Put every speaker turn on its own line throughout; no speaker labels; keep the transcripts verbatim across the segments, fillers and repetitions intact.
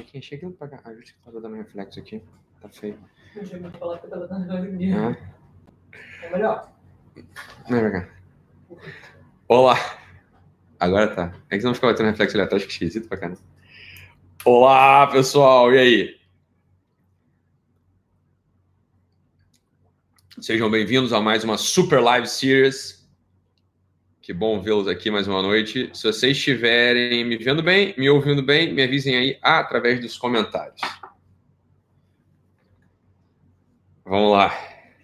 Aqui, achei que não pagar. Ah, justo que tava dando reflexo aqui. Tá feio.
Não tinha muito falar que eu tava dando reflexo. É melhor.
Não é pra cá. Olá. Agora tá. É que não ficava tendo reflexo ali atrás, que esquisito pra caramba. Olá, pessoal. E aí? Sejam bem-vindos a mais uma Super Live Series. Que bom vê-los aqui mais uma noite. Se vocês estiverem me vendo bem, me ouvindo bem, me avisem aí através dos comentários. Vamos lá.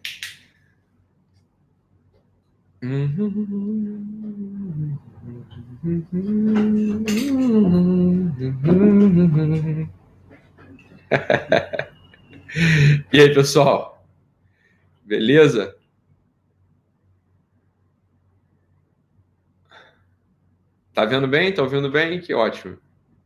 E aí, pessoal? Beleza? Tá vendo bem? Tá ouvindo bem? Que ótimo.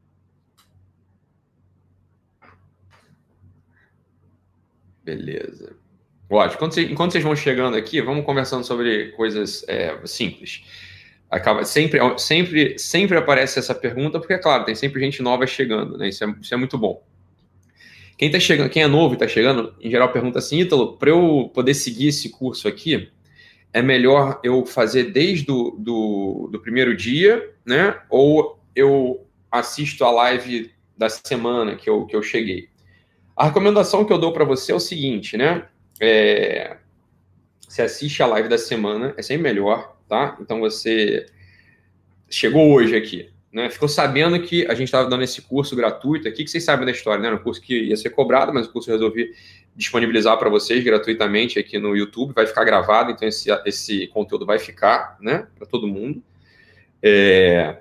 Beleza. Ótimo. Enquanto vocês, enquanto vocês vão chegando aqui, vamos conversando sobre coisas é, simples. Acaba sempre, sempre, sempre aparece essa pergunta, porque, é claro, tem sempre gente nova chegando, né? Isso é, isso é muito bom. Quem tá chegando, quem é novo e está chegando, em geral pergunta assim, Ítalo, para eu poder seguir esse curso aqui, é melhor eu fazer desde do, do, do primeiro dia, né? Ou eu assisto a live da semana que eu, que eu cheguei? A recomendação que eu dou para você é o seguinte, né? É, você assiste a live da semana, é sempre melhor, tá? Então você chegou hoje aqui, né? Ficou sabendo que a gente estava dando esse curso gratuito aqui, que vocês sabem da história, né? Era um curso que ia ser cobrado, mas o curso eu resolvi disponibilizar para vocês gratuitamente aqui no YouTube, vai ficar gravado, então esse, esse conteúdo vai ficar, né? Para todo mundo. É...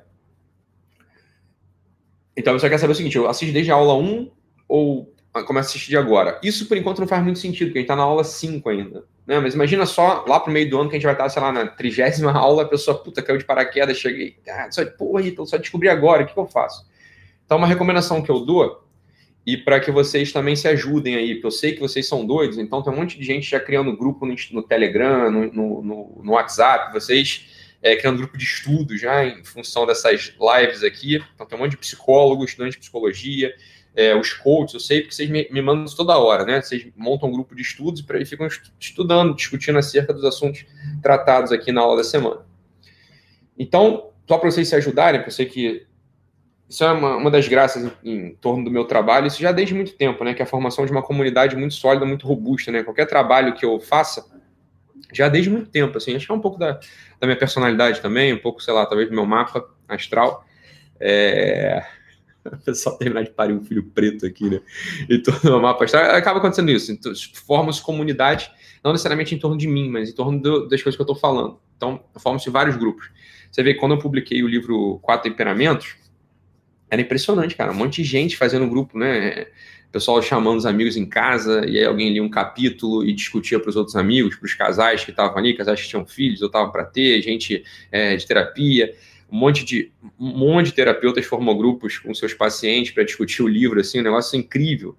Então você quer saber o seguinte, eu assisto desde a aula um ou começo a assistir de agora? Isso, por enquanto, não faz muito sentido, porque a gente está na aula cinco ainda. Né? Mas imagina só, lá pro meio do ano, que a gente vai estar, sei lá, na trigésima aula, a pessoa, puta, caiu de paraquedas, cheguei, ah, só, porra, então só descobri agora, o que, que eu faço? Então, uma recomendação que eu dou, e para que vocês também se ajudem aí, porque eu sei que vocês são doidos, então tem um monte de gente já criando grupo no, no Telegram, no, no, no WhatsApp, vocês é, criando grupo de estudo já em função dessas lives aqui, então tem um monte de psicólogos, estudantes de psicologia, É, os coaches, eu sei porque vocês me, me mandam isso toda hora, né? Vocês montam um grupo de estudos e ficam estudando, discutindo acerca dos assuntos tratados aqui na aula da semana. Então, só para vocês se ajudarem, eu sei que isso é uma, uma das graças em, em torno do meu trabalho, isso já desde muito tempo, né? Que é a formação de uma comunidade muito sólida, muito robusta, né? Qualquer trabalho que eu faça, já desde muito tempo, assim, acho que é um pouco da, da minha personalidade também, um pouco, sei lá, talvez do meu mapa astral. É... O pessoal terminar de parir um filho preto aqui, né? E todo o mapa astral. Acaba acontecendo isso. Então, formam-se comunidades, não necessariamente em torno de mim, mas em torno do, das coisas que eu estou falando. Então, formam-se vários grupos. Você vê que quando eu publiquei o livro Quatro Temperamentos, era impressionante, cara. Um monte de gente fazendo grupo, né? O pessoal chamando os amigos em casa, e aí alguém lia um capítulo e discutia para os outros amigos, para os casais que estavam ali, casais que tinham filhos, ou estavam para ter, gente é, de terapia. Um monte de, um monte de terapeutas formou grupos com seus pacientes para discutir o livro, assim, um negócio incrível.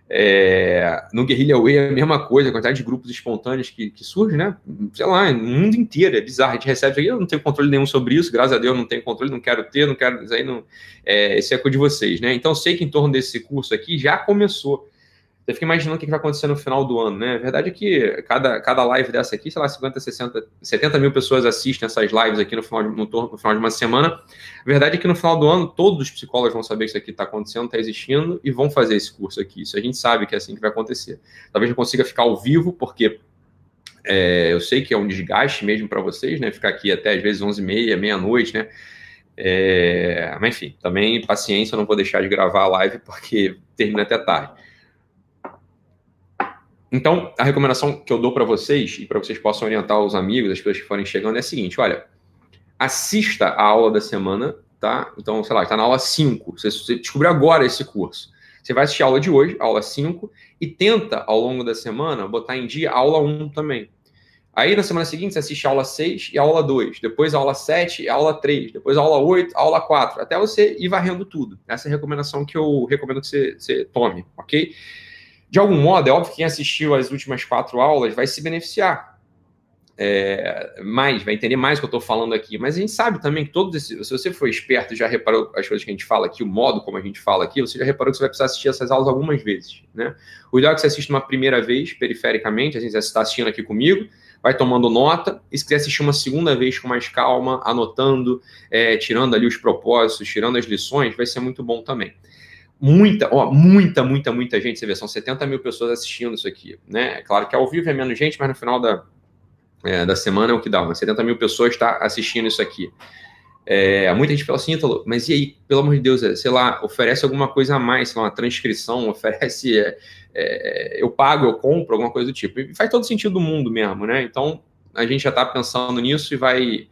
É, no Guerrilla Way é a mesma coisa, a quantidade de grupos espontâneos que, que surge, né? Sei lá, no mundo inteiro, é bizarro. A gente recebe isso aqui, eu não tenho controle nenhum sobre isso, graças a Deus não tenho controle, não quero ter, não quero, isso aí não, é, esse é a coisa de vocês, né? Então, sei que em torno desse curso aqui já começou. Você fica imaginando o que vai acontecer no final do ano, né? A verdade é que cada, cada live dessa aqui, sei lá, cinquenta, sessenta, setenta mil pessoas assistem essas lives aqui no final, de, no, no final de uma semana. A verdade é que no final do ano, todos os psicólogos vão saber que isso aqui está acontecendo, está existindo, e vão fazer esse curso aqui. Isso a gente sabe que é assim que vai acontecer. Talvez não consiga ficar ao vivo, porque é, eu sei que é um desgaste mesmo para vocês, né? Ficar aqui até às vezes onze e meia, meia-noite, né? É, mas enfim, também paciência, eu não vou deixar de gravar a live, porque termina até tarde. Então, a recomendação que eu dou para vocês, e para vocês possam orientar os amigos, as pessoas que forem chegando, é a seguinte, olha, assista a aula da semana, tá? Então, sei lá, está na aula cinco, você, você descobriu agora esse curso. Você vai assistir a aula de hoje, a aula cinco, e tenta, ao longo da semana, botar em dia a aula um também. Aí, na semana seguinte, você assiste a aula seis e a aula dois, depois a aula sete e a aula três, depois a aula oito, a aula quatro, até você ir varrendo tudo. Essa é a recomendação que eu recomendo que você, você tome, ok? De algum modo, é óbvio que quem assistiu as últimas quatro aulas vai se beneficiar. é, mais, vai entender mais o que eu estou falando aqui. Mas a gente sabe também que todos esses, se você for esperto e já reparou as coisas que a gente fala aqui, o modo como a gente fala aqui, você já reparou que você vai precisar assistir essas aulas algumas vezes, né? O ideal é que você assista uma primeira vez, perifericamente, assim, você está assistindo aqui comigo, vai tomando nota, e se quiser assistir uma segunda vez com mais calma, anotando, é, tirando ali os propósitos, tirando as lições, vai ser muito bom também. Muita, ó, muita, muita, muita gente, você vê, são setenta mil pessoas assistindo isso aqui, né? É claro que ao vivo é menos gente, mas no final da, é, da semana é o que dá, umas setenta mil pessoas estão assistindo isso aqui. É, muita gente fala assim, Ítalo, mas e aí, pelo amor de Deus, é, sei lá, oferece alguma coisa a mais, sei lá, uma transcrição, oferece, é, é, eu pago, eu compro, alguma coisa do tipo. E faz todo sentido do mundo mesmo, né? Então, a gente já está pensando nisso e vai...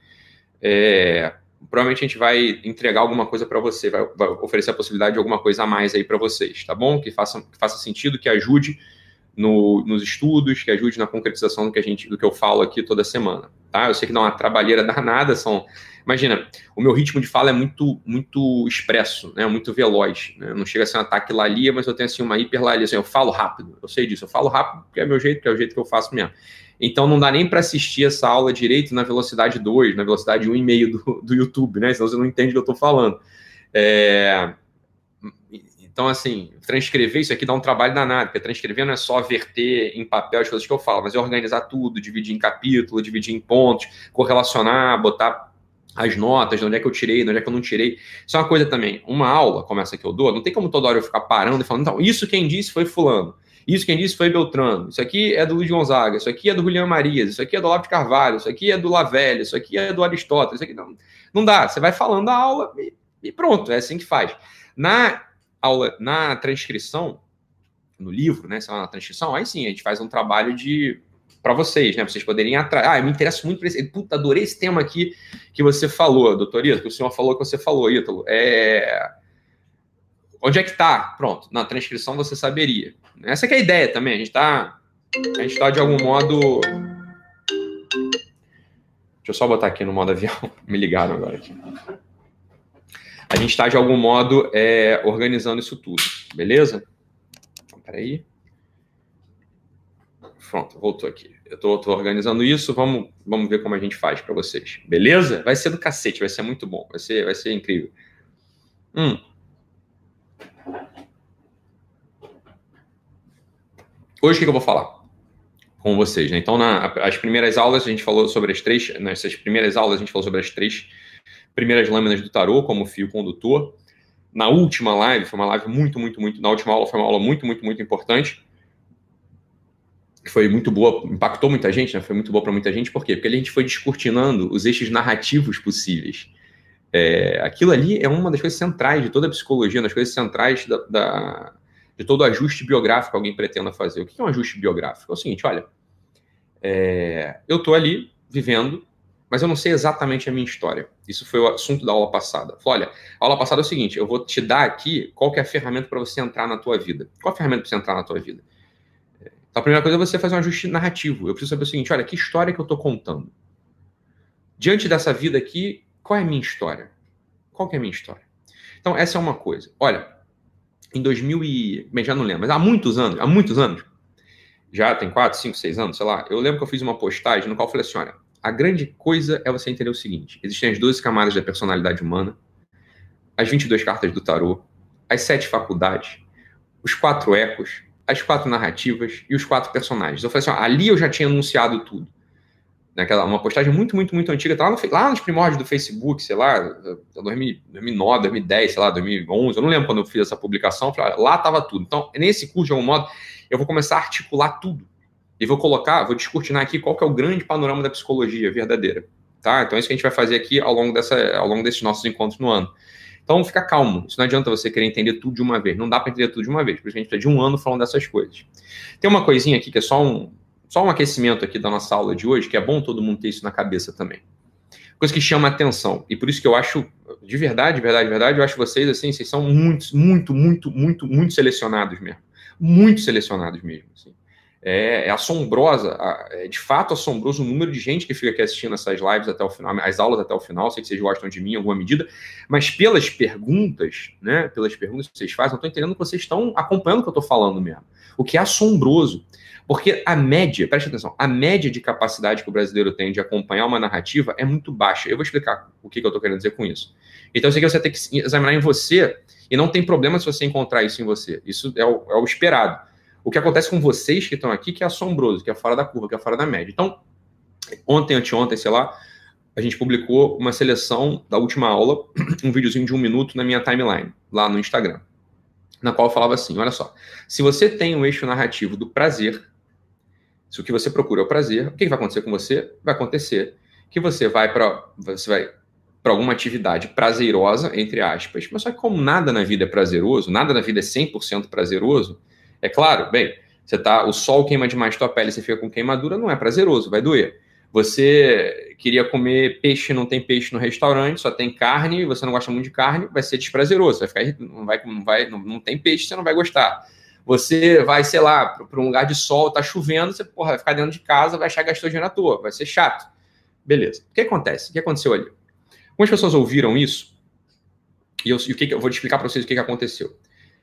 É, provavelmente a gente vai entregar alguma coisa para você, vai, vai oferecer a possibilidade de alguma coisa a mais aí para vocês, tá bom? Que faça, que faça sentido, que ajude no, nos estudos, que ajude na concretização do que, a gente, do que eu falo aqui toda semana, tá? Eu sei que dá uma trabalheira danada, são... Imagina, o meu ritmo de fala é muito, muito expresso, né? Muito veloz, né? Não chega a ser um ataque lalia, mas eu tenho assim uma hiperlalia, assim, eu falo rápido, eu sei disso, eu falo rápido porque é meu jeito, que é o jeito que eu faço mesmo. Então não dá nem para assistir essa aula direito na velocidade dois, na velocidade um vírgula cinco do, do YouTube, né? Senão você não entende o que eu estou falando. É... Então, assim, transcrever isso aqui dá um trabalho danado, porque transcrever não é só verter em papel as coisas que eu falo, mas é organizar tudo, dividir em capítulo, dividir em pontos, correlacionar, botar as notas, de onde é que eu tirei, de onde é que eu não tirei. Isso é uma coisa também. Uma aula, como essa que eu dou, não tem como toda hora eu ficar parando e falando, então, isso quem disse foi fulano. Isso quem disse foi Beltrano, isso aqui é do Luiz Gonzaga, isso aqui é do Julián Marias, isso aqui é do Olavo de Carvalho, isso aqui é do Lavelli, isso aqui é do Aristóteles, isso aqui não, não dá, você vai falando a aula e, e pronto, é assim que faz. Na aula, na transcrição, no livro, né, se é uma transcrição, aí sim, a gente faz um trabalho de para vocês, né, pra vocês poderem atrás. Ah, eu me interesso muito por esse, puta, adorei esse tema aqui que você falou, doutor Ítalo, que o senhor falou que você falou, Ítalo, é... Onde é que tá? Pronto, na transcrição você saberia. Essa que é a ideia também, a gente tá, a gente tá de algum modo... Deixa eu só botar aqui no modo avião, me ligaram agora aqui. A gente tá de algum modo é, organizando isso tudo, beleza? Então, peraí. Pronto, voltou aqui. Eu tô, tô organizando isso, vamos, vamos ver como a gente faz para vocês, beleza? Vai ser do cacete, vai ser muito bom, vai ser, vai ser incrível. Hum. Hoje o que eu vou falar com vocês, né? Então, na, as primeiras aulas a gente falou sobre as três, nessas primeiras aulas a gente falou sobre as três primeiras lâminas do tarô como fio condutor. Na última live, foi uma live muito, muito, muito, na última aula foi uma aula muito, muito, muito importante, que foi muito boa, impactou muita gente, né? Foi muito boa para muita gente, por quê? Porque a gente foi descortinando os eixos narrativos possíveis. É, aquilo ali é uma das coisas centrais de toda a psicologia, uma das coisas centrais da, da, de todo ajuste biográfico que alguém pretenda fazer. O que é um ajuste biográfico? É o seguinte, olha, é, eu estou ali vivendo, mas eu não sei exatamente a minha história. Isso foi o assunto da aula passada. Falei, olha, a aula passada é o seguinte, eu vou te dar aqui qual que é a ferramenta para você entrar na tua vida. Qual a ferramenta para você entrar na tua vida? Então, a primeira coisa é você fazer um ajuste narrativo. Eu preciso saber o seguinte, olha, que história que eu estou contando? Diante dessa vida aqui, qual é a minha história? Qual que é a minha história? Então, essa é uma coisa. Olha, em dois mil e... Bem, já não lembro, mas há muitos anos, há muitos anos, já tem quatro, cinco, seis anos, sei lá, eu lembro que eu fiz uma postagem no qual eu falei assim, olha, a grande coisa é você entender o seguinte, existem as doze camadas da personalidade humana, as vinte e duas cartas do tarô, as sete faculdades, os quatro ecos, as quatro narrativas e os quatro personagens. Eu falei assim, ó, ali eu já tinha anunciado tudo. Naquela, uma postagem muito, muito, muito antiga, tá lá, no, lá nos primórdios do Facebook, sei lá, dois mil e nove, dois mil e dez, sei lá, dois mil e onze, eu não lembro quando eu fiz essa publicação, falei, lá estava tudo. Então, nesse curso, de algum modo, eu vou começar a articular tudo. E vou colocar, vou descortinar aqui qual que é o grande panorama da psicologia verdadeira. Tá? Então, é isso que a gente vai fazer aqui ao longo, dessa, ao longo desses nossos encontros no ano. Então, fica calmo. Isso não adianta você querer entender tudo de uma vez. Não dá para entender tudo de uma vez. Por isso a gente precisa de um ano falando dessas coisas. Tem uma coisinha aqui que é só um, só um aquecimento aqui da nossa aula de hoje, que é bom todo mundo ter isso na cabeça também. Coisa que chama atenção. E por isso que eu acho, de verdade, de verdade, de verdade, eu acho vocês, assim, vocês são muito, muito, muito, muito, muito selecionados mesmo. Muito selecionados mesmo. Assim. É, é assombrosa, é de fato assombroso o número de gente que fica aqui assistindo essas lives até o final, as aulas até o final. Sei que vocês gostam de mim em alguma medida, mas pelas perguntas, né, pelas perguntas que vocês fazem, eu estou entendendo que vocês estão acompanhando o que eu estou falando mesmo. O que é assombroso, porque a média, preste atenção, a média de capacidade que o brasileiro tem de acompanhar uma narrativa é muito baixa. Eu vou explicar o que, que eu estou querendo dizer com isso. Então eu sei que você tem que examinar em você, e não tem problema se você encontrar isso em você. Isso é o, é o esperado. O que acontece com vocês que estão aqui, que é assombroso, que é fora da curva, que é fora da média. Então, ontem, anteontem, sei lá, a gente publicou uma seleção da última aula, um videozinho de um minuto na minha timeline, lá no Instagram, na qual eu falava assim, olha só, se você tem um eixo narrativo do prazer, se o que você procura é o prazer, o que vai acontecer com você? Vai acontecer que você vai para você vai para alguma atividade prazerosa, entre aspas, mas só que como nada na vida é prazeroso, nada na vida é cem por cento prazeroso. É claro, bem, você tá, o sol queima demais tua pele, você fica com queimadura, não é prazeroso, vai doer. Você queria comer peixe, não tem peixe no restaurante, só tem carne, você não gosta muito de carne, vai ser desprazeroso, vai ficar, não, vai, não, vai, não, não tem peixe, você não vai gostar. Você vai, sei lá, para um lugar de sol, tá chovendo, você porra, vai ficar dentro de casa, vai achar que gastou dinheiro à toa, vai ser chato. Beleza. O que acontece? O que aconteceu ali? Algumas pessoas ouviram isso, e, eu, e o que, eu vou te explicar para vocês o que, que aconteceu.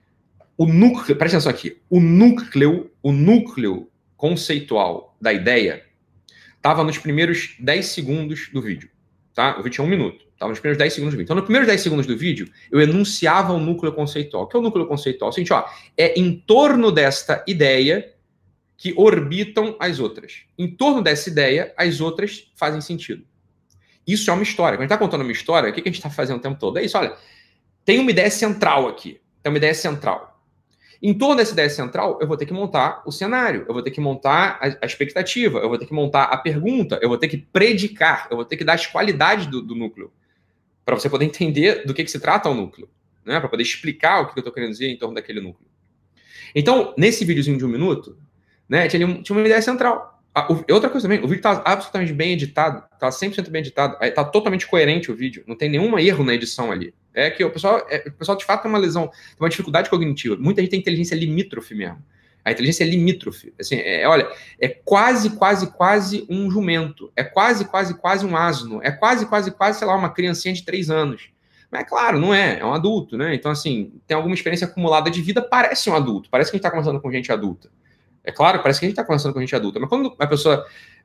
O núcleo, presta atenção aqui, o núcleo, o núcleo conceitual da ideia estava nos primeiros dez segundos do vídeo, tá? O vídeo tinha um minuto, estava nos primeiros dez segundos do vídeo. Então, nos primeiros dez segundos do vídeo, eu enunciava o núcleo conceitual. O que é o núcleo conceitual? É o seguinte, ó, é em torno desta ideia que orbitam as outras. Em torno dessa ideia, as outras fazem sentido. Isso é uma história. Quando a gente está contando uma história, o que a gente está fazendo o tempo todo? É isso, olha, tem uma ideia central aqui, tem uma ideia central. Em torno dessa ideia central, eu vou ter que montar o cenário, eu vou ter que montar a, a expectativa, eu vou ter que montar a pergunta, eu vou ter que predicar, eu vou ter que dar as qualidades do, do núcleo, para você poder entender do que, que se trata o núcleo, né? Para poder explicar o que eu estou querendo dizer em torno daquele núcleo. Então, nesse videozinho de um minuto, né, tinha, tinha uma ideia central. Ah, o, outra coisa também, o vídeo está absolutamente bem editado, está cem por cento bem editado, está totalmente coerente o vídeo, não tem nenhum erro na edição ali. É que o pessoal, é, o pessoal de fato tem uma lesão, tem uma dificuldade cognitiva. Muita gente tem inteligência limítrofe mesmo. A inteligência é limítrofe. Assim, é, olha, é quase, quase, quase um jumento. É quase, quase, quase um asno. É quase, quase, quase, sei lá, uma criancinha de três anos. Mas é claro, não é. É um adulto, né? Então, assim, tem alguma experiência acumulada de vida, parece um adulto. Parece que a gente está conversando com gente adulta. É claro, parece que a gente está conversando com gente adulta. Mas quando a pessoa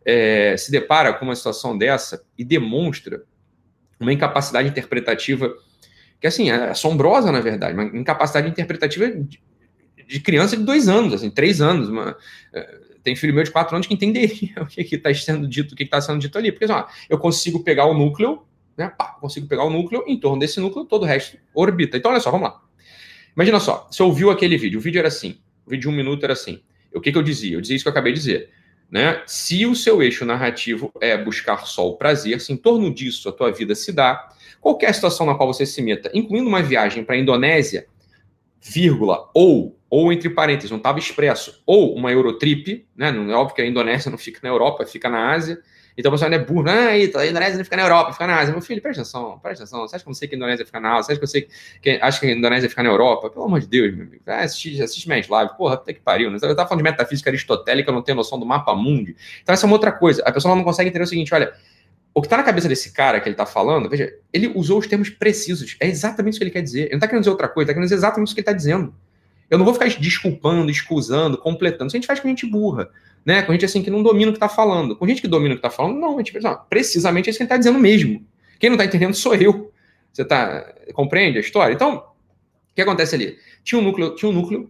é, se depara com uma situação dessa e demonstra uma incapacidade interpretativa que, assim, é assombrosa, na verdade, uma incapacidade interpretativa de, de criança de dois anos, assim, três anos. Uma, é, tem filho meu de quatro anos que entenderia o que está sendo dito, o que está sendo dito ali. Porque, assim, ó, eu consigo pegar o núcleo, né, pá, consigo pegar o núcleo, em torno desse núcleo, todo o resto orbita. Então, olha só, vamos lá. Imagina só, você ouviu aquele vídeo, o vídeo era assim, o vídeo de um minuto era assim. O que, que eu dizia? Eu dizia isso que eu acabei de dizer. Né? Se o seu eixo narrativo é buscar só o prazer, se em torno disso a tua vida se dá, qualquer situação na qual você se meta, incluindo uma viagem para a Indonésia, vírgula, ou, ou entre parênteses, não estava expresso, ou uma Eurotrip, né? Não é óbvio que a Indonésia não fica na Europa, fica na Ásia. Então você não é burro, ah, a Indonésia não fica na Europa, fica na Ásia. Meu filho, presta atenção, presta atenção. Você acha que eu não sei que a Indonésia fica na Ásia? Você acha que eu sei que acho que a Indonésia fica na Europa? Pelo amor de Deus, meu amigo. Ah, assiste, assiste minhas lives. Porra, até que pariu. Né? Eu tava falando de metafísica aristotélica, eu não tenho noção do mapa mundi. Então essa é uma outra coisa. A pessoa não consegue entender o seguinte, olha, o que está na cabeça desse cara que ele está falando, veja, ele usou os termos precisos. É exatamente isso que ele quer dizer. Ele não está querendo dizer outra coisa, está querendo dizer exatamente isso que ele está dizendo. Eu não vou ficar desculpando, excusando, completando. Isso a gente faz com gente burra, né? Com gente assim que não domina o que está falando. Com gente que domina o que está falando, não, a gente pensa, não, precisamente é isso que ele está dizendo mesmo. Quem não está entendendo sou eu. Você tá, compreende a história? Então, o que acontece ali? Tinha um núcleo, tinha um núcleo,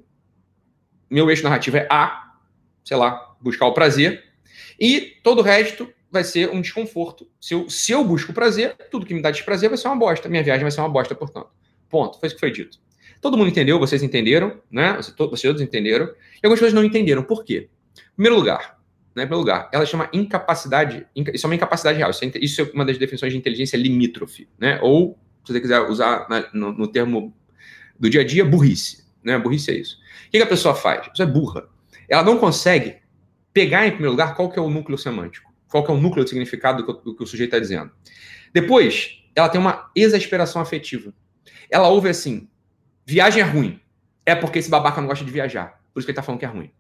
meu eixo narrativo é A, sei lá, buscar o prazer, e todo o resto vai ser um desconforto. Se eu, se eu busco o prazer, tudo que me dá desprazer vai ser uma bosta. Minha viagem vai ser uma bosta, portanto. Ponto. Foi isso que foi dito. Todo mundo entendeu, vocês entenderam, né? Vocês todos entenderam. E algumas pessoas não entenderam. Por quê? Em primeiro lugar, né? Em primeiro lugar, ela chama incapacidade. Isso é uma incapacidade real. Isso é uma das definições de inteligência limítrofe, né? Ou, se você quiser usar no, no termo do dia a dia, burrice. Né? Burrice é isso. O que a pessoa faz? A pessoa é burra. Ela não consegue pegar, em primeiro lugar, qual que é o núcleo semântico. Qual que é o núcleo de significado do que, do que o sujeito está dizendo. Depois, ela tem uma exasperação afetiva. Ela ouve assim, viagem é ruim. É porque esse babaca não gosta de viajar. Por isso que ele tá falando que é ruim.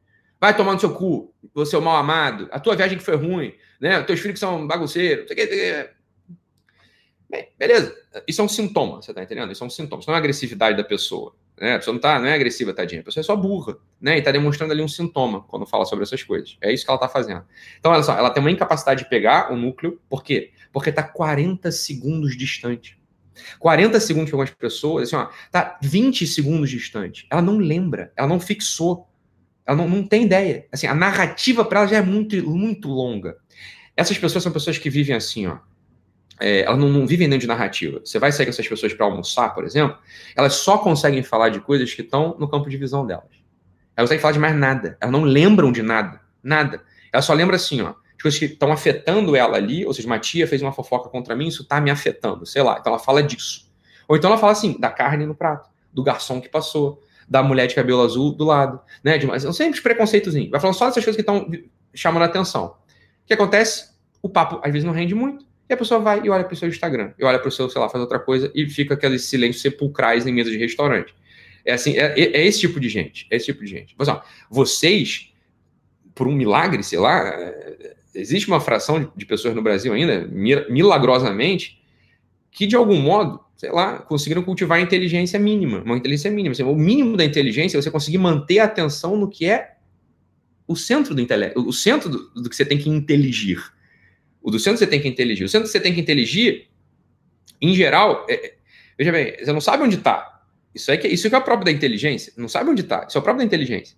vai tomar no seu cu, você é o mal amado, a tua viagem que foi ruim, né? Os teus filhos são bagunceiros, não sei o que. Bem, beleza. Isso é um sintoma, você tá entendendo? Isso é um sintoma, isso não é uma agressividade da pessoa. Né? A pessoa não, tá, não é agressiva, tadinha. A pessoa é só burra, né? E tá demonstrando ali um sintoma quando fala sobre essas coisas. É isso que ela tá fazendo. Então, olha só, ela tem uma incapacidade de pegar o núcleo. Por quê? Porque tá quarenta segundos distante. quarenta segundos para algumas pessoas, assim, ó, tá vinte segundos distante. Ela não lembra, ela não fixou, ela não, não tem ideia. Assim, a narrativa para ela já é muito, muito longa. Essas pessoas são pessoas que vivem assim, ó. É, elas não, não vivem dentro de narrativa. Você vai sair com essas pessoas para almoçar, por exemplo, elas só conseguem falar de coisas que estão no campo de visão delas. Elas não conseguem falar de mais nada. Elas não lembram de nada. Nada. Elas só lembram assim, ó, de coisas que estão afetando ela ali, ou seja, uma tia fez uma fofoca contra mim, isso está me afetando, sei lá. Então ela fala disso. Ou então ela fala assim, da carne no prato, do garçom que passou, da mulher de cabelo azul do lado, né? De, não sempre preconceitozinho. Vai falando só dessas coisas que estão chamando a atenção. O que acontece? O papo às vezes não rende muito. E a pessoa vai e olha para o seu Instagram, e olha para o seu, sei lá, faz outra coisa, e fica aqueles silêncios sepulcrais em mesa de restaurante. É assim, é, é esse tipo de gente, é esse tipo de gente. Mas, ó, vocês, por um milagre, sei lá, existe uma fração de pessoas no Brasil ainda, milagrosamente, que de algum modo, sei lá, conseguiram cultivar a inteligência mínima, uma inteligência mínima. Assim, o mínimo da inteligência é você conseguir manter a atenção no que é o centro do intelecto, o centro do, do que você tem que inteligir. O do centro você tem que inteligir. O centro que você tem que inteligir, em geral, é, veja bem, você não sabe onde está. Isso é que, isso que é o próprio da inteligência. Não sabe onde está. Isso é o próprio da inteligência.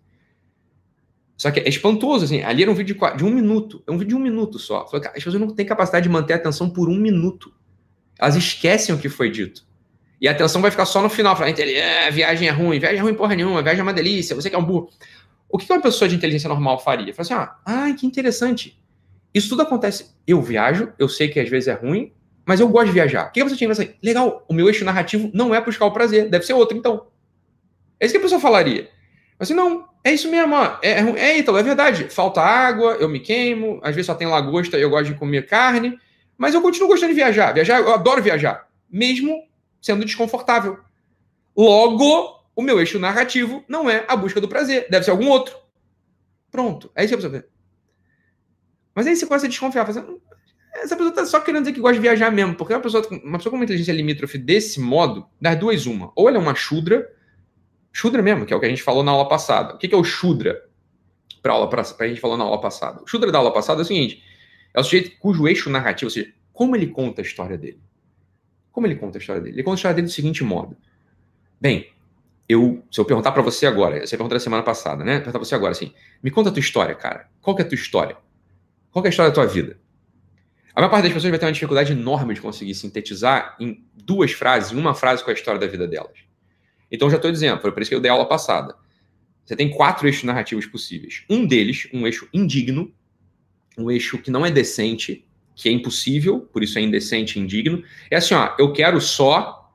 Só que é espantoso, assim. Ali era um vídeo de, de um minuto. É um vídeo de um minuto só. As pessoas não têm capacidade de manter a atenção por um minuto. Elas esquecem o que foi dito. E a atenção vai ficar só no final. Falando, ah, viagem é ruim. Viagem é ruim porra nenhuma. Viagem é uma delícia. Você que é um burro. O que uma pessoa de inteligência normal faria? Fala assim, ah, ai, que interessante. Isso tudo acontece. Eu viajo, eu sei que às vezes é ruim, mas eu gosto de viajar. O que você tinha que pensar? Legal, o meu eixo narrativo não é buscar o prazer, deve ser outro, então. É isso que a pessoa falaria. Mas assim, não, é isso mesmo, ó. É, é, é, então, é verdade. Falta água, eu me queimo, às vezes só tem lagosta e eu gosto de comer carne, mas eu continuo gostando de viajar. Viajar, eu adoro viajar, mesmo sendo desconfortável. Logo, o meu eixo narrativo não é a busca do prazer, deve ser algum outro. Pronto, é isso que a pessoa vê. Mas aí você começa a desconfiar, fazendo, essa pessoa está só querendo dizer que gosta de viajar mesmo, porque uma pessoa, uma pessoa com uma inteligência limítrofe desse modo, das duas uma, ou ela é uma Shudra, Shudra mesmo, que é o que a gente falou na aula passada. O que é o Shudra? Para a gente falou na aula passada. O Shudra da aula passada é o seguinte, é o sujeito cujo eixo narrativo, ou seja, como ele conta a história dele. Como ele conta a história dele? Ele conta a história dele do seguinte modo. Bem, eu, se eu perguntar para você agora, você perguntou na semana passada, né? Perguntar para você agora, assim, me conta a tua história, cara. Qual que é a tua história? Qual que é a história da tua vida? A maior parte das pessoas vai ter uma dificuldade enorme de conseguir sintetizar em duas frases, em uma frase, com a história da vida delas. Então, já estou dizendo, foi por isso que eu dei a aula passada. Você tem quatro eixos narrativos possíveis. Um deles, um eixo indigno, um eixo que não é decente, que é impossível, por isso é indecente e indigno. É assim, ó, eu quero só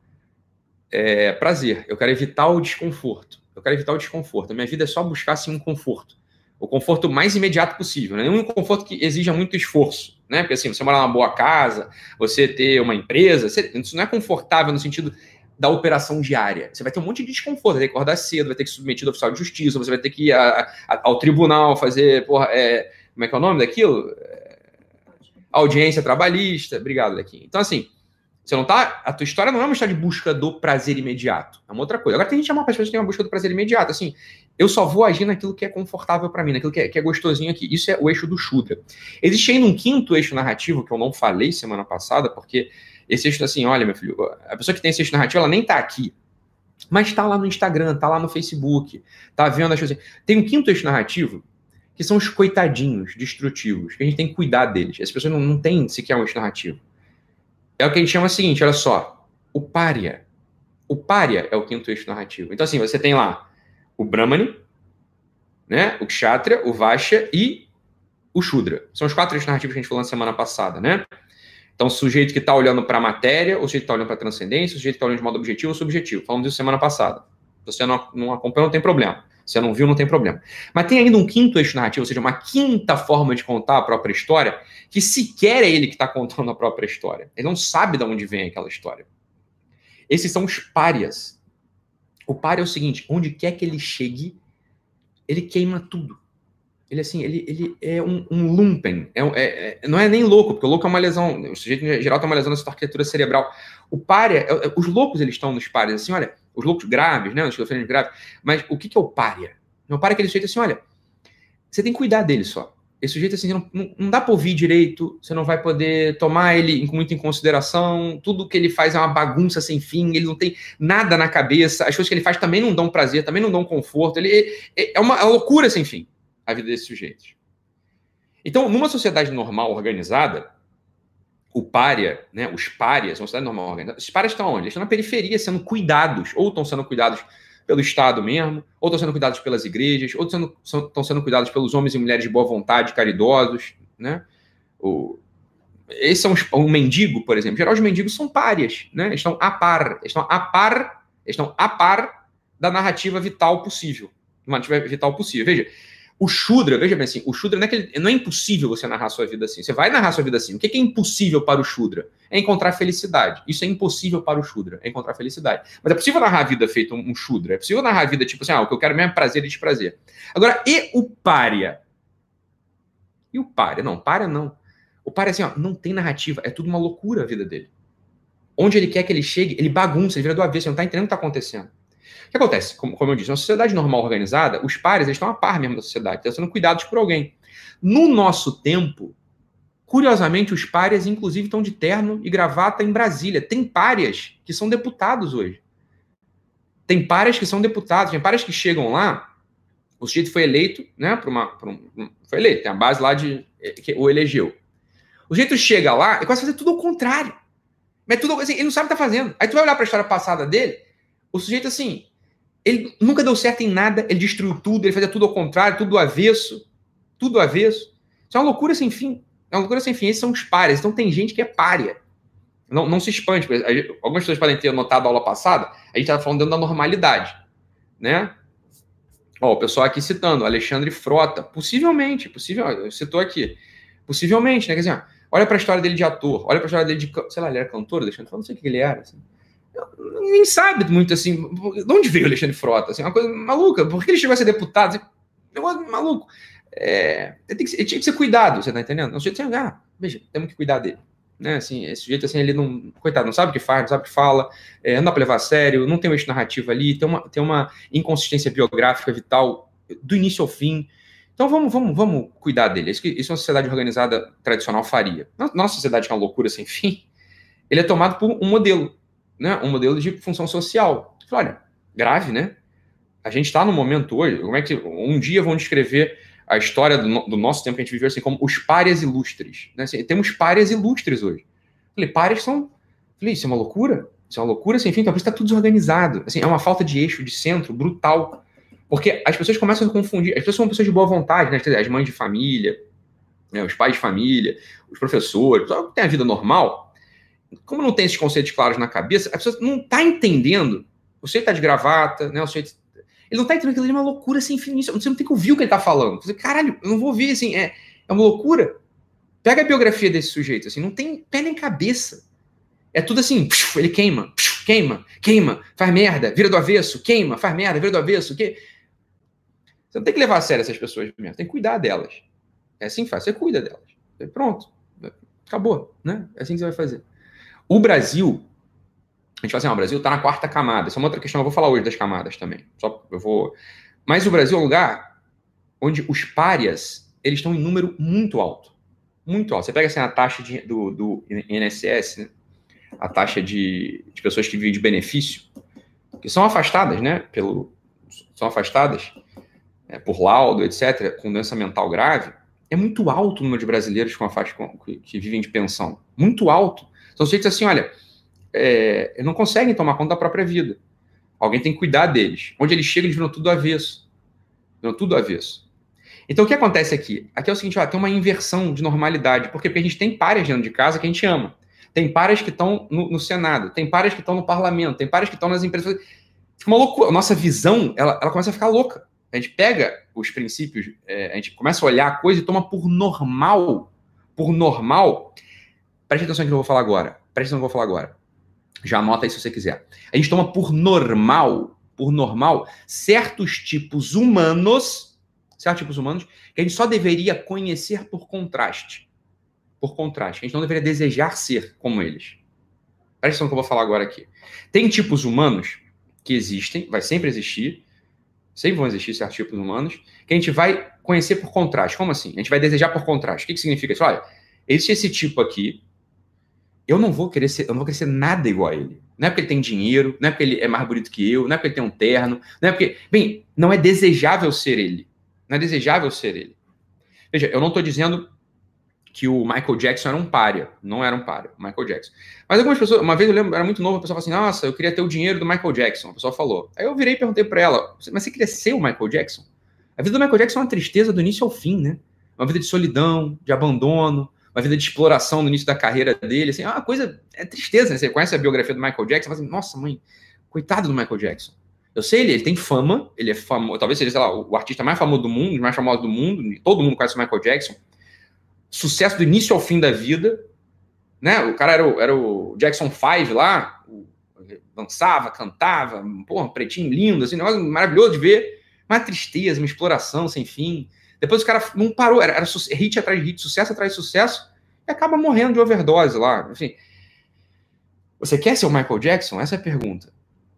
é, prazer, eu quero evitar o desconforto. Eu quero evitar o desconforto. A minha vida é só buscar, assim, um conforto. O conforto mais imediato possível, né? Nenhum conforto que exija muito esforço, né? Porque assim, você morar numa boa casa, você ter uma empresa, você, isso não é confortável no sentido da operação diária. Você vai ter um monte de desconforto, vai ter que acordar cedo, vai ter que ser submetido ao oficial de justiça, você vai ter que ir a, a, ao tribunal fazer, porra, é, como é que é o nome daquilo? É, audiência trabalhista. Obrigado, Lequinho. Então, assim, você não tá, a tua história não é uma história de busca do prazer imediato, é uma outra coisa. Agora tem gente que chama para as pessoas que tem uma busca do prazer imediato, assim, eu só vou agir naquilo que é confortável para mim, naquilo que é, que é gostosinho aqui. Isso é o eixo do Shudra. Existe ainda um quinto eixo narrativo que eu não falei semana passada, porque esse eixo, assim, olha, meu filho, a pessoa que tem esse eixo narrativo, ela nem tá aqui, mas tá lá no Instagram, tá lá no Facebook, tá vendo as coisas. Tem um quinto eixo narrativo, que são os coitadinhos destrutivos, que a gente tem que cuidar deles. Essas pessoas não, não têm sequer um eixo narrativo. É o que a gente chama o seguinte, olha só, o pária. O pária é o quinto eixo narrativo. Então, assim, você tem lá o Brahmani, né? O Kshatriya, o Vaishya e o Shudra. São os quatro eixos narrativos que a gente falou na semana passada, né? Então, o sujeito que está olhando para a matéria, o sujeito que está olhando para a transcendência, o sujeito que está olhando de modo objetivo ou subjetivo. Falamos disso semana passada. Se você não, não acompanhou, não tem problema. Se você não viu, não tem problema. Mas tem ainda um quinto eixo narrativo, ou seja, uma quinta forma de contar a própria história, que sequer é ele que está contando a própria história. Ele não sabe de onde vem aquela história. Esses são os párias. O pária é o seguinte, onde quer que ele chegue, ele queima tudo. ele assim, ele, ele é um, um lumpen, é, é, é, não é nem louco, porque o louco é uma lesão, o sujeito em geral tem uma lesão na sua arquitetura cerebral. O pária, é, é, os loucos eles estão nos párias, assim, olha, os loucos graves, né, os esquizofrênicos graves, mas o que, que é o pária? O pária é aquele sujeito assim, olha, você tem que cuidar dele só. Esse sujeito assim, não, não, não dá pra ouvir direito, você não vai poder tomar ele muito em consideração, tudo que ele faz é uma bagunça sem fim, ele não tem nada na cabeça, as coisas que ele faz também não dão prazer, também não dão conforto, ele é, é, uma, é uma loucura sem fim a vida desses sujeitos. Então, numa sociedade normal, organizada, o pária, né, os párias, uma sociedade normal organizada, os párias estão onde? Eles estão na periferia sendo cuidados, ou estão sendo cuidados pelo Estado mesmo, ou estão sendo cuidados pelas igrejas, ou estão sendo, estão sendo cuidados pelos homens e mulheres de boa vontade, caridosos, né? O, esses são os, o mendigo, por exemplo. Em geral, os mendigos são párias, né? Eles estão a par, eles estão a par, eles estão a par da narrativa vital possível, uma narrativa vital possível. Veja, o Shudra, veja bem assim, o Shudra não é, que, não é impossível você narrar sua vida assim. Você vai narrar sua vida assim. O que é impossível para o Shudra? É encontrar felicidade. Isso é impossível para o Shudra, é encontrar felicidade. Mas é possível narrar a vida feito um, um Shudra. É possível narrar a vida tipo assim, ah, o que eu quero mesmo é prazer e desprazer. Agora, e o pária? E o pária? Não, pária não. O pária assim, ó, não tem narrativa. É tudo uma loucura a vida dele. Onde ele quer que ele chegue, ele bagunça, ele vira do avesso, ele não está entendendo o que está acontecendo. O que acontece? Como, como eu disse, uma sociedade normal organizada, os pares eles estão a par mesmo da sociedade, estão sendo cuidados por alguém. No nosso tempo, curiosamente, os párias, inclusive, estão de terno e gravata em Brasília. Tem párias que são deputados hoje. Tem párias que são deputados, tem párias que chegam lá, o sujeito foi eleito, né, por uma, por um, foi eleito, tem a base lá de que o elegeu. O sujeito chega lá e começa a fazer tudo ao contrário. Mas tudo assim, ele não sabe o que está fazendo. Aí tu vai olhar para a história passada dele, o sujeito assim, ele nunca deu certo em nada, ele destruiu tudo, ele fazia tudo ao contrário, tudo avesso, tudo avesso. Isso é uma loucura sem fim. É uma loucura sem fim. Esses são os párias. Então tem gente que é pária. Não, não se espante. Algumas pessoas podem ter notado a aula passada, a gente estava falando dentro da normalidade. Né? Ó, o pessoal aqui citando, Alexandre Frota. Possivelmente, possível, eu citou aqui. Possivelmente, né? Quer dizer, olha para a história dele de ator, olha para a história dele de... Sei lá, ele era cantor, Alexandre Frota? Não sei o que ele era, assim. Ninguém sabe muito assim, de onde veio o Alexandre Frota, assim, uma coisa maluca, por que ele chegou a ser deputado? Assim, negócio maluco. É, ele, tem que, ele tinha que ser cuidado, você tá entendendo? Não sujeito assim, ah, veja, temos que cuidar dele. Né, assim, esse sujeito assim, ele não, coitado, não sabe o que faz, não sabe o que fala, é, não dá para levar a sério, não tem um eixo narrativo ali, tem uma, tem uma inconsistência biográfica vital do início ao fim. Então vamos, vamos, vamos cuidar dele. Isso que isso uma sociedade organizada tradicional faria. Na nossa sociedade, que é uma loucura sem fim, ele é tomado por um modelo. Né, um modelo de função social. Olha, grave, né? A gente está no momento hoje, como é que um dia vão descrever a história do, no, do nosso tempo que a gente viveu assim como os párias ilustres. Né? Assim, temos párias ilustres hoje. Falei, párias são... Falei, isso é uma loucura? Isso é uma loucura sem fim, então por isso está tudo desorganizado. Assim, é uma falta de eixo, de centro, brutal. Porque as pessoas começam a confundir. As pessoas são pessoas de boa vontade, né? As mães de família, né? Os pais de família, os professores, o pessoal que tem a vida normal. Como não tem esses conceitos claros na cabeça, a pessoa não está entendendo. O sujeito está de gravata, né? O sujeito... Ele não está entendendo que ele é uma loucura sem fim. Você não tem que ouvir o que ele está falando. Você, caralho, eu não vou ouvir, assim, é, é uma loucura. Pega a biografia desse sujeito, assim, não tem pé nem cabeça. É tudo assim, ele queima, queima, queima, faz merda, vira do avesso, queima, faz merda, vira do avesso. Que... Você não tem que levar a sério essas pessoas mesmo, tem que cuidar delas. É assim que faz, você cuida delas. Pronto, acabou, né? É assim que você vai fazer. O Brasil, a gente fala assim, ah, o Brasil está na quarta camada. Essa é uma outra questão, eu vou falar hoje das camadas também. Só eu vou... Mas o Brasil é um lugar onde os párias, eles estão em número muito alto. Muito alto. Você pega assim, a taxa de, do, do I N S S, né? A taxa de, de pessoas que vivem de benefício, que são afastadas, né? Pelo, são afastadas é, por laudo, etcétera, com doença mental grave. É muito alto o número de brasileiros com a faixa, com, que, que vivem de pensão. Muito alto. São sujeitos assim, olha, é, não conseguem tomar conta da própria vida. Alguém tem que cuidar deles. Onde eles chegam, eles viram tudo avesso. Viram tudo avesso. Então, o que acontece aqui? Aqui é o seguinte, ó, tem uma inversão de normalidade. Por quê? Porque a gente tem párias dentro de casa que a gente ama. Tem párias que estão no, no Senado. Tem párias que estão no parlamento. Tem párias que estão nas empresas. Fica uma loucura. A nossa visão, ela, ela começa a ficar louca. A gente pega os princípios, é, a gente começa a olhar a coisa e toma por normal. Por normal... Preste atenção no que eu vou falar agora. Preste atenção no que eu vou falar agora. Já anota aí se você quiser. A gente toma por normal, por normal, certos tipos humanos, certos tipos humanos, que a gente só deveria conhecer por contraste. Por contraste. A gente não deveria desejar ser como eles. Presta atenção no que eu vou falar agora aqui. Tem tipos humanos que existem, vai sempre existir, sempre vão existir certos tipos humanos, que a gente vai conhecer por contraste. Como assim? A gente vai desejar por contraste. O que, que significa isso? Olha, existe esse tipo aqui, eu não vou querer ser, eu não vou querer ser nada igual a ele. Não é porque ele tem dinheiro, não é porque ele é mais bonito que eu, não é porque ele tem um terno, não é porque... Bem, não é desejável ser ele. Não é desejável ser ele. Veja, eu não estou dizendo que o Michael Jackson era um pária. Não era um pária, o Michael Jackson. Mas algumas pessoas, uma vez eu lembro, era muito novo, a pessoa falou assim, nossa, eu queria ter o dinheiro do Michael Jackson. A pessoa falou. Aí eu virei e perguntei para ela, mas você queria ser o Michael Jackson? A vida do Michael Jackson é uma tristeza do início ao fim, né? Uma vida de solidão, de abandono, uma vida de exploração no início da carreira dele, assim, é uma coisa, é tristeza, né? Você conhece a biografia do Michael Jackson, você fala assim, nossa, mãe, coitado do Michael Jackson. Eu sei ele, ele tem fama, ele é famoso, talvez seja, sei lá, o artista mais famoso do mundo, mais famoso do mundo, todo mundo conhece o Michael Jackson, sucesso do início ao fim da vida, né? O cara era o, era o Jackson five lá, o, dançava, cantava, porra, pretinho lindo, assim, um negócio maravilhoso de ver, uma tristeza, uma exploração sem fim. Depois o cara não parou, era, era hit atrás de hit, sucesso atrás de sucesso, e acaba morrendo de overdose lá. Enfim, você quer ser o Michael Jackson? Essa é a pergunta.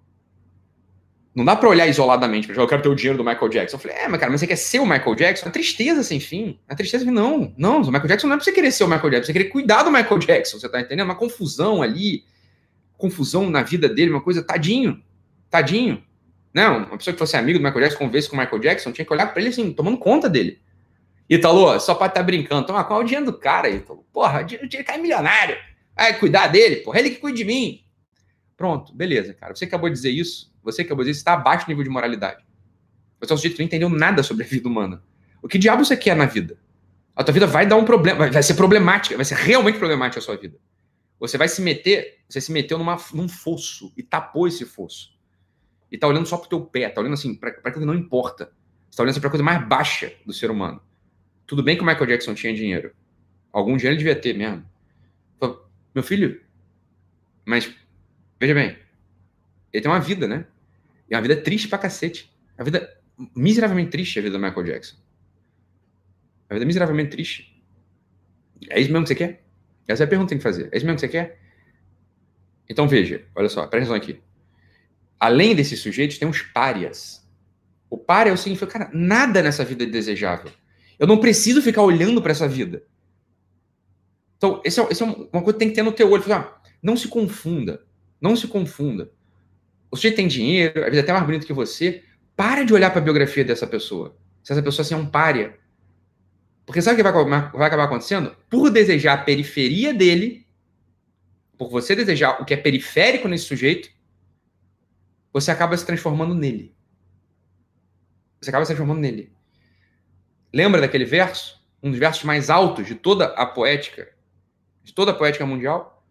Não dá pra olhar isoladamente, pra eu quero ter o dinheiro do Michael Jackson. Eu falei, é, mas cara, mas você quer ser o Michael Jackson? É tristeza sem fim. É tristeza sem fim. Não, não, o Michael Jackson não é pra você querer ser o Michael Jackson, você querer cuidar do Michael Jackson, você tá entendendo? Uma confusão ali, confusão na vida dele, uma coisa, tadinho, tadinho. Não, uma pessoa que fosse amigo do Michael Jackson, converse com o Michael Jackson, tinha que olhar pra ele assim, tomando conta dele. Ítalo, só pode estar tá brincando. Toma, qual é o dinheiro do cara, Ítalo? Porra, o dinheiro cai milionário. Vai cuidar dele, porra, ele que cuida de mim. Pronto, beleza, cara. Você acabou de dizer isso, você acabou de dizer isso, está abaixo do nível de moralidade. Você é um sujeito que não entendeu nada sobre a vida humana. O que diabo você quer na vida? A tua vida vai dar um problema, vai ser problemática, vai ser realmente problemática a sua vida. Você vai se meter, você se meteu numa, num fosso e tapou esse fosso. E tá olhando só pro teu pé, tá olhando assim, pra, pra aquilo que não importa. Você tá olhando assim, pra coisa mais baixa do ser humano. Tudo bem que o Michael Jackson tinha dinheiro. Algum dinheiro ele devia ter mesmo. Falei, meu filho, mas, veja bem, ele tem uma vida, né? E uma vida triste pra cacete. Uma vida miseravelmente triste, a vida do Michael Jackson. Uma vida miseravelmente triste. É isso mesmo que você quer? Essa é a pergunta que tem que fazer. É isso mesmo que você quer? Então veja, olha só, presta atenção aqui. Além desses sujeitos, tem os párias. O pária é o seguinte, cara, nada nessa vida é desejável. Eu não preciso ficar olhando para essa vida. Então, esse é, esse é uma coisa que tem que ter no teu olho. Ah, não se confunda. Não se confunda. O sujeito tem dinheiro, às vezes até mais bonito que você. Para de olhar para a biografia dessa pessoa. Se essa pessoa assim, é um pária. Porque sabe o que vai, vai acabar acontecendo? Por desejar a periferia dele, por você desejar o que é periférico nesse sujeito, você acaba se transformando nele. Você acaba se transformando nele. Lembra daquele verso? Um dos versos mais altos de toda a poética, de toda a poética mundial?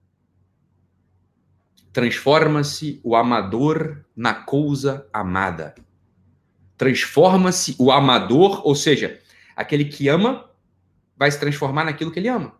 Transforma-se o amador na coisa amada. Transforma-se o amador, ou seja, aquele que ama vai se transformar naquilo que ele ama.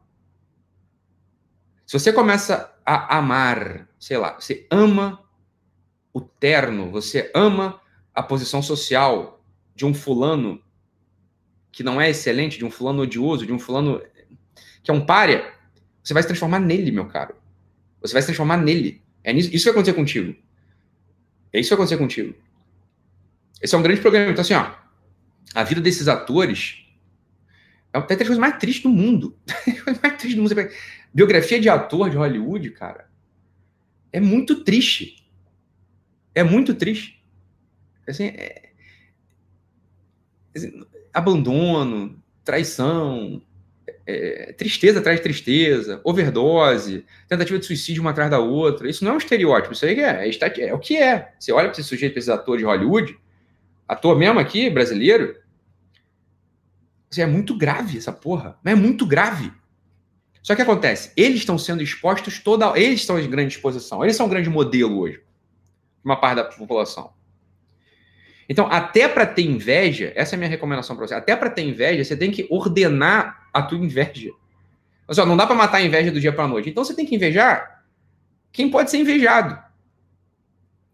Se você começa a amar, sei lá, você ama o terno, você ama a posição social de um fulano que não é excelente, de um fulano odioso, de um fulano que é um pária, você vai se transformar nele, meu caro. Você vai se transformar nele. É nisso, isso que vai acontecer contigo. É isso que vai acontecer contigo. Esse é um grande problema. Então, assim, ó, a vida desses atores é uma das coisas mais tristes do mundo. mais triste do mundo. Biografia de ator de Hollywood, cara, é muito triste. É muito triste. Assim, é... assim, abandono, traição, é... tristeza atrás de tristeza, overdose, tentativa de suicídio uma atrás da outra. Isso não é um estereótipo, isso aí é, é, é o que é. Você olha para esse sujeito, para esses atores de Hollywood, ator mesmo aqui, brasileiro, assim, é muito grave essa porra. Mas é muito grave. Só que acontece, eles estão sendo expostos toda... Eles estão em grande exposição. Eles são um grande modelo hoje. Uma parte da população. Então, até para ter inveja, essa é a minha recomendação para você, até para ter inveja, você tem que ordenar a tua inveja. Mas, ó, não dá para matar a inveja do dia para a noite. Então, você tem que invejar quem pode ser invejado.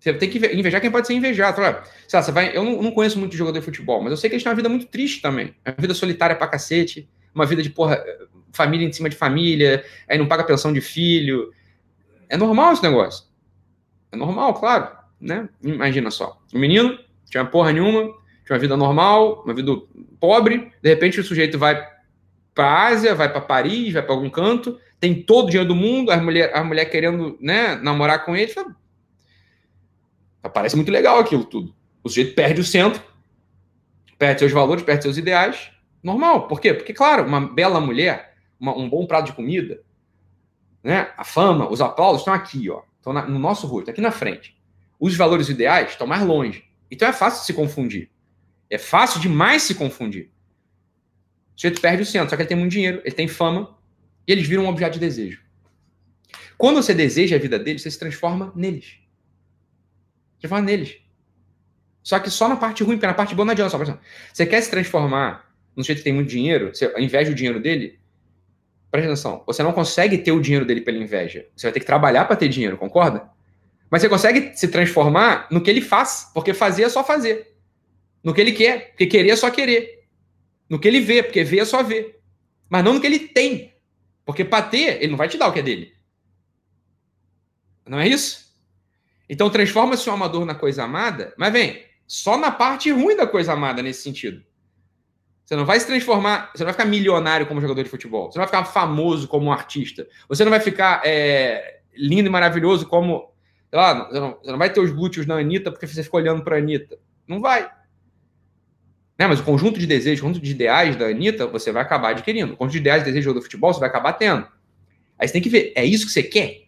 Você tem que invejar quem pode ser invejado. Olha, sei lá, você vai, eu não, não conheço muito jogador de futebol, mas eu sei que eles têm uma vida muito triste também. Uma vida solitária pra cacete, uma vida de, porra, família em cima de família, aí não paga pensão de filho. É normal esse negócio. É normal, claro, né? Imagina só. O menino tinha porra nenhuma, tinha uma vida normal, uma vida pobre, de repente o sujeito vai pra Ásia, vai pra Paris, vai pra algum canto, tem todo o dinheiro do mundo, a mulher, a mulher querendo, né, namorar com ele, fala, parece muito legal aquilo tudo. O sujeito perde o centro, perde seus valores, perde seus ideais. Normal. Por quê? Porque, claro, uma bela mulher, uma, um bom prato de comida, né, a fama, os aplausos estão aqui, ó, estão na, no nosso rosto, aqui na frente. Os valores ideais estão mais longe. Então é fácil se confundir. É fácil demais se confundir. O sujeito perde o centro, só que ele tem muito dinheiro, ele tem fama, e eles viram um objeto de desejo. Quando você deseja a vida deles, você se transforma neles. Transforma neles. Só que só na parte ruim, porque na parte boa não adianta. Só, por exemplo, você quer se transformar num sujeito que tem muito dinheiro, você inveja o dinheiro dele, presta atenção, você não consegue ter o dinheiro dele pela inveja. Você vai ter que trabalhar para ter dinheiro, concorda? Mas você consegue se transformar no que ele faz, porque fazer é só fazer. No que ele quer, porque querer é só querer. No que ele vê, porque ver é só ver. Mas não no que ele tem. Porque para ter, ele não vai te dar o que é dele. Não é isso? Então transforma-se um amador na coisa amada, mas vem, só na parte ruim da coisa amada nesse sentido. Você não vai se transformar, você não vai ficar milionário como jogador de futebol, você não vai ficar famoso como um artista, você não vai ficar é, lindo e maravilhoso como, sei lá, você não, você não vai ter os glúteos da Anitta porque você ficou olhando para a Anitta. Não vai. Né? Mas o conjunto de desejos, o conjunto de ideais da Anitta, você vai acabar adquirindo. O conjunto de ideais e desejos do jogador de futebol, você vai acabar tendo. Aí você tem que ver, é isso que você quer?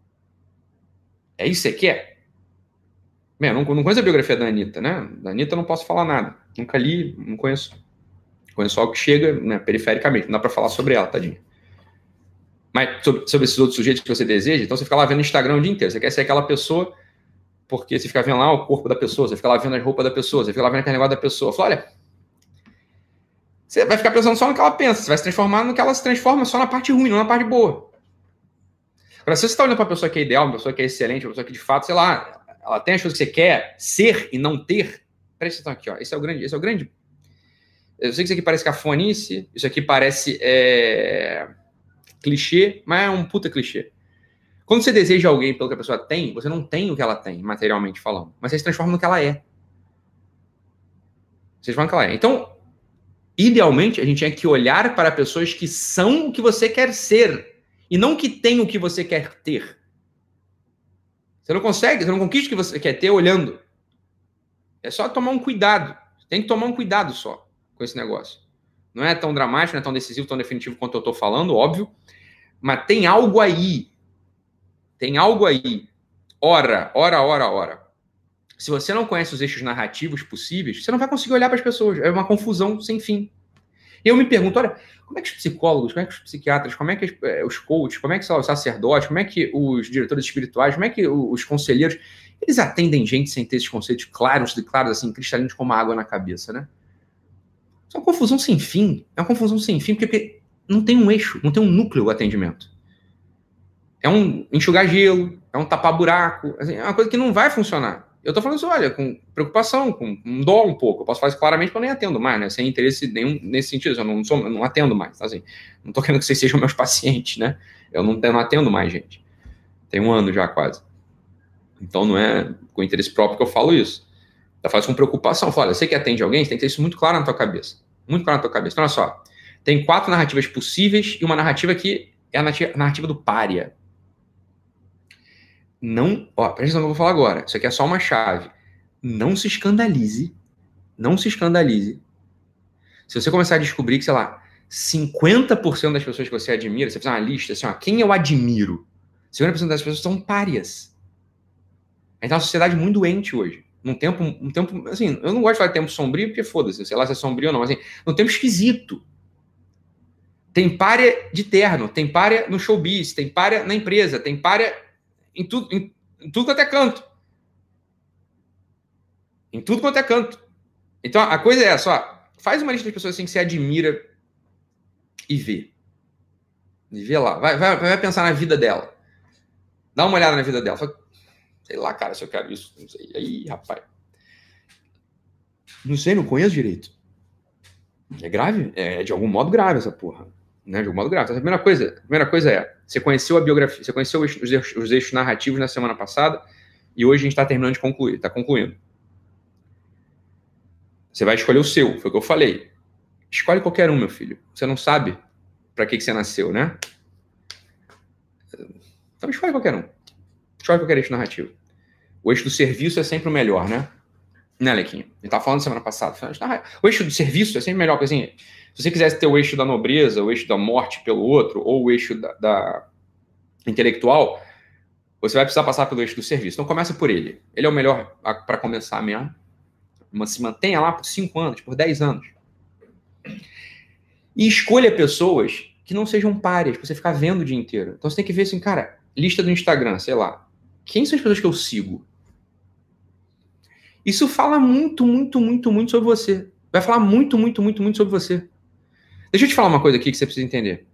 É isso que você quer? Bem, eu não, não conheço a biografia da Anitta, né? Da Anitta eu não posso falar nada. Nunca li, não conheço. Conheço algo que chega, né, perifericamente. Não dá pra falar sobre ela, tadinha. Mas sobre, sobre esses outros sujeitos que você deseja, então você fica lá vendo o Instagram o dia inteiro. Você quer ser aquela pessoa, porque você fica vendo lá o corpo da pessoa, você fica lá vendo a roupa da pessoa, você fica lá vendo aquele negócio da pessoa. Fala, olha, você vai ficar pensando só no que ela pensa, você vai se transformar no que ela se transforma só na parte ruim, não na parte boa. Agora, se você está olhando para uma pessoa que é ideal, uma pessoa que é excelente, uma pessoa que de fato, sei lá, ela tem as coisas que você quer ser e não ter, presta atenção aqui, ó. Esse é o grande, esse é o grande. Eu sei que isso aqui parece cafonice, isso aqui parece é... clichê, mas é um puta clichê. Quando você deseja alguém pelo que a pessoa tem, você não tem o que ela tem, materialmente falando, mas você se transforma no que ela é. Você se transforma no que ela é. Então, idealmente, a gente tinha que olhar para pessoas que são o que você quer ser e não que tem o que você quer ter. Você não consegue, você não conquista o que você quer ter olhando. É só tomar um cuidado. Tem que tomar um cuidado só com esse negócio. Não é tão dramático, não é tão decisivo, tão definitivo quanto eu estou falando, óbvio. Mas tem algo aí. Tem algo aí. Ora, ora, ora, ora. Se você não conhece os eixos narrativos possíveis, você não vai conseguir olhar para as pessoas. É uma confusão sem fim. E eu me pergunto, olha, como é que os psicólogos, como é que os psiquiatras, como é que os coaches, como é que os sacerdotes, como é que os diretores espirituais, como é que os conselheiros, eles atendem gente sem ter esses conceitos claros, claros assim, cristalinos como a água na cabeça, né? Isso é uma confusão sem fim. É uma confusão sem fim porque não tem um eixo, não tem um núcleo o atendimento. É um enxugar gelo, é um tapar buraco, assim, é uma coisa que não vai funcionar. Eu tô falando isso, olha, com preocupação, com um dó um pouco. Eu posso falar isso claramente porque eu nem atendo mais, né? Sem interesse nenhum nesse sentido. Eu não, sou, eu não atendo mais, tá? Assim, não tô querendo que vocês sejam meus pacientes, né? Eu não, eu não atendo mais, gente. Tem um ano já, quase. Então não é com interesse próprio que eu falo isso. Eu faço com preocupação. Eu falo, olha, você que atende alguém, você tem que ter isso muito claro na tua cabeça. Muito claro na tua cabeça. Então, olha só. Tem quatro narrativas possíveis e uma narrativa que é a narrativa do pária. Não, ó, presta atenção no que eu vou falar agora. Isso aqui é só uma chave. Não se escandalize. Não se escandalize. Se você começar a descobrir que, sei lá, cinquenta por cento das pessoas que você admira, você fizer uma lista assim, ó, quem eu admiro? cinquenta por cento das pessoas são párias. A gente tá numa sociedade muito doente hoje. Num tempo, um tempo, assim, eu não gosto de falar de tempo sombrio, porque foda-se, sei lá se é sombrio ou não, mas assim, num tempo esquisito. Tem pária de terno, tem pária no showbiz, tem pária na empresa, tem pária em tudo, em, em tudo quanto é canto. Em tudo quanto é canto. Então, a coisa é essa, ó, faz uma lista de pessoas assim que você admira e vê. E vê lá. Vai, vai, vai pensar na vida dela. Dá uma olhada na vida dela. Fala, Sei lá, cara, se eu quero isso. Não sei. Aí, rapaz. Não sei, não conheço direito. É grave? É de algum modo grave essa porra. Né? De algum modo grave. Então, a primeira coisa, a primeira coisa é, você conheceu a biografia, você conheceu os, os, eixos, os eixos narrativos na semana passada e hoje a gente está terminando de concluir, está concluindo. Você vai escolher o seu, foi o que eu falei. Escolhe qualquer um, meu filho. Você não sabe para que, que você nasceu, né? Então escolhe qualquer um. Escolhe qualquer eixo narrativo. O eixo do serviço é sempre o melhor, né? Né, Lequinha? A gente tava falando semana passada. O eixo do serviço é sempre melhor. Porque, assim, se você quisesse ter o eixo da nobreza, o eixo da morte pelo outro, ou o eixo da, da intelectual, você vai precisar passar pelo eixo do serviço. Então começa por ele. Ele é o melhor para começar mesmo. Mas se mantenha lá por cinco anos, por dez anos. E escolha pessoas que não sejam párias, para você ficar vendo o dia inteiro. Então você tem que ver assim, cara, lista do Instagram, sei lá. Quem são as pessoas que eu sigo? Isso fala muito, muito, muito, muito sobre você. Vai falar muito, muito, muito, muito sobre você. Deixa eu te falar uma coisa aqui que você precisa entender.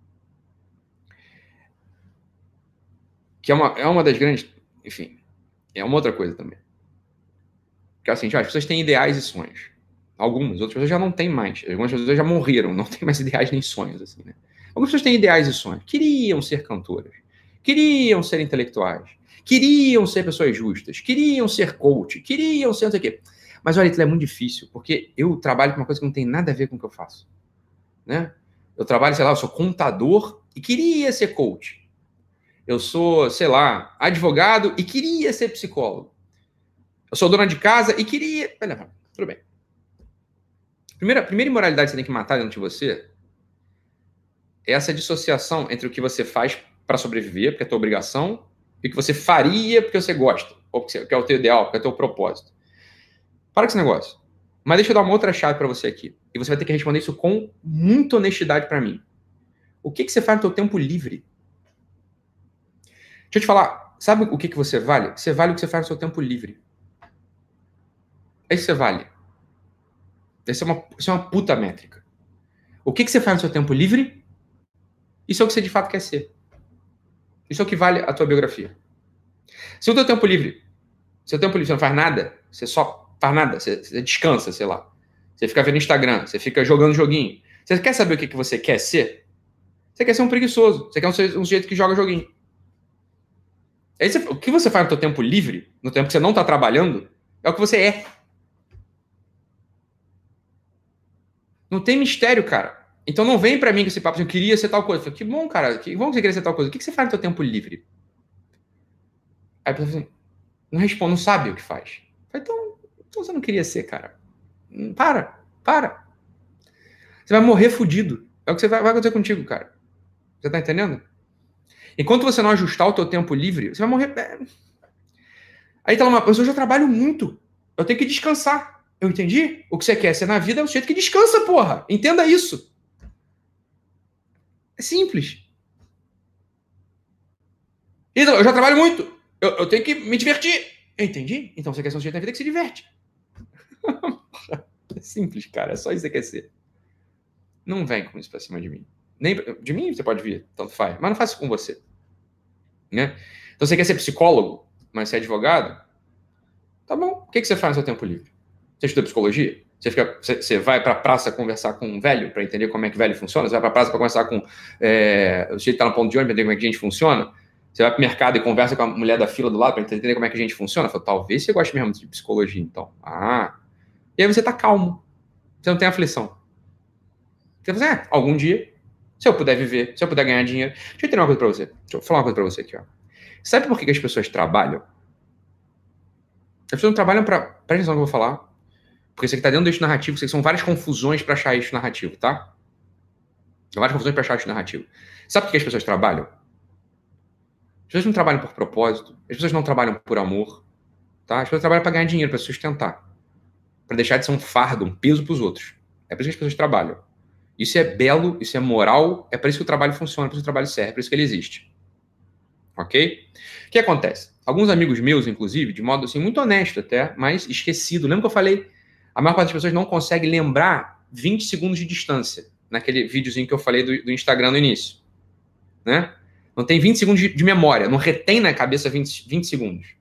Que é uma, é uma das grandes... Enfim, é uma outra coisa também. Que é assim, as pessoas têm ideais e sonhos. Algumas, outras pessoas já não têm mais. Algumas pessoas já morreram, não têm mais ideais nem sonhos. Assim, né? Algumas pessoas têm ideais e sonhos. Queriam ser cantoras. Queriam ser intelectuais. Queriam ser pessoas justas. Queriam ser coach. Queriam ser não sei o quê. Mas olha, isso é muito difícil, porque eu trabalho com uma coisa que não tem nada a ver com o que eu faço. Né? Eu trabalho, sei lá, eu sou contador e queria ser coach. Eu sou, sei lá, advogado e queria ser psicólogo. Eu sou dona de casa e queria... Tudo bem. Primeira, primeira imoralidade que você tem que matar dentro de você é essa dissociação entre o que você faz para sobreviver, porque é a tua obrigação, e o que você faria porque você gosta, ou porque é o teu ideal, porque é o teu propósito. Para com esse negócio. Mas deixa eu dar uma outra chave para você aqui. E você vai ter que responder isso com muita honestidade para mim. O que, que você faz no teu tempo livre? Deixa eu te falar. Sabe o que, que você vale? Você vale o que você faz no seu tempo livre. É isso que você vale. Isso é uma, isso é uma puta métrica. O que, que você faz no seu tempo livre? Isso é o que você de fato quer ser. Isso é o que vale a tua biografia. Se o teu tempo livre, seu tempo livre você não faz nada, você só faz nada, você, você descansa, sei lá. Você fica vendo Instagram, você fica jogando joguinho. Você quer saber o que, que você quer ser? Você quer ser um preguiçoso. Você quer um, um sujeito que joga joguinho. Aí você, o que você faz no teu tempo livre, no tempo que você não está trabalhando, é o que você é. Não tem mistério, cara. Então não vem pra mim com esse papo assim, eu queria ser tal coisa. Eu falei, que bom, cara, que bom que você queria ser tal coisa. O que você faz no seu tempo livre? Aí a pessoa assim, não responde, não sabe o que faz. Eu falei, então, então você não queria ser, cara. Para, para. Você vai morrer fudido. É o que você vai, vai acontecer contigo, cara. Você tá entendendo? Enquanto você não ajustar o teu tempo livre, você vai morrer... Aí tá lá uma pessoa, eu já trabalho muito. Eu tenho que descansar. Eu entendi? O que você quer ser na vida é o sujeito que descansa, porra. Entenda isso. É simples. Então, eu já trabalho muito. Eu, eu tenho que me divertir. Eu entendi? Então você quer ser um sujeito na vida que se diverte. É simples, cara. É só isso que você quer ser. Não vem com isso pra cima de mim. Nem de mim você pode vir, tanto faz. Mas não faça isso com você. Né? Então você quer ser psicólogo, mas ser advogado? Tá bom. O que você faz no seu tempo livre? Você estuda psicologia? Você, fica, você, você vai pra praça conversar com um velho para entender como é que velho funciona? Você vai pra praça para conversar com é, o sujeito que tá no ponto de ônibus para entender como é que a gente funciona? Você vai pro mercado e conversa com a mulher da fila do lado para entender como é que a gente funciona? Falo, talvez você goste mesmo de psicologia, então. Ah. E aí você tá calmo. Você não tem aflição. Você fala assim, é, algum dia, se eu puder viver, se eu puder ganhar dinheiro... Deixa eu entender uma coisa pra você. Deixa eu falar uma coisa pra você aqui, ó. Sabe por que, que as pessoas trabalham? As pessoas não trabalham pra... Presta atenção no que eu vou falar. Porque isso aqui tá dentro do eixo narrativo, isso aqui são várias confusões pra achar eixo narrativo, tá? São várias confusões pra achar eixo narrativo. Sabe por que as pessoas trabalham? As pessoas não trabalham por propósito, as pessoas não trabalham por amor, tá? As pessoas trabalham pra ganhar dinheiro, pra se sustentar. Pra deixar de ser um fardo, um peso pros outros. É por isso que as pessoas trabalham. Isso é belo, isso é moral, é por isso que o trabalho funciona, é por isso que o trabalho serve, é por isso que ele existe. Ok? O que acontece? Alguns amigos meus, inclusive, de modo assim, muito honesto até, mas esquecido. Lembra que eu falei? A maior parte das pessoas não consegue lembrar vinte segundos de distância, naquele videozinho que eu falei do, do Instagram no início. Né? Não tem vinte segundos de, de memória, não retém na cabeça vinte, vinte segundos.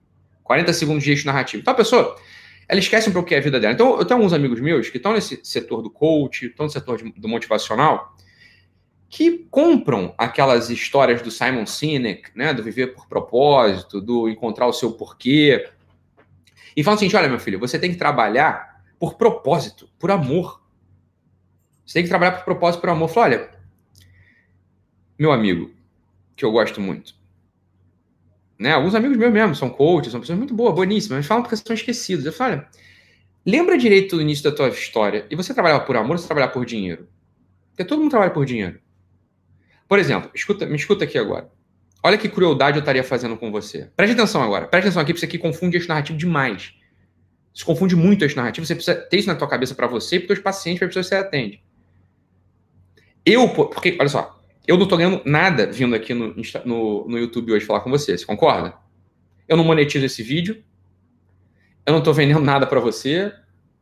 quarenta segundos de eixo narrativo. Então a pessoa, ela esquece um pouco o que é a vida dela. Então eu tenho alguns amigos meus que estão nesse setor do coach, estão no setor de, do motivacional, que compram aquelas histórias do Simon Sinek, né, do viver por propósito, do encontrar o seu porquê, e falam assim, olha, meu filho, você tem que trabalhar por propósito, por amor. Você tem que trabalhar por propósito, por amor. Fala, olha, meu amigo, que eu gosto muito, né, alguns amigos meus mesmo são coaches, são pessoas muito boas, boníssimas, mas falam porque são esquecidos. Eu falo, olha, lembra direito do início da tua história, e você trabalhava por amor ou você trabalhava por dinheiro? Porque todo mundo trabalha por dinheiro. Por exemplo, escuta, me escuta aqui agora. Olha que crueldade eu estaria fazendo com você. Preste atenção agora. Preste atenção aqui, porque isso aqui confunde eixo narrativo demais. Isso confunde muito eixo narrativo. Você precisa ter isso na tua cabeça para você e para os teus pacientes, para as pessoas que você atende. Eu, porque, olha só, eu não estou ganhando nada vindo aqui no, no, no YouTube hoje falar com você. Você concorda? Eu não monetizo esse vídeo. Eu não estou vendendo nada para você.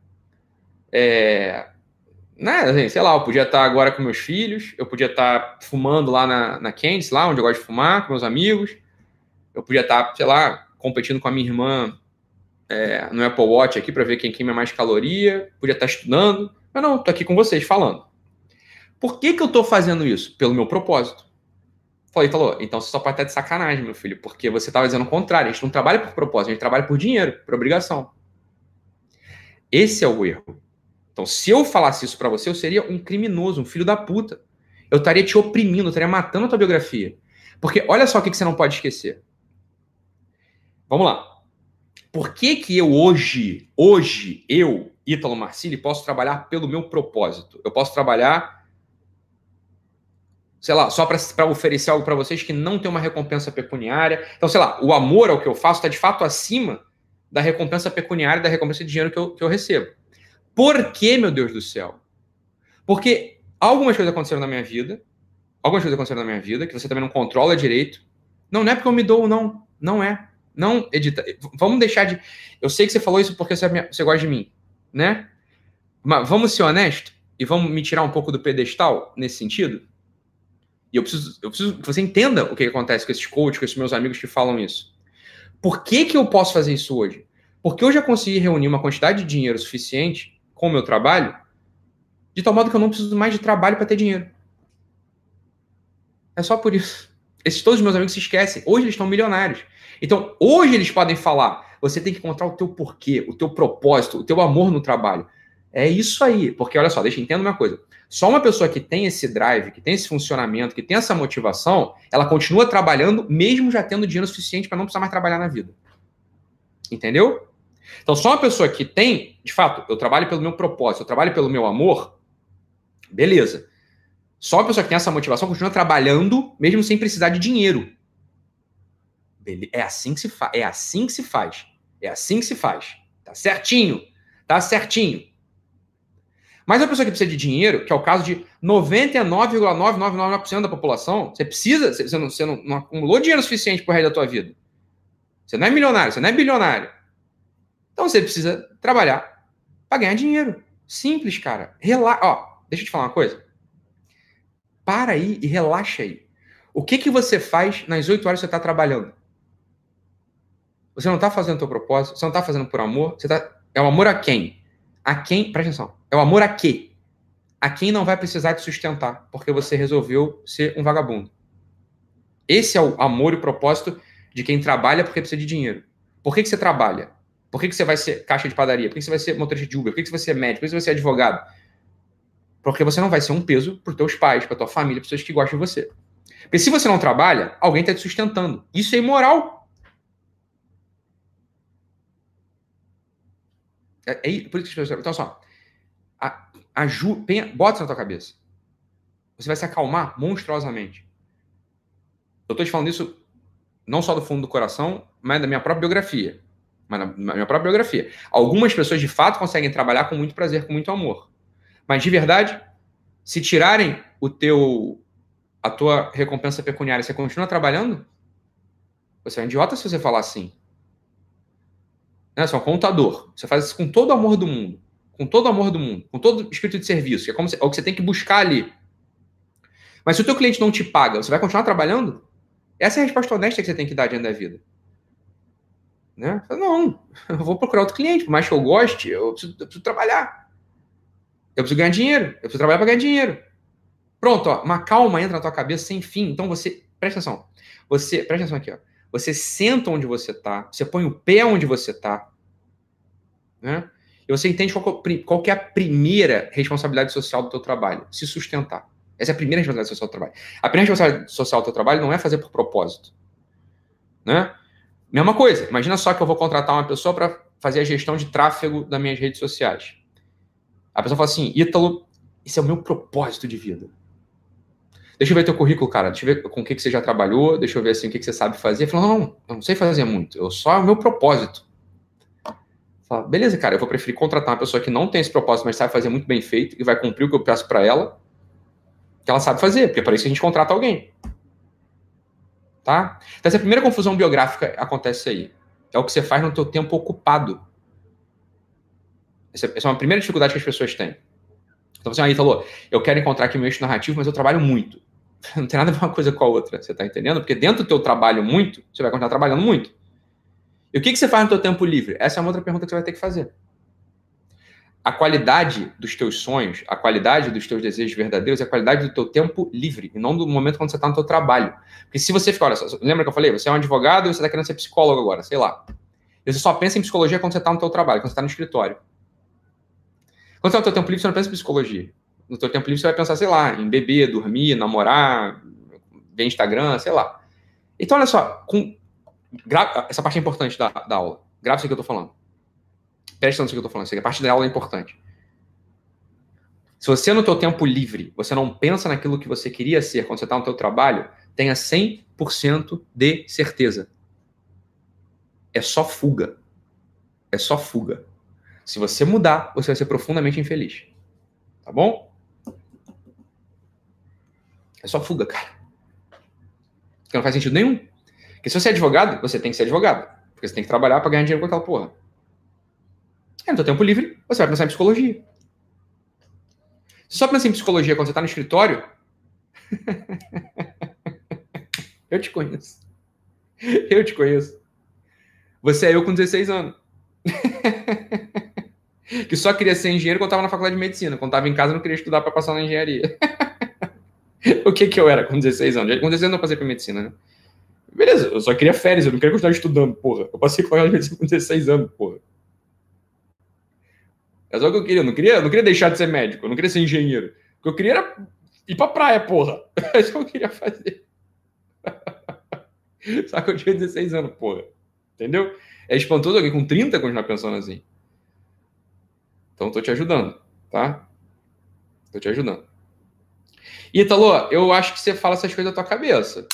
É... Né, assim, sei lá, eu podia estar agora com meus filhos, eu podia estar fumando lá na, na Candice, lá onde eu gosto de fumar, com meus amigos, eu podia estar, sei lá, competindo com a minha irmã é, no Apple Watch aqui para ver quem queima mais caloria, podia estar estudando, mas não, estou aqui com vocês falando. Por que que eu estou fazendo isso? Pelo meu propósito. Falei, falou, então você só pode estar de sacanagem, meu filho, porque você estava dizendo o contrário, a gente não trabalha por propósito, a gente trabalha por dinheiro, por obrigação. Esse é o erro. Então, se eu falasse isso pra você, eu seria um criminoso, um filho da puta. Eu estaria te oprimindo, eu estaria matando a tua biografia. Porque olha só o que você não pode esquecer. Vamos lá. Por que que eu hoje, hoje, eu, Ítalo Marcilli, posso trabalhar pelo meu propósito? Eu posso trabalhar, sei lá, só para oferecer algo para vocês que não tem uma recompensa pecuniária. Então, sei lá, o amor ao que eu faço está de fato acima da recompensa pecuniária, da recompensa de dinheiro que eu, que eu recebo. Por que, meu Deus do céu? Porque algumas coisas aconteceram na minha vida, algumas coisas aconteceram na minha vida, que você também não controla direito. Não, não é porque eu me dou, não. Não é. Não, Edita. Vamos deixar de... Eu sei que você falou isso porque você, você gosta de mim, né? Mas vamos ser honestos e vamos me tirar um pouco do pedestal nesse sentido? E eu preciso, eu preciso que você entenda o que acontece com esses coaches, com esses meus amigos que falam isso. Por que que eu posso fazer isso hoje? Porque eu já consegui reunir uma quantidade de dinheiro suficiente com o meu trabalho, de tal modo que eu não preciso mais de trabalho para ter dinheiro. É só por isso. Esses todos os meus amigos se esquecem. Hoje eles estão milionários. Então, hoje eles podem falar, você tem que encontrar o teu porquê, o teu propósito, o teu amor no trabalho. É isso aí. Porque, olha só, deixa eu entender uma coisa. Só uma pessoa que tem esse drive, que tem esse funcionamento, que tem essa motivação, ela continua trabalhando, mesmo já tendo dinheiro suficiente para não precisar mais trabalhar na vida. Entendeu? Então, só uma pessoa que tem, de fato, eu trabalho pelo meu propósito, eu trabalho pelo meu amor, beleza. Só uma pessoa que tem essa motivação continua trabalhando, mesmo sem precisar de dinheiro. É assim que se faz. É assim que se faz. É assim que se faz. Tá certinho. Tá certinho. Mas a pessoa que precisa de dinheiro, que é o caso de noventa e nove vírgula novecentos e noventa e nove por cento da população, você precisa, você não, você não, não acumulou dinheiro suficiente pro resto da tua vida. Você não é milionário, você não é bilionário. Então você precisa trabalhar para ganhar dinheiro. Simples, cara. Rela... Ó, deixa eu te falar uma coisa. Para aí e relaxa aí. O que que você faz nas oito horas que você está trabalhando? Você não está fazendo o teu propósito, você não está fazendo por amor, você tá... é o amor a quem? A quem, presta atenção, é o amor a quê? A quem não vai precisar te sustentar, porque você resolveu ser um vagabundo. Esse é o amor e o propósito de quem trabalha porque precisa de dinheiro. Por que que você trabalha? Por que que você vai ser caixa de padaria? Por que que você vai ser motorista de Uber? Por que que você vai ser médico? Por que você vai ser advogado? Porque você não vai ser um peso para os teus pais, para tua família, para pessoas que gostam de você. Porque se você não trabalha, alguém está te sustentando. Isso é imoral. É, é, por isso que as pessoas... Então, só. A, a Ju, penha, bota isso na tua cabeça. Você vai se acalmar monstruosamente. Eu estou te falando isso não só do fundo do coração, mas da minha própria biografia. Mas na, na minha própria biografia. Algumas pessoas, de fato, conseguem trabalhar com muito prazer, com muito amor. Mas, de verdade, se tirarem o teu, a tua recompensa pecuniária, você continua trabalhando? Você é um idiota se você falar assim. Né? Você é um contador. Você faz isso com todo o amor do mundo. Com todo o amor do mundo. Com todo o espírito de serviço. Que é, como você, é o que você tem que buscar ali. Mas se o teu cliente não te paga, você vai continuar trabalhando? Essa é a resposta honesta que você tem que dar diante da vida. Né? Não, eu vou procurar outro cliente, por mais que eu goste, eu preciso, eu preciso trabalhar. Eu preciso ganhar dinheiro, eu preciso trabalhar para ganhar dinheiro. Pronto, ó, uma calma entra na tua cabeça sem fim. Então você, presta atenção, você, presta atenção aqui, ó. Você senta onde você está, você põe o pé onde você está, né? E você entende qual, qual que é a primeira responsabilidade social do teu trabalho, se sustentar. Essa é a primeira responsabilidade social do trabalho. A primeira responsabilidade social do teu trabalho não é fazer por propósito, né? Mesma coisa, imagina só que eu vou contratar uma pessoa para fazer a gestão de tráfego das minhas redes sociais. A pessoa fala assim, Ítalo, esse é o meu propósito de vida. Deixa eu ver teu currículo, cara. Deixa eu ver com o que, que você já trabalhou. Deixa eu ver assim, o que, que você sabe fazer. Eu falo, não, eu não sei fazer muito. Eu só é o meu propósito. Fala, beleza, cara. Eu vou preferir contratar uma pessoa que não tem esse propósito, mas sabe fazer muito bem feito e vai cumprir o que eu peço para ela, que ela sabe fazer, porque é para isso que a gente contrata alguém. Tá? Então, essa primeira confusão biográfica acontece aí. É o que você faz no teu tempo ocupado. Essa é uma primeira dificuldade que as pessoas têm. Então, você aí falou, eu quero encontrar aqui meu eixo narrativo, mas eu trabalho muito. Não tem nada a ver uma coisa com a outra, você tá entendendo? Porque dentro do teu trabalho muito, você vai continuar trabalhando muito. E o que, que você faz no teu tempo livre? Essa é uma outra pergunta que você vai ter que fazer. A qualidade dos teus sonhos, a qualidade dos teus desejos verdadeiros é a qualidade do teu tempo livre, e não do momento quando você está no teu trabalho. Porque se você ficar, olha só, lembra que eu falei? Você é um advogado e você está querendo ser psicólogo agora, sei lá. E você só pensa em psicologia quando você está no teu trabalho, quando você está no escritório. Quando você está no teu tempo livre, você não pensa em psicologia. No teu tempo livre, você vai pensar, sei lá, em beber, dormir, namorar, ver Instagram, sei lá. Então, olha só, com... Gra... essa parte é importante da, da aula. Grava isso que eu tô falando. Presta atenção no que eu tô falando. Isso aqui, a parte da aula é importante. Se você, no teu tempo livre, você não pensa naquilo que você queria ser quando você está no teu trabalho, tenha cem por cento de certeza. É só fuga. É só fuga. Se você mudar, você vai ser profundamente infeliz. Tá bom? É só fuga, cara. Porque não faz sentido nenhum. Porque se você é advogado, você tem que ser advogado. Porque você tem que trabalhar para ganhar dinheiro com aquela porra. E no teu tempo livre, você vai pensar em psicologia. Você só pensa em psicologia quando você está no escritório? Eu te conheço. Eu te conheço. Você é eu com dezesseis anos. Que só queria ser engenheiro quando estava na faculdade de medicina. Quando estava em casa, não queria estudar para passar na engenharia. O que que eu era com dezesseis anos? Com dezesseis anos eu passei para medicina, né? Beleza, eu só queria férias, eu não queria continuar estudando, porra. Eu passei faculdade de medicina com dezesseis anos, porra. É só o que eu queria. Eu não queria, eu não queria deixar de ser médico, eu não queria ser engenheiro. O que eu queria era ir pra praia, porra. É isso que eu queria fazer. Só que eu tinha dezesseis anos, porra. Entendeu? É espantoso alguém com trinta continuar pensando assim. Então, tô te ajudando, tá? Tô te ajudando. Ítalo, eu acho que você fala essas coisas da tua cabeça.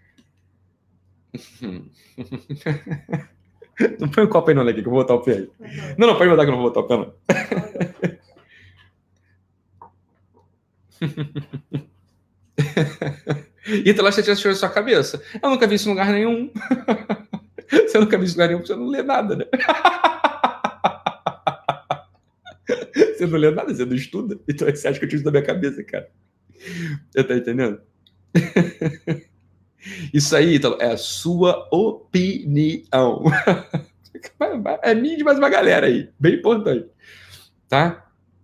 Não põe o copo aí não, né, que eu vou botar o pé aí. Não, não, pode botar que eu não vou botar o pé, não. Ítalo, você tinha as coisas da sua cabeça. Eu nunca vi isso em lugar nenhum. Você nunca viu isso em lugar nenhum, porque você não lê nada, né? Você não lê nada, você não estuda. Então você acha que eu tiro isso da minha cabeça, cara. Você tá entendendo? Isso aí, Ítalo, é a sua opinião. É minha de mais uma galera aí. Bem importante. Tá?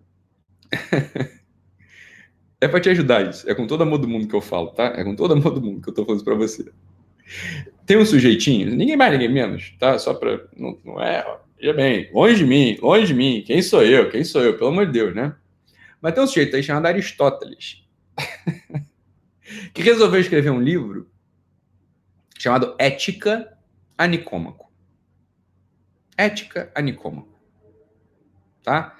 É pra te ajudar isso. É com todo amor do mundo que eu falo, tá? É com todo amor do mundo que eu tô falando isso pra você. Tem um sujeitinho, ninguém mais, ninguém menos, tá? Só pra... Não, não é... Veja bem, longe de mim, longe de mim. Quem sou eu? Quem sou eu? Pelo amor de Deus, né? Mas tem um sujeito aí chamado Aristóteles que resolveu escrever um livro chamado Ética a Nicômaco. Ética a Nicômaco. Tá?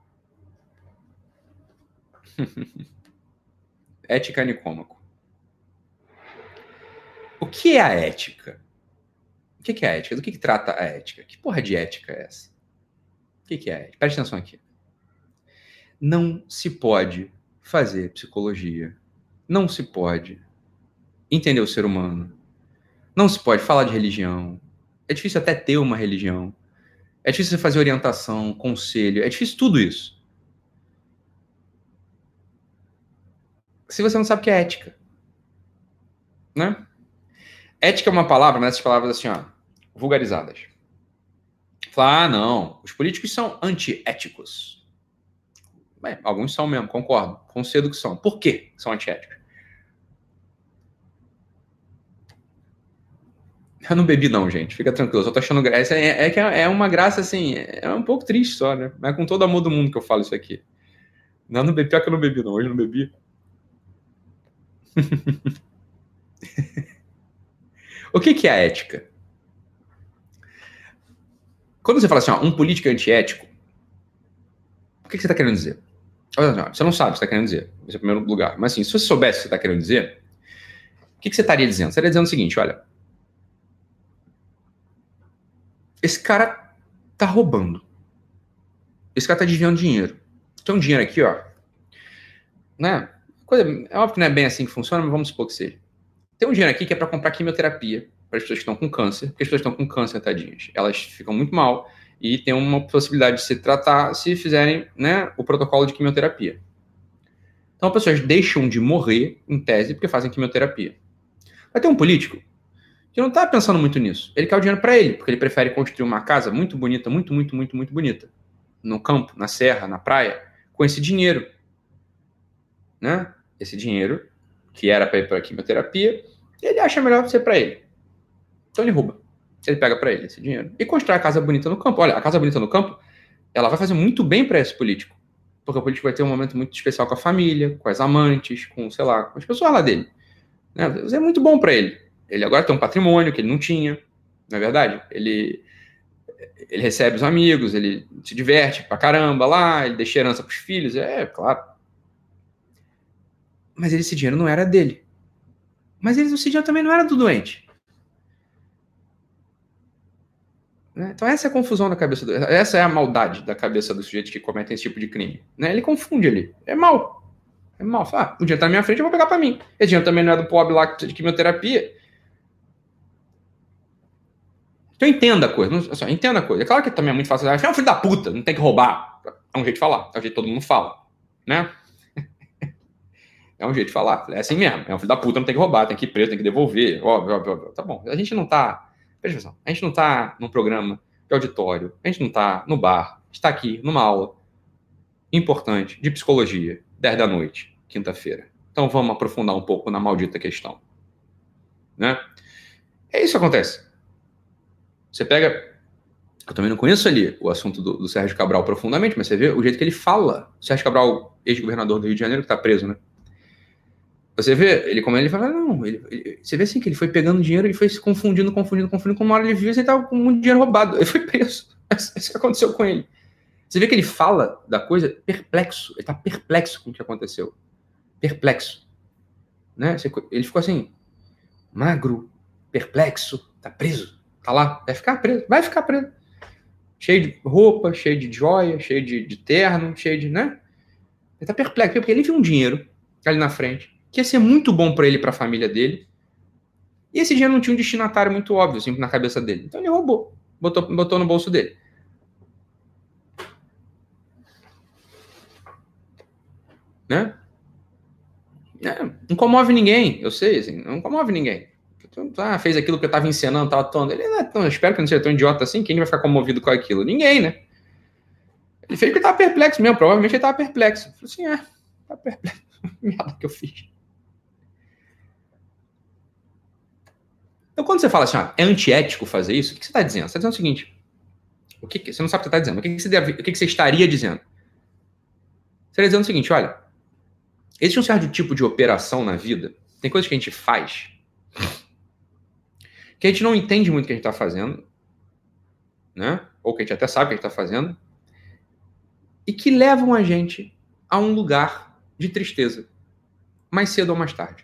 Ética a Nicômaco. O que é a ética? O que é a ética? Do que, que trata a ética? Que porra de ética é essa? O que, que é a ética? Preste atenção aqui. Não se pode fazer psicologia. Não se pode entender o ser humano. Não se pode falar de religião. É difícil até ter uma religião. É difícil você fazer orientação, conselho. É difícil tudo isso. Se você não sabe o que é ética. Né? Ética é uma palavra, né? Essas palavras assim, ó, vulgarizadas. Falar, ah, não, os políticos são antiéticos. Bem, alguns são mesmo, concordo. Concedo que são. Por quê são antiéticos? Eu não bebi não, gente. Fica tranquilo. Eu só tô achando graça. É, é que é uma graça, assim, é um pouco triste só, né? Mas é com todo amor do mundo que eu falo isso aqui. Não, não bebi. Pior que eu não bebi, não. Hoje eu não bebi. O que, que é a ética? Quando você fala assim, ó, um político é antiético, o que, que você está querendo dizer? Você não sabe o que você está querendo dizer. Esse é o primeiro lugar. Mas assim, se você soubesse o que você está querendo dizer, o que, que você estaria dizendo? Você estaria dizendo o seguinte, olha, esse cara tá roubando. Esse cara tá desviando dinheiro. Tem um dinheiro aqui, ó. Né? Coisa, é óbvio que não é bem assim que funciona, mas vamos supor que seja. Tem um dinheiro aqui que é para comprar quimioterapia para as pessoas que estão com câncer, porque as pessoas que estão com câncer, tadinhas, elas ficam muito mal e tem uma possibilidade de se tratar se fizerem, né, o protocolo de quimioterapia. Então, as pessoas deixam de morrer, em tese, porque fazem quimioterapia. Vai ter um político que não está pensando muito nisso. Ele quer o dinheiro para ele, porque ele prefere construir uma casa muito bonita, muito, muito, muito, muito bonita, no campo, na serra, na praia, com esse dinheiro. Né? Esse dinheiro, que era para ir para a quimioterapia, ele acha melhor ser para ele. Então ele rouba. Ele pega para ele esse dinheiro e constrói a casa bonita no campo. Olha, a casa bonita no campo, ela vai fazer muito bem para esse político. Porque o político vai ter um momento muito especial com a família, com as amantes, com, sei lá, com as pessoas lá dele. Né? É muito bom para ele. Ele agora tem um patrimônio que ele não tinha, não é verdade? Ele, ele recebe os amigos, ele se diverte pra caramba lá, ele deixa herança pros filhos, é claro. Mas esse dinheiro não era dele. Mas esse dinheiro também não era do doente. Né? Então essa é a confusão na cabeça do... Essa é a maldade da cabeça dos sujeitos que cometem esse tipo de crime. Né? Ele confunde ali. É mal. É mal. Ah, o dinheiro tá na minha frente, eu vou pegar pra mim. Esse dinheiro também não é do pobre lá que precisa de quimioterapia. Então entenda a coisa. Não, assim, entenda a coisa. É claro que também é muito fácil. É um filho da puta, não tem que roubar. É um jeito de falar. É um jeito que todo mundo fala. Né? É um jeito de falar. É assim mesmo. É um filho da puta, não tem que roubar, tem que ir preso, tem que devolver. Óbvio, óbvio, óbvio. Tá bom. A gente não tá... Presta atenção. A gente não tá num programa de auditório. A gente não tá no bar. A gente tá aqui numa aula importante de psicologia. dez da noite, quinta-feira. Então vamos aprofundar um pouco na maldita questão. Né? É isso que acontece. Você pega... Eu também não conheço ali o assunto do, do Sérgio Cabral profundamente, mas você vê o jeito que ele fala. O Sérgio Cabral, ex-governador do Rio de Janeiro, que tá preso, né? Você vê, ele como ele fala, não, ele, ele, você vê assim que ele foi pegando dinheiro e foi se confundindo, confundindo, confundindo, com uma hora ele viu e ele tava com muito dinheiro roubado. Ele foi preso. Isso que aconteceu com ele. Você vê que ele fala da coisa perplexo. Ele tá perplexo com o que aconteceu. Perplexo. Né? Ele ficou assim, magro, perplexo, tá preso, tá lá, vai ficar preso, vai ficar preso. Cheio de roupa, cheio de joia, cheio de, de terno, cheio de, né? Ele tá perplexo, porque ele viu um dinheiro ali na frente, que ia ser muito bom para ele e para a família dele. E esse dinheiro não tinha um destinatário muito óbvio, assim, na cabeça dele. Então ele roubou, botou, botou no bolso dele. Né? É, não comove ninguém, eu sei, assim, não comove ninguém. Ah, fez aquilo que eu estava encenando, estava atuando. Ele não é tão, eu espero que não seja tão idiota assim. Quem vai ficar comovido com aquilo? Ninguém, né? Ele fez porque ele estava perplexo mesmo, provavelmente ele estava perplexo. Eu falei assim, é, tá perplexo. Merda que eu fiz. Então, quando você fala assim, ah, é antiético fazer isso, o que você está dizendo? Você está dizendo o seguinte: o que que, você não sabe o que você está dizendo, o que, que, você deve, o que, que você estaria dizendo? Você estaria dizendo o seguinte: olha, existe um certo tipo de operação na vida, tem coisas que a gente faz que a gente não entende muito o que a gente está fazendo, né? Ou que a gente até sabe o que a gente está fazendo, e que levam a gente a um lugar de tristeza, mais cedo ou mais tarde.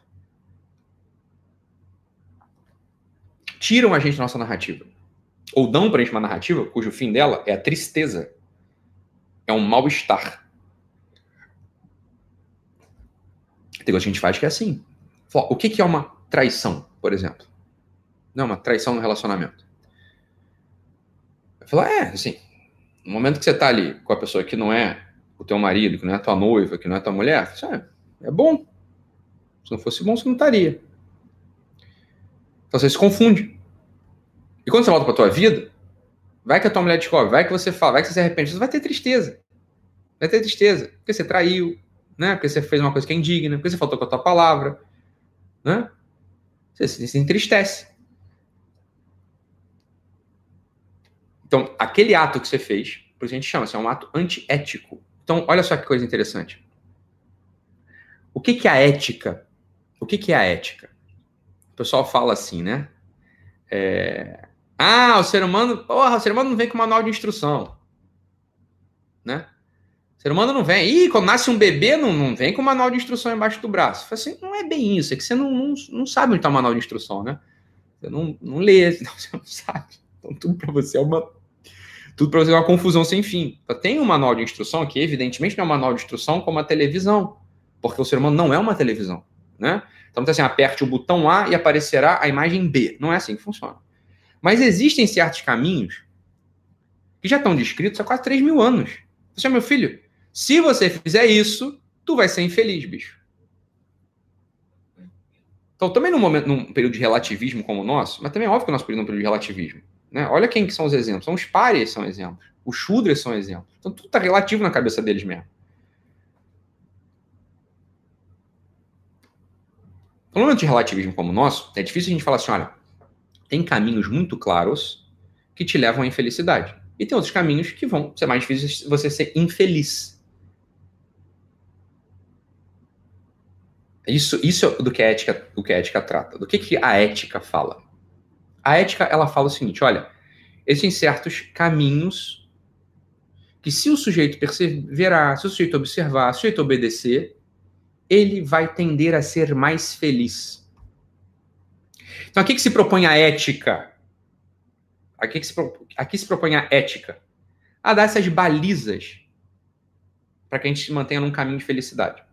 Tiram a gente da nossa narrativa. Ou dão pra gente uma narrativa cujo fim dela é a tristeza. É um mal-estar. Tem coisa que a gente faz que é assim. O que é uma traição, por exemplo? Não, uma traição no relacionamento. Vai falar, é, assim, no momento que você tá ali com a pessoa que não é o teu marido, que não é a tua noiva, que não é a tua mulher, isso é, é bom. Se não fosse bom, você não estaria. Então você se confunde. E quando você volta pra tua vida, Vai que a tua mulher descobre, vai que você fala, vai que você se arrepende. Você vai ter tristeza. Vai ter tristeza. Porque você traiu, né? Porque você fez uma coisa que é indigna, porque você faltou com a tua palavra, né? Você se entristece. Então, aquele ato que você fez, por isso a gente chama, assim, é um ato antiético. Então, olha só que coisa interessante. O que, que é a ética? O que, que é a ética? O pessoal fala assim, né? É... Ah, o ser humano... Porra, o ser humano não vem com manual de instrução. Né? O ser humano não vem. Ih, quando nasce um bebê, não, não vem com manual de instrução embaixo do braço. Fala assim, não é bem isso. É que você não, não, não sabe onde está o manual de instrução, né? Você não, não lê, não, você não sabe. Então, tudo para você é uma... Tudo para você é uma confusão sem fim. Tem um manual de instrução que, evidentemente, não é um manual de instrução como a televisão. Porque o ser humano não é uma televisão. Né? Então, assim, aperte o botão A e aparecerá a imagem B. Não é assim que funciona. Mas existem certos caminhos que já estão descritos há quase três mil anos. Você, meu filho, se você fizer isso, tu vai ser infeliz, bicho. Então, também num, momento, num período de relativismo como o nosso, mas também é óbvio que o nosso período é um período de relativismo. Né? Olha quem que são os exemplos. São os párias são exemplos. Os shudras são exemplos. Então, tudo está relativo na cabeça deles mesmo. No momento de relativismo como o nosso, é difícil a gente falar assim, olha, tem caminhos muito claros que te levam à infelicidade. E tem outros caminhos que vão ser mais difíceis você ser infeliz. Isso, isso é do que a ética, do que a ética trata. Do que, que a ética fala? A ética, ela fala o seguinte, olha, existem certos caminhos que se o sujeito perseverar, se o sujeito observar, se o sujeito obedecer, ele vai tender a ser mais feliz. Então, aqui que se propõe a ética? Aqui que se, aqui se propõe a ética? A dar essas balizas para que a gente se mantenha num caminho de felicidade.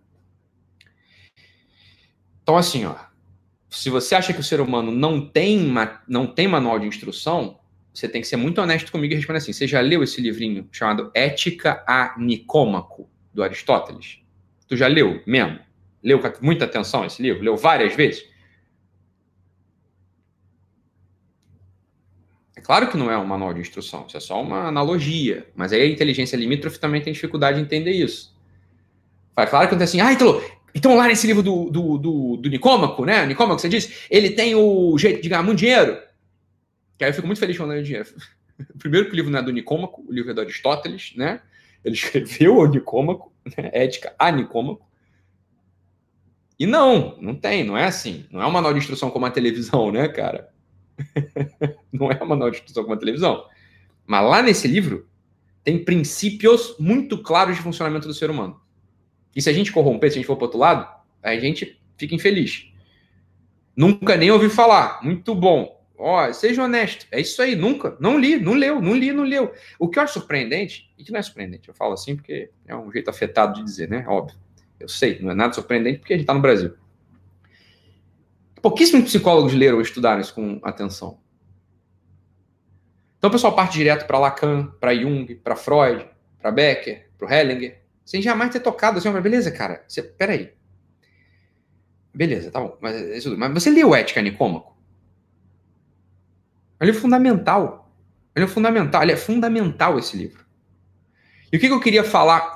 Então, assim, ó, se você acha que o ser humano não tem, não tem manual de instrução, você tem que ser muito honesto comigo e responder assim, você já leu esse livrinho chamado Ética a Nicômaco, do Aristóteles? Tu já leu mesmo? Leu com muita atenção esse livro? Leu várias vezes? É claro que não é um manual de instrução, isso é só uma analogia. Mas aí a inteligência limítrofe também tem dificuldade de entender isso. É claro que não tem assim, ah, então, então lá nesse livro do, do, do, do Nicômaco, né? Nicômaco, você disse, ele tem o jeito de ganhar muito dinheiro. Que aí eu fico muito feliz falando de dinheiro. Primeiro que o livro não é do Nicômaco, o livro é do Aristóteles, né? Ele escreveu o Nicômaco, né? Ética a Nicômaco. E não, não tem, não é assim. Não é um manual de instrução como a televisão, né, cara? Não é um manual de instrução como a televisão. Mas lá nesse livro tem princípios muito claros de funcionamento do ser humano. E se a gente corromper, se a gente for para o outro lado, a gente fica infeliz. Nunca nem ouvi falar. Muito bom. Ó, seja honesto. É isso aí. Nunca. Não li, não leu, não li, não leu. O que eu acho surpreendente, e que não é surpreendente, eu falo assim porque é um jeito afetado de dizer, né? Óbvio. Eu sei, não é nada surpreendente porque a gente está no Brasil. Pouquíssimos psicólogos leram ou estudaram isso com atenção. Então o pessoal parte direto para Lacan, para Jung, para Freud, para Becker, para o Hellinger, sem jamais ter tocado assim, mas beleza, cara, você, peraí. Beleza, tá bom, mas, isso, mas você leu Ética a Nicômaco? É um livro fundamental. Ele é fundamental, ele é fundamental esse livro. E o que, que eu queria falar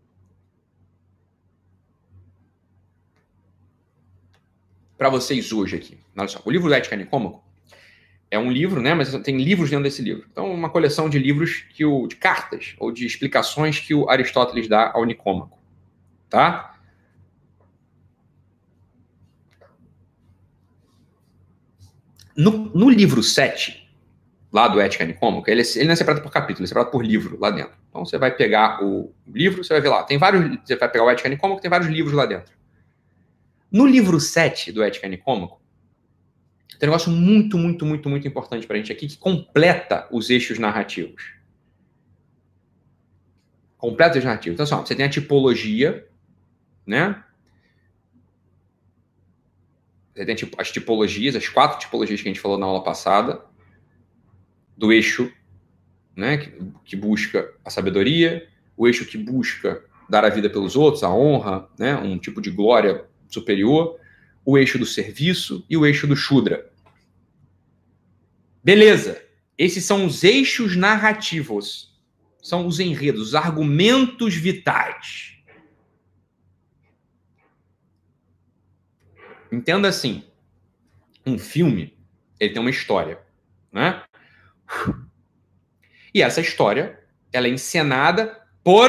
para vocês hoje aqui? Olha só, o livro Ética a Nicômaco é um livro, né? Mas tem livros dentro desse livro. Então, uma coleção de livros que o, de cartas ou de explicações que o Aristóteles dá ao Nicômaco, tá? No, no livro sete, lá do Ética Nicômaco, ele, ele não é separado por capítulo, ele é separado por livro lá dentro. Então, você vai pegar o livro, você vai ver lá, tem vários, você vai pegar o Ética Nicômaco, tem vários livros lá dentro. No livro sete do Ética Nicômaco, tem um negócio muito, muito, muito, muito importante para a gente aqui, que completa os eixos narrativos. Completa os narrativos. Então, assim, ó, você tem a tipologia, né? Você tem as tipologias, as quatro tipologias que a gente falou na aula passada, do eixo, né, que, que busca a sabedoria, o eixo que busca dar a vida pelos outros, a honra, né, um tipo de glória superior, o eixo do serviço e o eixo do Shudra. Beleza. Esses são os eixos narrativos. São os enredos, os argumentos vitais. Entenda assim. Um filme, ele tem uma história, né? E essa história, ela é encenada por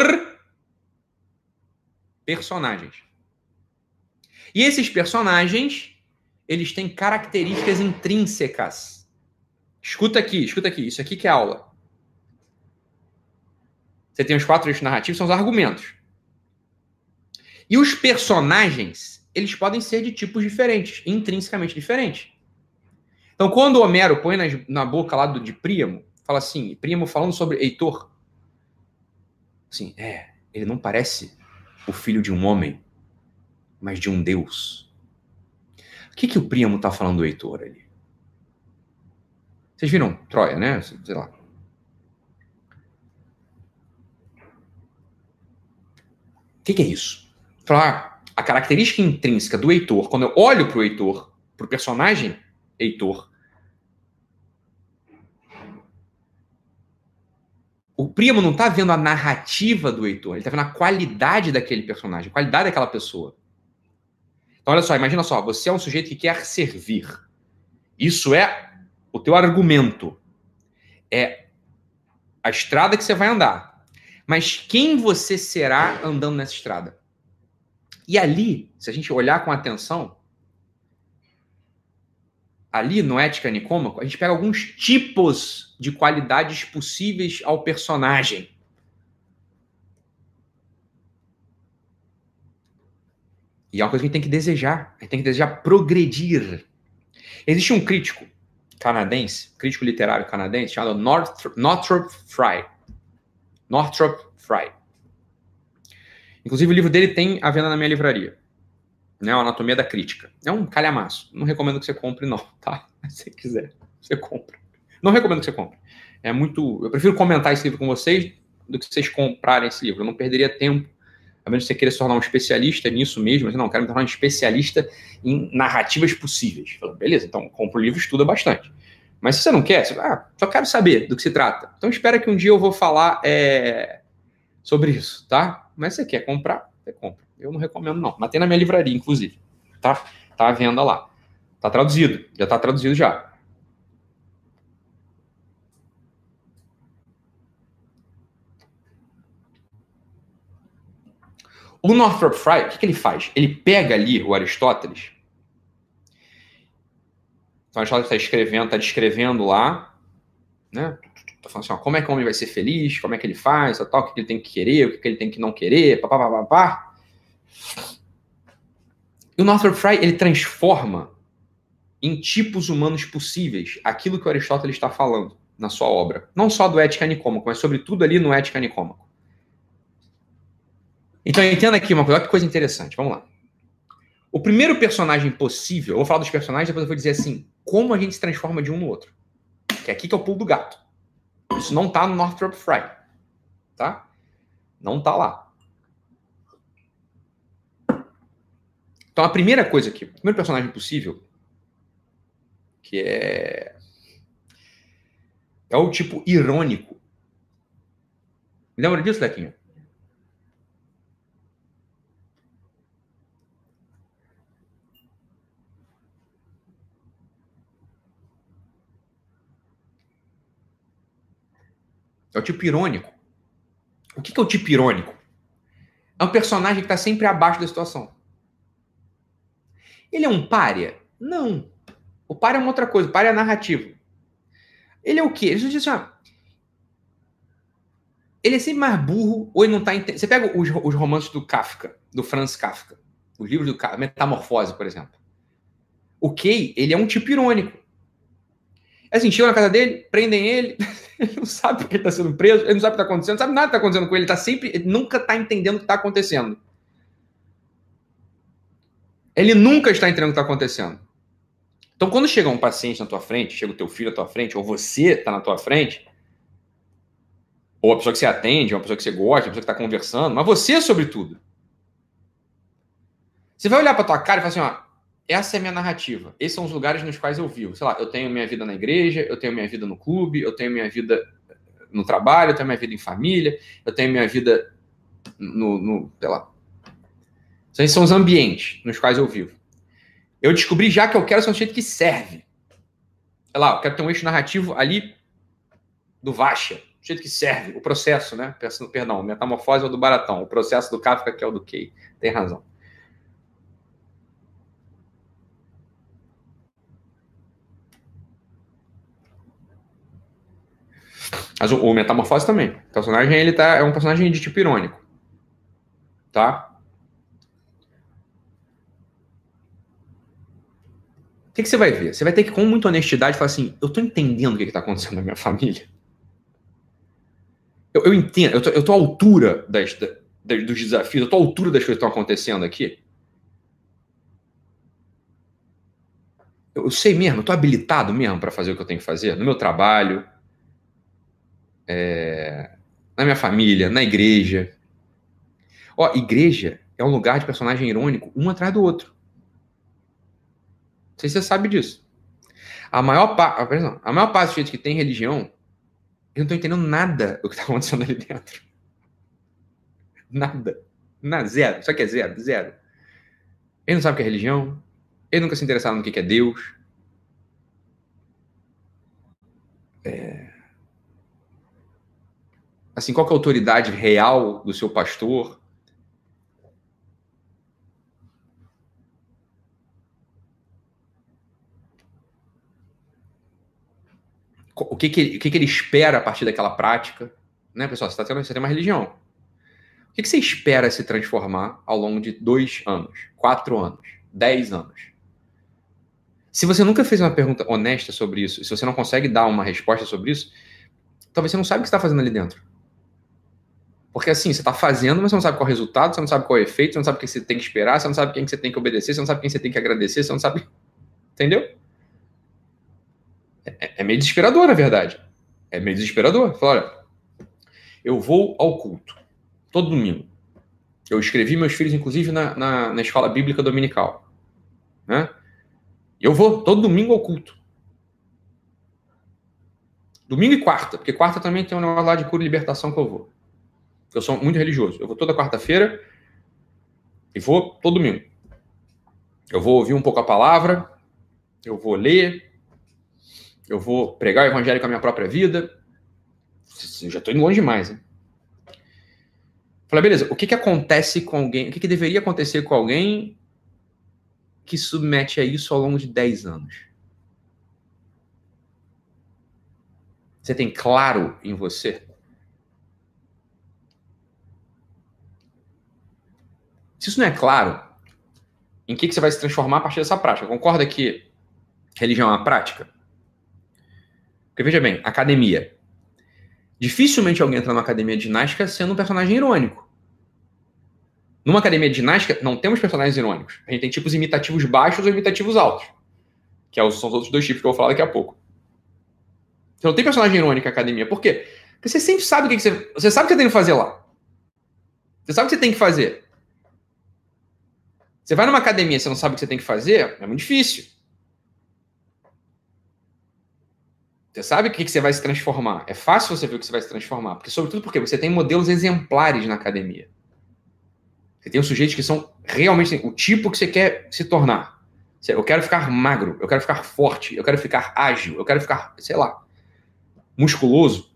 personagens. E esses personagens, eles têm características intrínsecas. Escuta aqui, escuta aqui. Isso aqui que é aula. Você tem os quatro eixos narrativos, são os argumentos. E os personagens, eles podem ser de tipos diferentes, intrinsecamente diferentes. Então, quando o Homero põe na, na boca lá do, de Príamo, fala assim, Príamo falando sobre Heitor, assim, é, ele não parece o filho de um homem, mas de um deus. O que, que o Príamo está falando do Heitor ali? Vocês viram Troia, né? Sei lá. O que, que é isso? Falar, a característica intrínseca do Heitor, quando eu olho para o Heitor, para o personagem Heitor, o Príamo não está vendo a narrativa do Heitor, ele está vendo a qualidade daquele personagem, a qualidade daquela pessoa. Então, olha só, imagina só, você é um sujeito que quer servir. Isso é o teu argumento. É a estrada que você vai andar. Mas quem você será andando nessa estrada? E ali, se a gente olhar com atenção, ali no Ética Nicômaco, a gente pega alguns tipos de qualidades possíveis ao personagem. E é uma coisa que a gente tem que desejar. A gente tem que desejar progredir. Existe um crítico canadense, crítico literário canadense, chamado Northrop, Northrop Frye. Northrop Frye. Inclusive, o livro dele tem à venda na minha livraria. Né, o Anatomia da Crítica. É um calhamaço. Não recomendo que você compre, não, tá? Se você quiser, você compra. Não recomendo que você compre. É muito... Eu prefiro comentar esse livro com vocês do que vocês comprarem esse livro. Eu não perderia tempo, a menos que você queira se tornar um especialista nisso mesmo. Mas não, eu quero me tornar um especialista em narrativas possíveis. Falo, beleza, então compra o livro e estuda bastante. Mas se você não quer, você... Ah, só quero saber do que se trata. Então espera que um dia eu vou falar é... sobre isso, tá? Mas se você quer comprar, você compra. Eu não recomendo, não. Mas tem na minha livraria, inclusive. Tá? Tá à venda lá. Tá traduzido. Já tá traduzido já. O Northrop Frye, o que, que ele faz? Ele pega ali o Aristóteles. Então, o Aristóteles está escrevendo, está descrevendo lá, né? Tá falando assim, ó, como é que o homem vai ser feliz, como é que ele faz, tal, o que ele tem que querer, o que ele tem que não querer, papapá, papapá. E o Northrop Frye, ele transforma em tipos humanos possíveis aquilo que o Aristóteles está falando na sua obra. Não só do Ética Nicômaco, mas sobretudo ali no Ética Nicômaco. Então, entenda aqui uma coisa, olha que coisa interessante. Vamos lá. O primeiro personagem possível, eu vou falar dos personagens, depois eu vou dizer assim, como a gente se transforma de um no outro. Que é aqui que é o pulo do gato. Isso não está no Northrop Frye. Tá? Não está lá. Então, a primeira coisa aqui, o primeiro personagem possível, que é... é o tipo irônico. Lembra disso, Lequinha? É o tipo irônico. O que é o tipo irônico? É um personagem que está sempre abaixo da situação. Ele é um pária? Não. O pária é uma outra coisa. O pária é narrativo. Ele é o quê? Ele diz assim, ah, ele é sempre mais burro ou ele não está entendendo. Você pega os, os romances do Kafka, do Franz Kafka, os livros do Kafka, Metamorfose, por exemplo. O Kay, ele é um tipo irônico. Assim, chegam na casa dele, prendem ele, ele não sabe porque ele está sendo preso, ele não sabe o que está acontecendo, não sabe nada que está acontecendo com ele, ele tá sempre, ele nunca está entendendo o que está acontecendo. Ele nunca está entendendo o que está acontecendo. Então, quando chega um paciente na tua frente, chega o teu filho na tua frente, ou você está na tua frente, ou a pessoa que você atende, uma pessoa que você gosta, uma pessoa que está conversando, mas você, sobretudo. Você vai olhar para tua cara e falar assim, ó, essa é a minha narrativa. Esses são os lugares nos quais eu vivo. Sei lá, eu tenho minha vida na igreja, eu tenho minha vida no clube, eu tenho minha vida no trabalho, eu tenho minha vida em família, eu tenho minha vida no, no sei lá. Esses são os ambientes nos quais eu vivo. Eu descobri já que eu quero ser um sujeito que serve. Sei lá, eu quero ter um eixo narrativo ali do Vacha, um sujeito que serve, o processo, né? Perdão, Metamorfose é o do Baratão, o processo do Kafka que é o do Kay. Tem razão. Mas o, o Metamorfose também. O personagem, ele tá, é um personagem de tipo irônico. Tá? O que, que você vai ver? Você vai ter que, com muita honestidade, falar assim, eu tô entendendo o que, que tá acontecendo na minha família. Eu, eu entendo, eu tô, eu tô à altura das, das, dos desafios, eu tô à altura das coisas que estão acontecendo aqui. Eu, eu sei mesmo, eu tô habilitado mesmo para fazer o que eu tenho que fazer, no meu trabalho, é, na minha família, na igreja. Ó, igreja é um lugar de personagem irônico, um atrás do outro. Não sei se você sabe disso. A maior, pa... a maior parte dos gente que tem religião, eu não tô entendendo nada do que tá acontecendo ali dentro. Nada. Nada. Zero. Só que é zero. Zero. Ele não sabe o que é religião. Ele nunca se interessaram no que é Deus. É... Assim, qual que é a autoridade real do seu pastor? O que que, ele, o que que ele espera a partir daquela prática? Né, pessoal? Você, tá tendo, você tem uma religião. O que que você espera se transformar ao longo de dois anos, quatro anos, dez anos? Se você nunca fez uma pergunta honesta sobre isso, se você não consegue dar uma resposta sobre isso, talvez você não saiba o que você está fazendo ali dentro. Porque assim, você está fazendo, mas você não sabe qual é o resultado, você não sabe qual é o efeito, você não sabe o que você tem que esperar, você não sabe quem que você tem que obedecer, você não sabe quem você tem que agradecer, você não sabe... Entendeu? É, é meio desesperador, na verdade. É meio desesperador. Fala, olha, eu vou ao culto, todo domingo. Eu escrevi meus filhos, inclusive, na, na, na escola bíblica dominical. Né? Eu vou todo domingo ao culto. Domingo e quarta, porque quarta também tem um negócio lá de cura e libertação que eu vou. Eu sou muito religioso. Eu vou toda quarta-feira e vou todo domingo. Eu vou ouvir um pouco a palavra, eu vou ler, eu vou pregar o evangelho com a minha própria vida. Eu já estou indo longe demais, hein? Falei, beleza, o que, que acontece com alguém, o que, que deveria acontecer com alguém que submete a isso ao longo de dez anos? Você tem claro em você? Se isso não é claro, em que, que você vai se transformar a partir dessa prática? Concorda que religião é uma prática? Porque veja bem, academia. Dificilmente alguém entra numa academia de ginástica sendo um personagem irônico. Numa academia de ginástica, não temos personagens irônicos. A gente tem tipos imitativos baixos ou imitativos altos. Que são os outros dois tipos que eu vou falar daqui a pouco. Você não tem personagem irônico na academia. Por quê? Porque você sempre sabe o que, que você... Você sabe o que você tem que fazer lá. Você sabe o que você tem que fazer. Você vai numa academia e você não sabe o que você tem que fazer, é muito difícil. Você sabe o que, que você vai se transformar. É fácil você ver o que você vai se transformar. Porque, sobretudo porque você tem modelos exemplares na academia. Você tem os sujeitos que são realmente o tipo que você quer se tornar. Eu quero ficar magro, eu quero ficar forte, eu quero ficar ágil, eu quero ficar, sei lá, musculoso.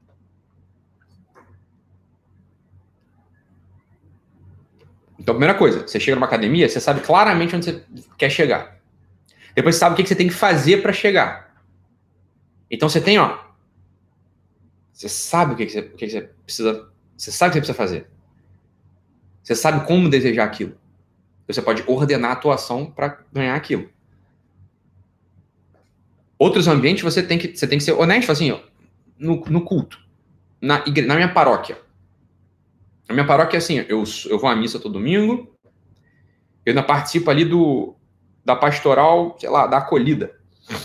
Então, primeira coisa, você chega numa academia, você sabe claramente onde você quer chegar. Depois você sabe o que você tem que fazer para chegar. Então você tem, ó, você sabe o que você, o que você precisa, você sabe o que você precisa fazer. Você sabe como desejar aquilo. Você pode ordenar a atuação para ganhar aquilo. Outros ambientes você tem que, você tem que ser honesto, assim, ó, no, no culto, na, igre, na minha paróquia. Na minha paróquia é assim, eu, eu vou à missa todo domingo, eu ainda participo ali do, da pastoral, sei lá, da acolhida.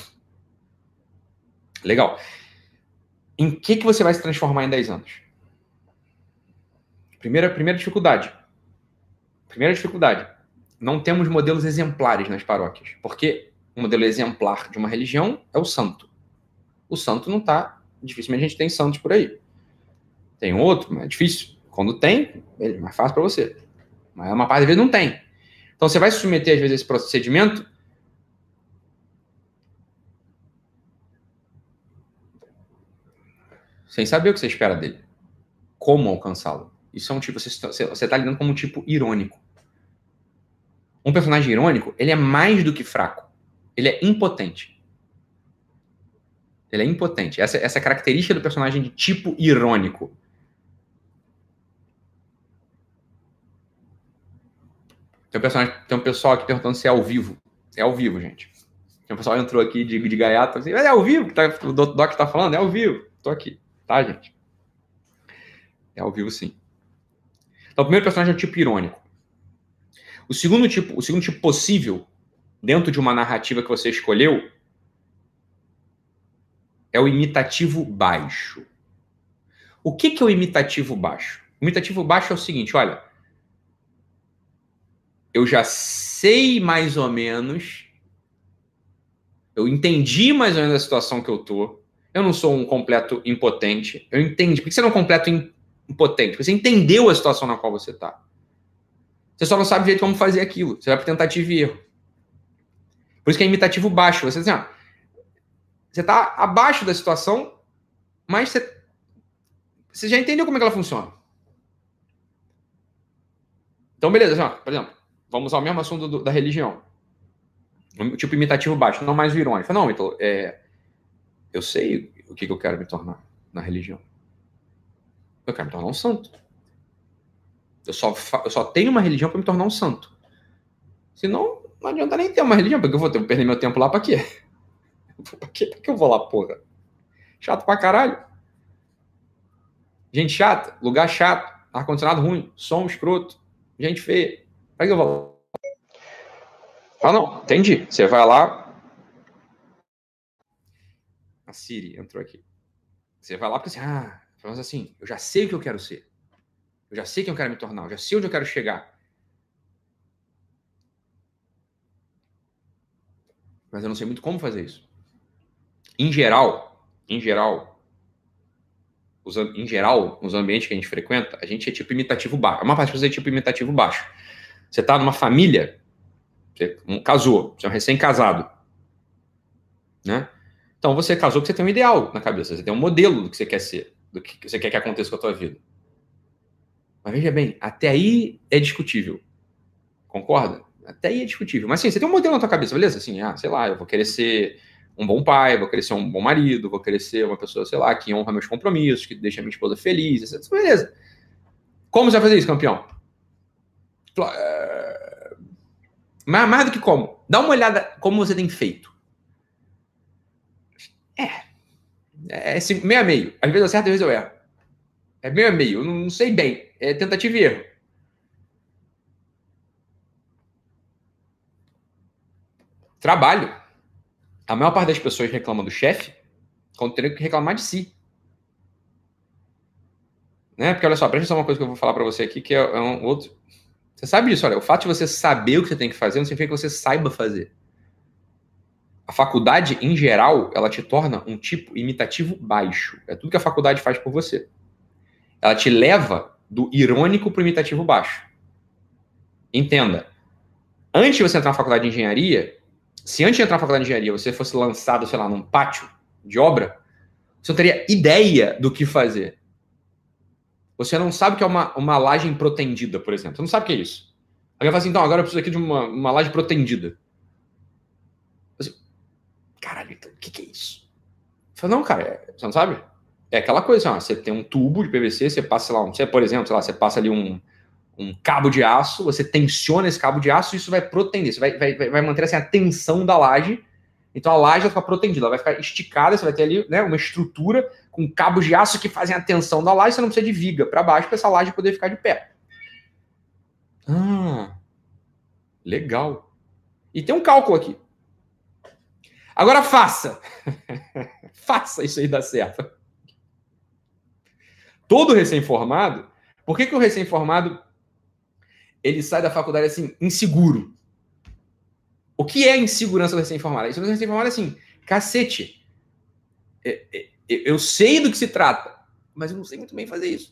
Legal. Em que, que você vai se transformar em dez anos? Primeira, primeira dificuldade. Primeira dificuldade. não temos modelos exemplares nas paróquias, porque o modelo exemplar de uma religião é o santo. O santo não está, dificilmente a gente tem santos por aí. Tem outro, mas é difícil. Quando tem, é mais fácil para você. Mas uma parte das vezes não tem. Então você vai se submeter às vezes a esse procedimento sem saber o que você espera dele. Como alcançá-lo. Isso é um tipo, você está lidando como um tipo irônico. Um personagem irônico, ele é mais do que fraco. Ele é impotente. Ele é impotente. Essa, essa é a característica do personagem de tipo irônico. Tem um, personagem, tem um pessoal aqui perguntando se é ao vivo. É ao vivo, gente. Tem um pessoal que entrou aqui de, de gaiato assim, é ao vivo que tá, o Doc tá falando? É ao vivo. Tô aqui. Tá, gente? É ao vivo, sim. Então, o primeiro personagem é o tipo irônico. O segundo tipo, o segundo tipo possível, dentro de uma narrativa que você escolheu, é o imitativo baixo. O que, que é o imitativo baixo? O imitativo baixo é o seguinte, olha, eu já sei mais ou menos, eu entendi mais ou menos a situação que eu tô, eu não sou um completo impotente, eu entendi. Por que você não é um completo impotente? Porque você entendeu a situação na qual você tá. Você só não sabe direito como fazer aquilo. Você vai por tentativa e erro. Por isso que é imitativo baixo. Você, assim, ó, você tá abaixo da situação, mas você, você já entendeu como é que ela funciona. Então, beleza. Assim, ó, por exemplo, vamos usar o mesmo assunto do, da religião. O tipo imitativo baixo, não mais o irônico. Não, então, é, eu sei o que, que eu quero me tornar na religião. Eu quero me tornar um santo. Eu só, eu só tenho uma religião para me tornar um santo. Senão, não adianta nem ter uma religião, porque eu vou, ter, vou perder meu tempo lá para quê? Pra quê? Pra que eu vou lá, porra? Chato pra caralho. Gente chata, lugar chato, ar-condicionado ruim, som escroto, gente feia. Pra que eu vou lá? Ah, não, entendi. Você vai lá. A Siri entrou aqui. Você vai lá porque assim, ah, falando assim, eu já sei o que eu quero ser. Eu já sei quem eu quero me tornar, eu já sei onde eu quero chegar. Mas eu não sei muito como fazer isso. Em geral, em geral, os, em geral, nos ambientes que a gente frequenta, a gente é tipo imitativo baixo. A maior parte das pessoas é tipo imitativo baixo. Você tá numa família, você casou, você é um recém-casado, né? Então você casou porque você tem um ideal na cabeça, você tem um modelo do que você quer ser, do que você quer que aconteça com a tua vida. Mas veja bem, até aí é discutível. Concorda? Até aí é discutível. Mas sim, você tem um modelo na tua cabeça, beleza? Assim, ah, sei lá, eu vou querer ser um bom pai, vou querer ser um bom marido, vou querer ser uma pessoa, sei lá, que honra meus compromissos, que deixa minha esposa feliz, etcétera. Beleza. Como você vai fazer isso, campeão? Mais, mais do que como. Dá uma olhada como você tem feito. É. É assim, meio a meio. Às vezes eu acerto, às vezes eu erro. É meio a meio. Eu não sei bem. É tentativa e erro. Trabalho. A maior parte das pessoas reclama do chefe quando tem que reclamar de si. Né? Porque olha só, presta atenção uma coisa que eu vou falar para você aqui, que é um outro. Você sabe disso, olha. O fato de você saber o que você tem que fazer não significa que você saiba fazer. A faculdade, em geral, ela te torna um tipo imitativo baixo. É tudo que a faculdade faz por você. Ela te leva do irônico para o imitativo baixo. Entenda. Antes de você entrar na faculdade de engenharia, se antes de entrar na faculdade de engenharia você fosse lançado, sei lá, num pátio de obra, você não teria ideia do que fazer. Você não sabe o que é uma, uma laje protendida, por exemplo. Você não sabe o que é isso. Alguém fala assim, então, agora eu preciso aqui de uma, uma laje protendida. Você, caralho, então, o que, que é isso? Você fala, não, cara, é, você não sabe? É aquela coisa, assim, ó, você tem um tubo de P V C, você passa, sei lá, um, você, por exemplo, sei lá, você passa ali um, um cabo de aço, você tensiona esse cabo de aço e isso vai protender, você vai, vai, vai manter assim, a tensão da laje, então a laje vai ficar protendida, ela vai ficar esticada, você vai ter ali, né, uma estrutura com cabos de aço que fazem a tensão da laje, você não precisa de viga para baixo para essa laje poder ficar de pé. Ah, legal. E tem um cálculo aqui. Agora faça. Faça isso aí dar certo. Todo recém-formado, por que, que o recém-formado ele sai da faculdade assim, inseguro. O que é insegurança do recém-formado? A insegurança do recém-formado é assim, cacete, eu sei do que se trata, mas eu não sei muito bem fazer isso.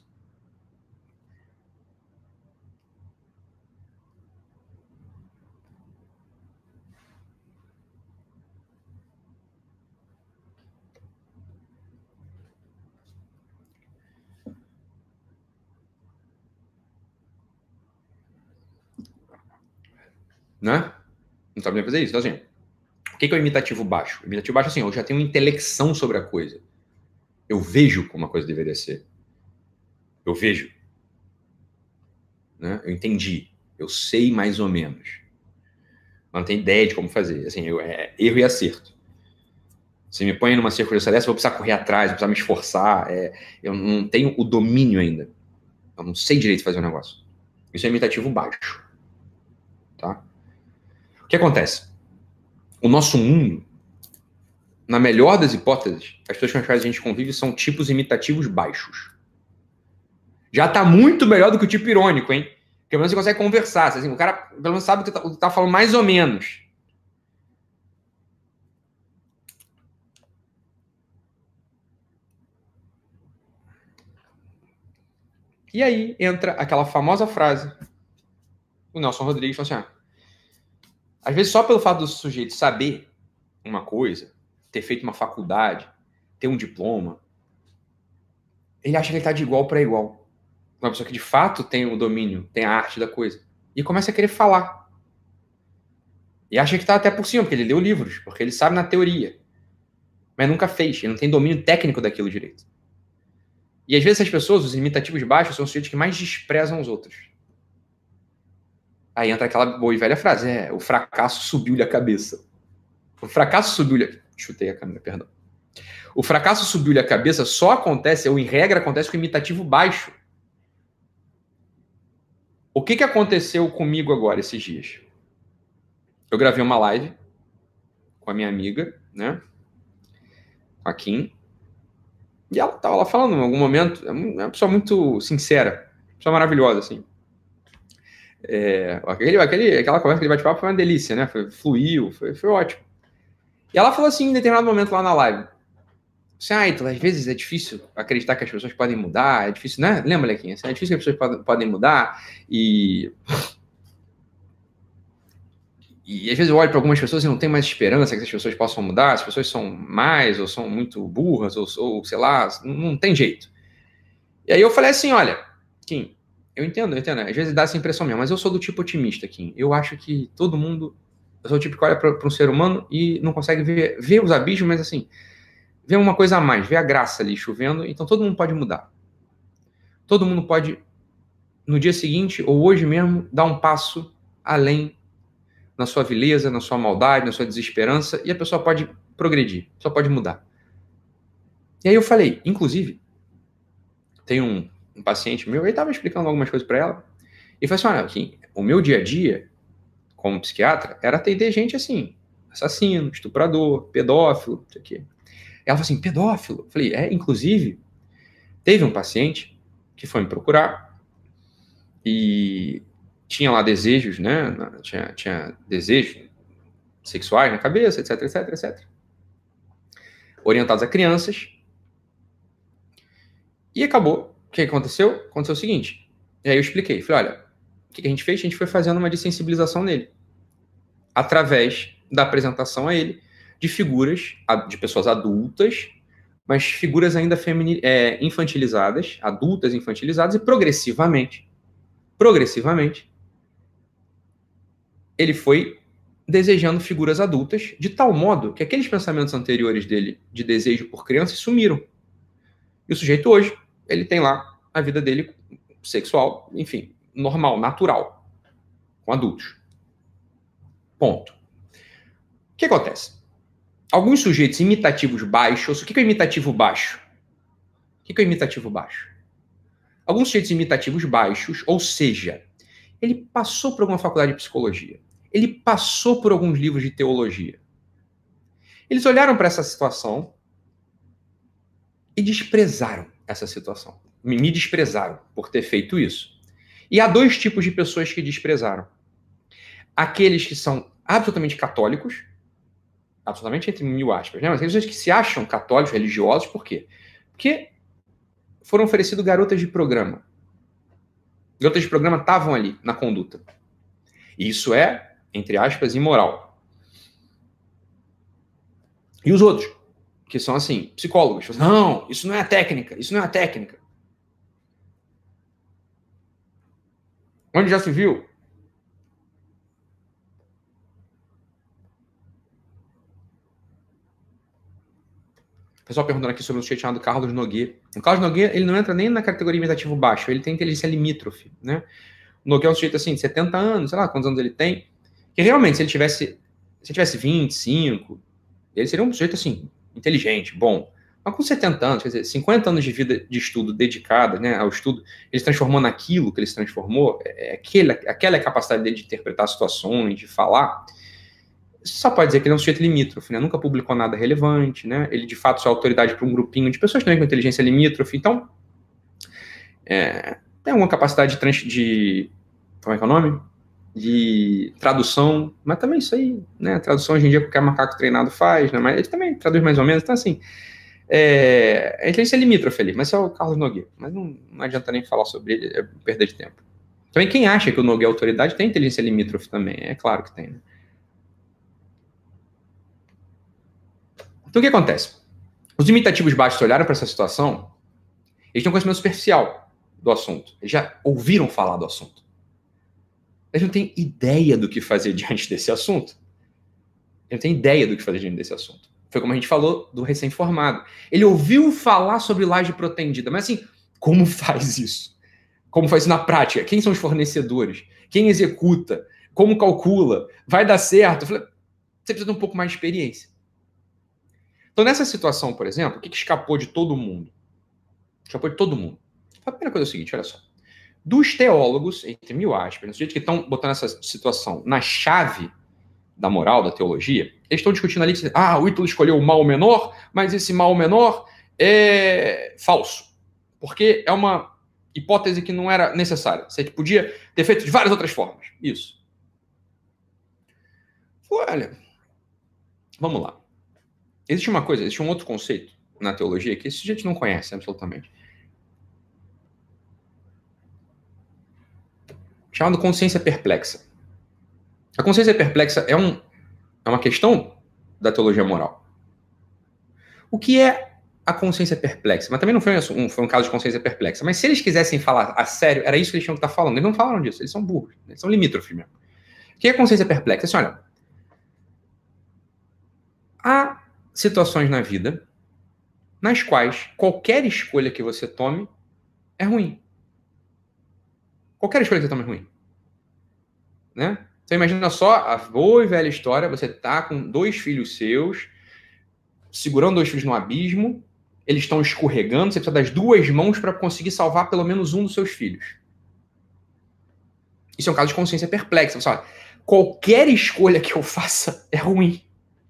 Né? Não sabe nem fazer isso. Então, assim, o que é o imitativo baixo? O imitativo baixo, assim, eu já tenho uma intelecção sobre a coisa. Eu vejo como a coisa deveria ser. Eu vejo. Né? Eu entendi. Eu sei mais ou menos. Mas não tenho ideia de como fazer. Assim, eu, é erro e acerto. Se me põe numa circunstância dessa, eu vou precisar correr atrás, vou precisar me esforçar. É, eu não tenho o domínio ainda. Eu não sei direito fazer o negócio. Isso é imitativo baixo. Tá? O que acontece? O nosso mundo, na melhor das hipóteses, as pessoas com as quais a gente convive são tipos imitativos baixos. Já está muito melhor do que o tipo irônico, hein? Porque pelo menos você consegue conversar. Assim, o cara pelo menos sabe o que está tá falando mais ou menos. E aí entra aquela famosa frase do Nelson Rodrigues, falando assim, ah, às vezes só pelo fato do sujeito saber uma coisa, ter feito uma faculdade, ter um diploma, ele acha que ele está de igual para igual. Uma pessoa que de fato tem o domínio, tem a arte da coisa. E começa a querer falar. E acha que está até por cima, porque ele leu livros, porque ele sabe na teoria. Mas nunca fez, ele não tem domínio técnico daquilo direito. E às vezes essas pessoas, os imitativos baixos, são os sujeitos que mais desprezam os outros. Aí entra aquela boa e velha frase, é, o fracasso subiu-lhe a cabeça. O fracasso subiu-lhe... Chutei a câmera, perdão. O fracasso subiu-lhe a cabeça só acontece, ou em regra acontece com o imitativo baixo. O que, que aconteceu comigo agora, esses dias? Eu gravei uma live com a minha amiga, né? A Kim. E ela estava lá falando em algum momento, é uma pessoa muito sincera, uma pessoa maravilhosa, assim. É, aquele, aquele, aquela conversa, aquele bate-papo foi uma delícia, né? Foi, fluiu, foi, foi ótimo. E ela falou assim, em determinado momento lá na live, assim, ah, então, às vezes é difícil acreditar que as pessoas podem mudar, é difícil, né? Lembra, Lequinha? É difícil que as pessoas podem, podem mudar e... E às vezes eu olho para algumas pessoas e não tenho mais esperança que essas pessoas possam mudar, as pessoas são mais, ou são muito burras, ou, ou sei lá, não, não tem jeito. E aí eu falei assim, olha, Kim, eu entendo, eu entendo, às vezes dá essa impressão mesmo, mas eu sou do tipo otimista, Kim. Eu acho que todo mundo, eu sou o tipo que olha para um ser humano e não consegue ver, ver os abismos, mas assim, ver uma coisa a mais, ver a graça ali chovendo, então todo mundo pode mudar. Todo mundo pode, no dia seguinte, ou hoje mesmo, dar um passo além na sua vileza, na sua maldade, na sua desesperança, e a pessoa pode progredir, só pode mudar. E aí eu falei, inclusive, tem um, um paciente meu, ele estava explicando algumas coisas para ela, e falei assim, olha, aqui, o meu dia a dia, como psiquiatra, era atender gente assim, assassino, estuprador, pedófilo, isso aqui. Ela falou assim, pedófilo? Eu falei, é, inclusive, teve um paciente que foi me procurar e tinha lá desejos, né? Tinha, tinha desejos sexuais na cabeça, etc, etc, etcétera. Orientados a crianças. E acabou. O que aconteceu? Aconteceu o seguinte. E aí eu expliquei. Falei, olha, o que a gente fez? A gente foi fazendo uma dessensibilização nele. Através da apresentação a ele de figuras, de pessoas adultas, mas figuras ainda femini- é, infantilizadas, adultas infantilizadas, e progressivamente, progressivamente, ele foi desejando figuras adultas, de tal modo que aqueles pensamentos anteriores dele de desejo por crianças sumiram. E o sujeito hoje, ele tem lá a vida dele sexual, enfim, normal, natural, com adultos. Ponto. O que acontece? Alguns sujeitos imitativos baixos, o que é imitativo baixo? O que é imitativo baixo? Alguns sujeitos imitativos baixos, ou seja, ele passou por alguma faculdade de psicologia, ele passou por alguns livros de teologia. Eles olharam para essa situação e desprezaram essa situação. Me desprezaram por ter feito isso. E há dois tipos de pessoas que desprezaram. Aqueles que são absolutamente católicos, absolutamente entre mil aspas, né? Mas aqueles que se acham católicos, religiosos, por quê? Porque foram oferecidos garotas de programa. Garotas de programa estavam ali na conduta. E isso é, entre aspas, imoral. E os outros, que são assim, psicólogos, não, isso não é a técnica, isso não é a técnica. Onde já se viu? O pessoal perguntando aqui sobre o sujeito chamado Carlos Nogueira. O Carlos Nogueira, ele não entra nem na categoria imitativo baixo, ele tem inteligência limítrofe, né? O Nogueira é um sujeito assim, de setenta anos, sei lá quantos anos ele tem, que realmente, se ele tivesse, se ele tivesse vinte, cinco, ele seria um sujeito assim, inteligente, bom. Mas com setenta anos, quer dizer, cinquenta anos de vida de estudo dedicada, né, ao estudo, ele se transformou naquilo que ele se transformou, é, aquele, aquela é a capacidade dele de interpretar situações, de falar. Você só pode dizer que ele é um sujeito limítrofe, né? Nunca publicou nada relevante, né? Ele, de fato, só é autoridade para um grupinho de pessoas também com inteligência limítrofe. Então, é, tem alguma capacidade de, trans, de... Como é que é o nome? De tradução, mas também isso aí, né? Tradução hoje em dia qualquer macaco treinado faz, né? Mas ele também traduz mais ou menos. Então, assim, é, a inteligência limítrofe ali, mas é o Carlos Nogueira. Mas não, não adianta nem falar sobre ele, é perda de tempo. Também quem acha que o Nogueira é autoridade tem inteligência limítrofe também, é claro que tem, né? Então, o que acontece? Os imitativos baixos olharam para essa situação, eles têm um conhecimento superficial do assunto. Eles já ouviram falar do assunto. Eles não têm ideia do que fazer diante desse assunto. Eles não têm ideia do que fazer diante desse assunto. Foi como a gente falou do recém-formado. Ele ouviu falar sobre laje protendida, mas assim, como faz isso? Como faz isso na prática? Quem são os fornecedores? Quem executa? Como calcula? Vai dar certo? Eu falei, você precisa de um pouco mais de experiência. Então, nessa situação, por exemplo, o que, que escapou de todo mundo? Escapou de todo mundo. A primeira coisa é o seguinte, olha só. Dos teólogos, entre mil aspas, os que estão botando essa situação na chave da moral, da teologia, eles estão discutindo ali, que, ah, o Ítalo escolheu o mal menor, mas esse mal menor é falso. Porque é uma hipótese que não era necessária. Você podia ter feito de várias outras formas. Isso. Olha, vamos lá. Existe uma coisa, existe um outro conceito na teologia que esse sujeito não conhece absolutamente. Chamado consciência perplexa. A consciência perplexa é, um, é uma questão da teologia moral. O que é a consciência perplexa? Mas também não foi um, foi um caso de consciência perplexa. Mas se eles quisessem falar a sério, era isso que eles tinham que estar falando. Eles não falaram disso, eles são burros, eles são limítrofes mesmo. O que é a consciência perplexa? Assim, olha, há situações na vida nas quais qualquer escolha que você tome é ruim. Qualquer escolha que você tome é ruim. Né? Então imagina só a boa e velha história, você tá com dois filhos seus, segurando dois filhos no abismo, eles estão escorregando, você precisa das duas mãos para conseguir salvar pelo menos um dos seus filhos. Isso é um caso de consciência perplexa. Você fala, qualquer escolha que eu faça é ruim.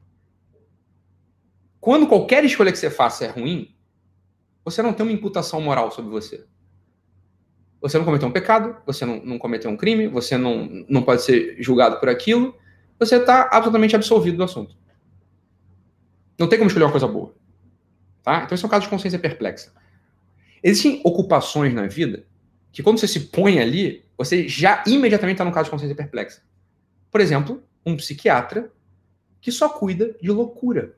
Quando qualquer escolha que você faça é ruim, você não tem uma imputação moral sobre você. Você não cometeu um pecado, você não, não cometeu um crime, você não, não pode ser julgado por aquilo, você está absolutamente absolvido do assunto. Não tem como escolher uma coisa boa. Tá? Então, esse é um caso de consciência perplexa. Existem ocupações na vida que, quando você se põe ali, você já imediatamente está no caso de consciência perplexa. Por exemplo, um psiquiatra que só cuida de loucura.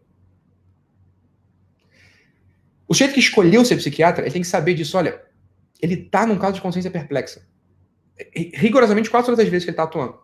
O sujeito que escolheu ser psiquiatra, ele tem que saber disso. Olha, ele está num caso de consciência perplexa. Rigorosamente, quase todas as vezes que ele está atuando.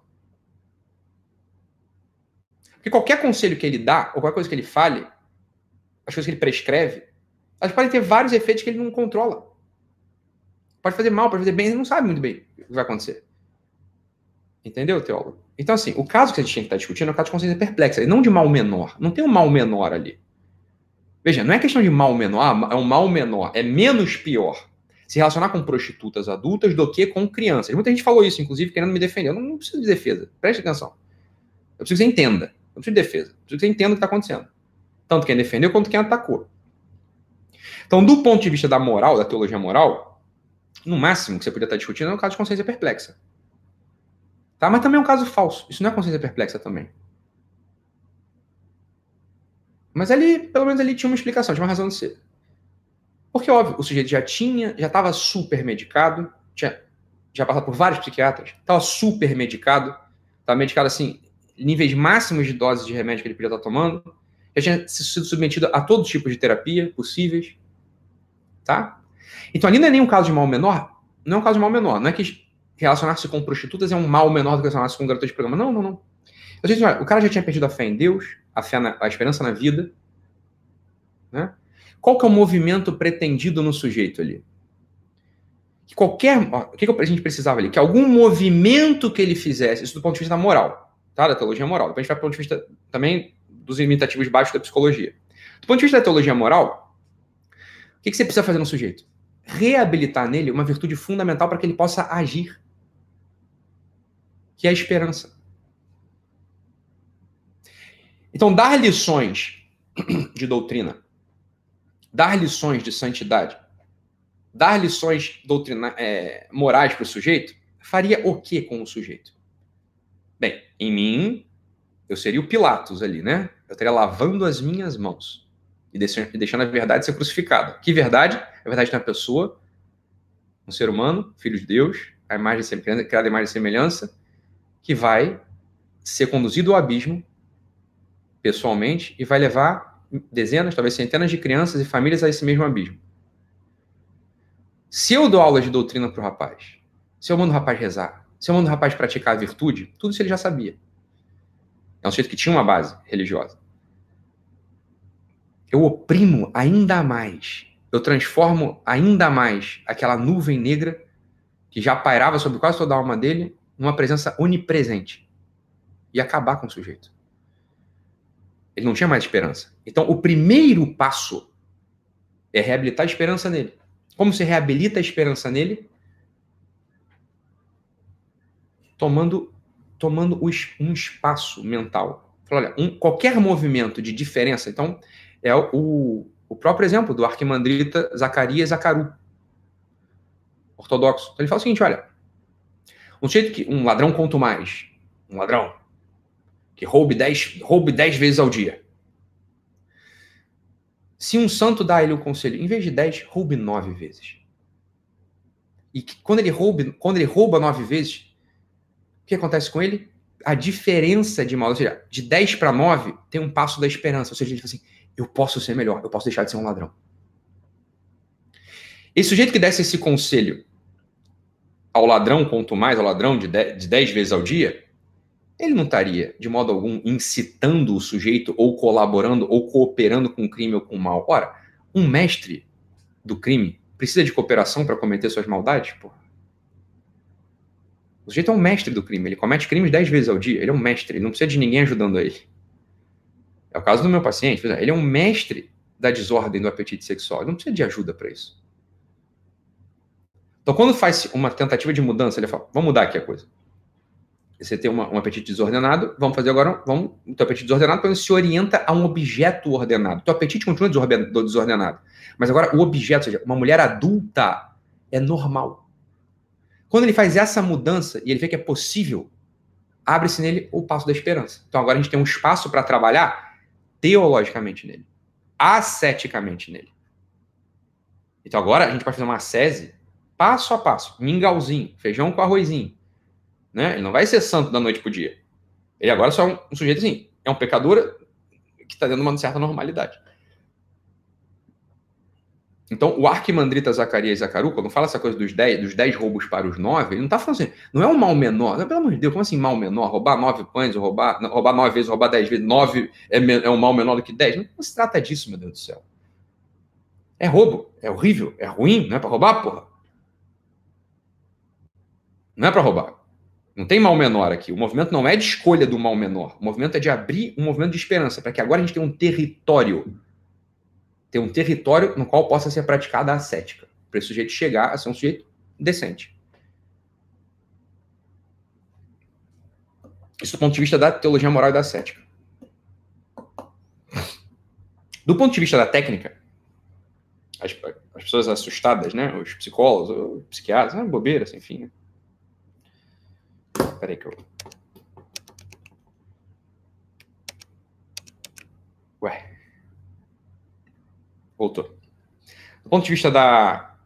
Porque qualquer conselho que ele dá, ou qualquer coisa que ele fale, as coisas que ele prescreve, elas podem ter vários efeitos que ele não controla. Pode fazer mal, pode fazer bem, ele não sabe muito bem o que vai acontecer. Entendeu, teólogo? Então, assim, o caso que a gente tinha que estar discutindo é o caso de consciência perplexa, e não de mal menor. Não tem um mal menor ali. Veja, não é questão de mal menor, é um mal menor, é menos pior se relacionar com prostitutas adultas do que com crianças. Muita gente falou isso, inclusive, querendo me defender. Eu não, não preciso de defesa. Preste atenção. Eu preciso que você entenda. Eu não preciso de defesa. Eu preciso que você entenda o que está acontecendo. Tanto quem defendeu quanto quem atacou. Então, do ponto de vista da moral, da teologia moral, no máximo que você podia estar discutindo é um caso de consciência perplexa. Tá? Mas também é um caso falso. Isso não é consciência perplexa também. Mas ali, pelo menos ali tinha uma explicação, tinha uma razão de ser. Porque, óbvio, o sujeito já tinha, já estava super medicado, tinha já passado por vários psiquiatras, estava super medicado, estava medicado assim, níveis máximos de doses de remédio que ele podia estar tomando, já tinha sido submetido a todo tipo de terapia possíveis, tá? Então ali não é nem um caso de mal menor, não é um caso de mal menor, não é que relacionar-se com prostitutas é um mal menor do que relacionar-se com um garoto de programa, não, não, não. Eu disse, olha, o cara já tinha perdido a fé em Deus, a fé na, a esperança na vida, né? Qual que é o movimento pretendido no sujeito ali? Que qualquer, ó, o que, que a gente precisava ali? Que algum movimento que ele fizesse, isso do ponto de vista moral, tá? Da teologia moral. Depois a gente vai para o ponto de vista também dos imitativos baixos da psicologia. Do ponto de vista da teologia moral, o que, que você precisa fazer no sujeito? Reabilitar nele uma virtude fundamental para que ele possa agir, que é a esperança. Então, dar lições de doutrina, dar lições de santidade, dar lições doutrina, é, morais para o sujeito, faria o que com o sujeito? Bem, em mim, eu seria o Pilatos ali, né? Eu estaria lavando as minhas mãos e deixando a verdade ser crucificada. Que verdade? A verdade de uma pessoa, um ser humano, filho de Deus, a imagem de semelhança, criada a imagem de semelhança, que vai ser conduzido ao abismo pessoalmente e vai levar dezenas, talvez centenas de crianças e famílias a esse mesmo abismo. Se eu dou aula de doutrina para o rapaz, se eu mando o rapaz rezar, se eu mando o rapaz praticar a virtude, tudo isso ele já sabia. É um sujeito que tinha uma base religiosa. Eu oprimo ainda mais, eu transformo ainda mais aquela nuvem negra que já pairava sobre quase toda a alma dele numa presença onipresente. E acabar com o sujeito. Ele não tinha mais esperança. Então, o primeiro passo é reabilitar a esperança nele. Como se reabilita a esperança nele? Tomando, tomando um espaço mental. Olha, um, qualquer movimento de diferença, então, é o, o próprio exemplo do arquimandrita Zacarias Zacaru, ortodoxo. Então, ele fala o seguinte, olha, um sujeito que, um ladrão quanto mais, um ladrão que roube dez, roube dez vezes ao dia. Se um santo dá a ele o conselho, em vez de dez, roube nove vezes. E que, quando, ele roube, quando ele rouba nove vezes, o que acontece com ele? A diferença de mal, ou seja, de dez para nove, tem um passo da esperança. Ou seja, ele fala assim, eu posso ser melhor, eu posso deixar de ser um ladrão. Esse sujeito que desse esse conselho ao ladrão, quanto mais, ao ladrão de dez vezes ao dia, ele não estaria, de modo algum, incitando o sujeito, ou colaborando, ou cooperando com o crime ou com o mal. Ora, um mestre do crime precisa de cooperação para cometer suas maldades? Porra. O sujeito é um mestre do crime, ele comete crimes dez vezes ao dia, ele é um mestre, ele não precisa de ninguém ajudando ele. É o caso do meu paciente, ele é um mestre da desordem do apetite sexual, ele não precisa de ajuda para isso. Então, quando faz uma tentativa de mudança, ele fala, vamos mudar aqui a coisa. Você tem uma, um apetite desordenado, vamos fazer agora, vamos, o teu apetite desordenado quando se orienta a um objeto ordenado. O teu apetite continua desordenado, mas agora o objeto, ou seja, uma mulher adulta é normal. Quando ele faz essa mudança e ele vê que é possível, abre-se nele o passo da esperança. Então agora a gente tem um espaço para trabalhar teologicamente nele, asceticamente nele. Então agora a gente pode fazer uma ascese passo a passo, mingauzinho, feijão com arrozinho. Né? Ele não vai ser santo da noite pro dia. Ele agora só é um, um sujeito assim, é um pecador que está dentro de uma certa normalidade. Então, o arquimandrita Zacarias Zacaru, quando fala essa coisa dos dez, dos dez roubos para os nove, ele não está falando assim, não é um mal menor. Não, pelo amor de Deus, como assim mal menor? Roubar nove pães, roubar, não, roubar nove vezes, roubar dez vezes, nove é, é um mal menor do que dez? Não, não se trata disso, meu Deus do céu. É roubo, é horrível, é ruim, não é para roubar, porra. Não é para roubar. Não tem mal menor aqui. O movimento não é de escolha do mal menor. O movimento é de abrir um movimento de esperança, para que agora a gente tenha um território. Ter um território no qual possa ser praticada a ascética. Para esse sujeito chegar a ser um sujeito decente. Isso do ponto de vista da teologia moral e da ascética. Do ponto de vista da técnica, as, as pessoas assustadas, né? Os psicólogos, os psiquiatras, não é bobeira, assim, enfim. Né? Peraí que eu... Ué. Voltou. Do ponto de vista da...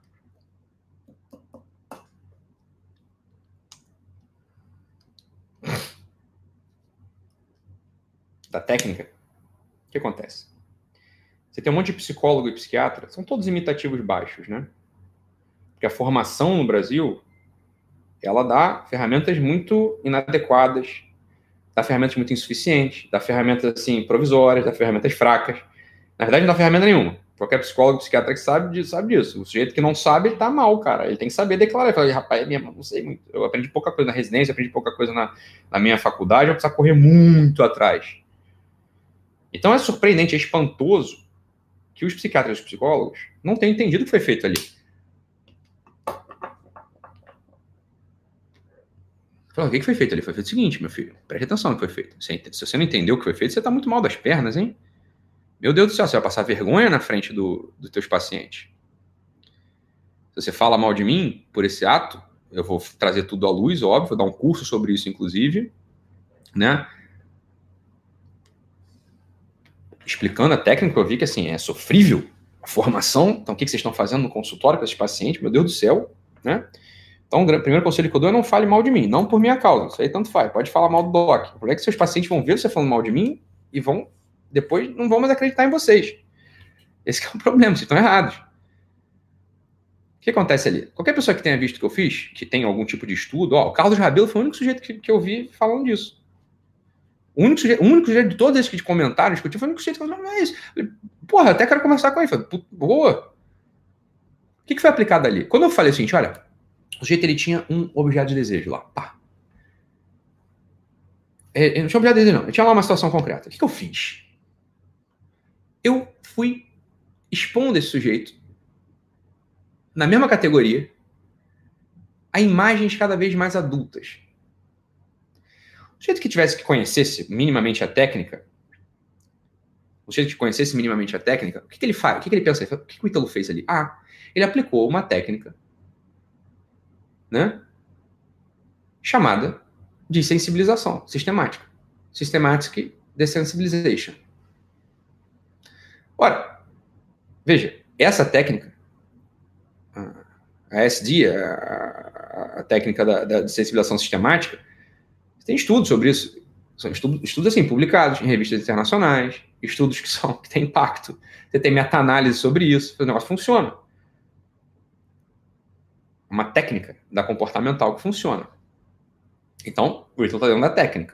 da técnica, o que acontece? Você tem um monte de psicólogo e psiquiatra, são todos imitativos baixos, né? Porque a formação no Brasil, ela dá ferramentas muito inadequadas, dá ferramentas muito insuficientes, dá ferramentas, assim, provisórias, dá ferramentas fracas. Na verdade, não dá ferramenta nenhuma. Qualquer psicólogo, psiquiatra que sabe, sabe disso. O sujeito que não sabe, ele tá mal, cara. Ele tem que saber declarar. Ele fala, rapaz, é mesmo, não sei muito. Eu aprendi pouca coisa na residência, aprendi pouca coisa na, na minha faculdade, eu preciso correr muito atrás. Então é surpreendente, é espantoso que os psiquiatras e os psicólogos não tenham entendido o que foi feito ali. Falando, o que foi feito ali? Foi feito o seguinte, meu filho, preste atenção no que foi feito. Se você não entendeu o que foi feito, você tá muito mal das pernas, hein? Meu Deus do céu, você vai passar vergonha na frente do, dos teus pacientes. Se você fala mal de mim por esse ato, eu vou trazer tudo à luz, óbvio, vou dar um curso sobre isso, inclusive, né? Explicando a técnica, eu vi que, assim, é sofrível a formação. Então, o que vocês estão fazendo no consultório com esses pacientes? Meu Deus do céu, né? Então, o primeiro conselho que eu dou é não fale mal de mim, não por minha causa. Isso aí tanto faz, pode falar mal do doc. O problema é que seus pacientes vão ver você falando mal de mim e vão... depois não vão mais acreditar em vocês. Esse é o problema, vocês estão errados. O que acontece ali? Qualquer pessoa que tenha visto o que eu fiz, que tem algum tipo de estudo, ó, o Carlos Rabelo foi o único sujeito que, que eu vi falando disso. O único sujeito, o único sujeito de todos esses que comentaram, discutiram, foi o único sujeito que falou, não é isso. Porra, até quero conversar com ele. Falei, boa. O que, que foi aplicado ali? Quando eu falei o seguinte, olha, o sujeito ele tinha um objeto de desejo lá, pá. Ele não tinha objeto de desejo, não. Ele tinha lá uma situação concreta. O que, que eu fiz? Eu fui expondo esse sujeito na mesma categoria a imagens cada vez mais adultas. O sujeito que tivesse que conhecesse minimamente a técnica, o sujeito que conhecesse minimamente a técnica, o que, que ele faz? O que, que ele pensa? O que, que o Ítalo fez ali? Ah, ele aplicou uma técnica, né, chamada de sensibilização sistemática. Systematic Desensibilization. Ora, veja, essa técnica, a S D, a, a técnica da, da sensibilização sistemática, tem estudos sobre isso. São estudos, estudos assim, publicados em revistas internacionais, estudos que, são, que têm impacto. Você tem meta-análise sobre isso, o negócio funciona. Uma técnica da comportamental que funciona. Então, o Ítalo está dentro da técnica.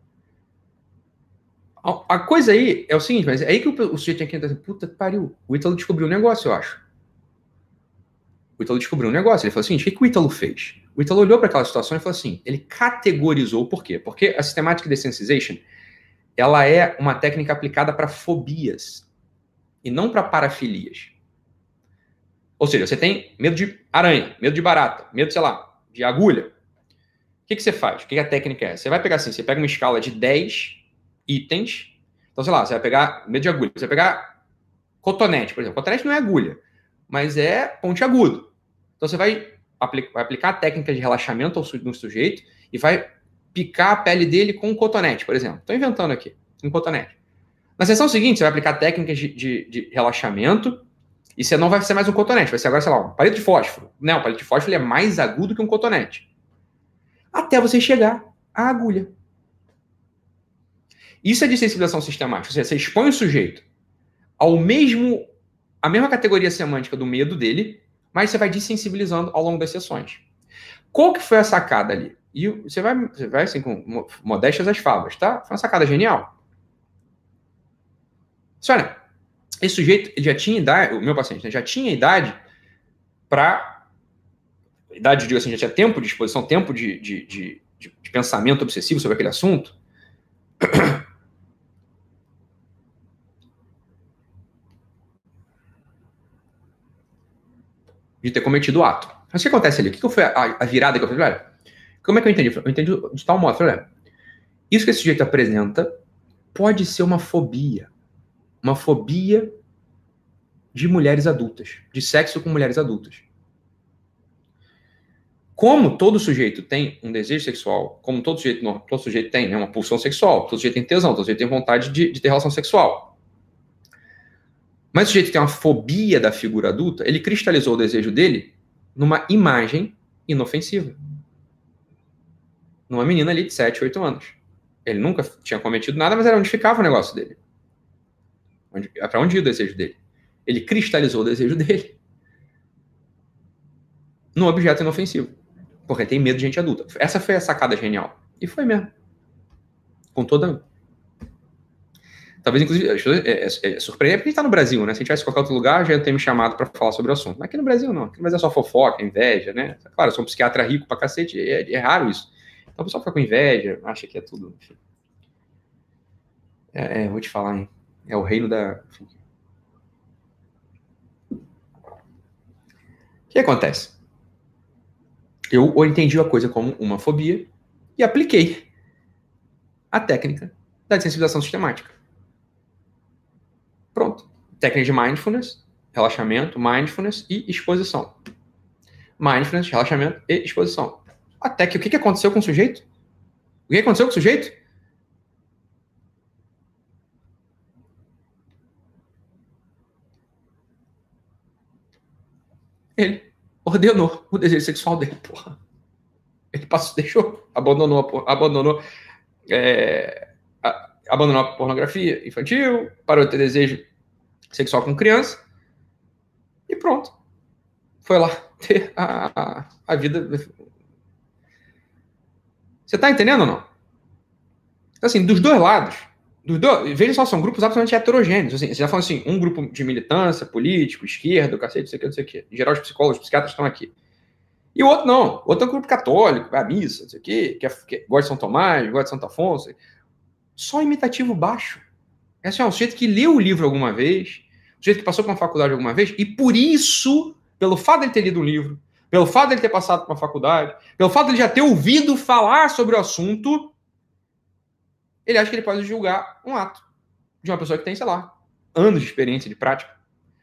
A, a coisa aí é o seguinte, mas é aí que o, o sujeito tinha que entrar assim, puta que pariu, o Ítalo descobriu um negócio, eu acho. O Ítalo descobriu um negócio. Ele falou assim, o que, que o Ítalo fez? O Ítalo olhou para aquela situação e falou assim, ele categorizou. Por quê? Porque a Systematic Desensitization, ela é uma técnica aplicada para fobias e não para parafilias. Ou seja, você tem medo de aranha, medo de barata, medo, sei lá, de agulha. O que, que você faz? O que, que a técnica é? Você vai pegar assim, você pega uma escala de dez itens. Então, sei lá, você vai pegar medo de agulha. Você vai pegar cotonete, por exemplo. Cotonete não é agulha, mas é pontiagudo. Então, você vai, aplicar, vai aplicar a técnica de relaxamento no sujeito e vai picar a pele dele com um cotonete, por exemplo. Estou inventando aqui, um cotonete. Na sessão seguinte, você vai aplicar técnicas de, de, de relaxamento e você não vai ser mais um cotonete, vai ser agora, sei lá, um palito de fósforo. Não, o palito de fósforo ele é mais agudo que um cotonete. Até você chegar à agulha. Isso é de sensibilização sistemática. Ou seja, você expõe o sujeito ao mesmo, a mesma categoria semântica do medo dele, mas você vai desensibilizando ao longo das sessões. Qual que foi a sacada ali? E você vai, você vai assim, com modéstias às favas, tá? Foi uma sacada genial. Olha, esse sujeito ele já tinha idade, o meu paciente né, já tinha idade para... Idade, digo assim, já tinha tempo de exposição, tempo de, de, de, de, de pensamento obsessivo sobre aquele assunto. De ter cometido o ato. Mas o que acontece ali? O que, que foi a, a virada que eu fiz? Olha, como é que eu entendi? Eu entendi de tal modo. Olha, isso que esse sujeito apresenta pode ser uma fobia. Uma fobia de mulheres adultas, de sexo com mulheres adultas. Como todo sujeito tem um desejo sexual, como todo sujeito, não, todo sujeito tem, né, uma pulsão sexual, todo sujeito tem tesão, todo sujeito tem vontade de, de ter relação sexual. Mas o sujeito que tem uma fobia da figura adulta, ele cristalizou o desejo dele numa imagem inofensiva. Numa menina ali de sete, oito anos. Ele nunca tinha cometido nada, mas era onde ficava o negócio dele. Onde, é para onde ia o desejo dele. Ele cristalizou o desejo dele num objeto inofensivo. Porque tem medo de gente adulta. Essa foi a sacada genial. E foi mesmo. Com toda... Talvez, inclusive, é, é, é surpreendente porque a gente tá no Brasil, né? Se a gente tivesse em qualquer outro lugar, já ia ter me chamado para falar sobre o assunto. Mas aqui no Brasil, não. Aqui no Brasil é só fofoca, inveja, né? Claro, eu sou um psiquiatra rico pra cacete, é, é raro isso. Então o pessoal fica com inveja, acha que é tudo... Enfim. É, é, vou te falar, hein? É o reino da... Enfim. O que acontece? Eu entendi a coisa como uma fobia e apliquei a técnica da desensibilização sistemática. Pronto. Técnica de mindfulness, relaxamento, mindfulness e exposição. Mindfulness, relaxamento e exposição. Até que o que aconteceu com o sujeito? O que aconteceu com o sujeito? Ele ordenou o desejo sexual dele, porra. Ele passou, deixou, abandonou, abandonou, é, a, abandonou a pornografia infantil, parou de ter desejo sexual com criança e pronto. Foi lá ter a, a, a vida. Você tá entendendo ou não? Assim, dos dois lados, dos dois, veja só, são grupos absolutamente heterogêneos. Assim, você já falou assim, um grupo de militância, político, esquerda, cacete, não sei o que, não sei o que. Em geral, os psicólogos, os psiquiatras estão aqui. E o outro não. O outro é um grupo católico, vai à missa, não sei o quê, que, é, que gosta de São Tomás, gosta de Santo Afonso. Só imitativo baixo. É assim, ó, um sujeito que leu o livro alguma vez, um sujeito que passou por uma faculdade alguma vez, e por isso, pelo fato de ele ter lido um livro, pelo fato de ele ter passado por uma faculdade, pelo fato de ele já ter ouvido falar sobre o assunto, ele acha que ele pode julgar um ato de uma pessoa que tem, sei lá, anos de experiência, de prática.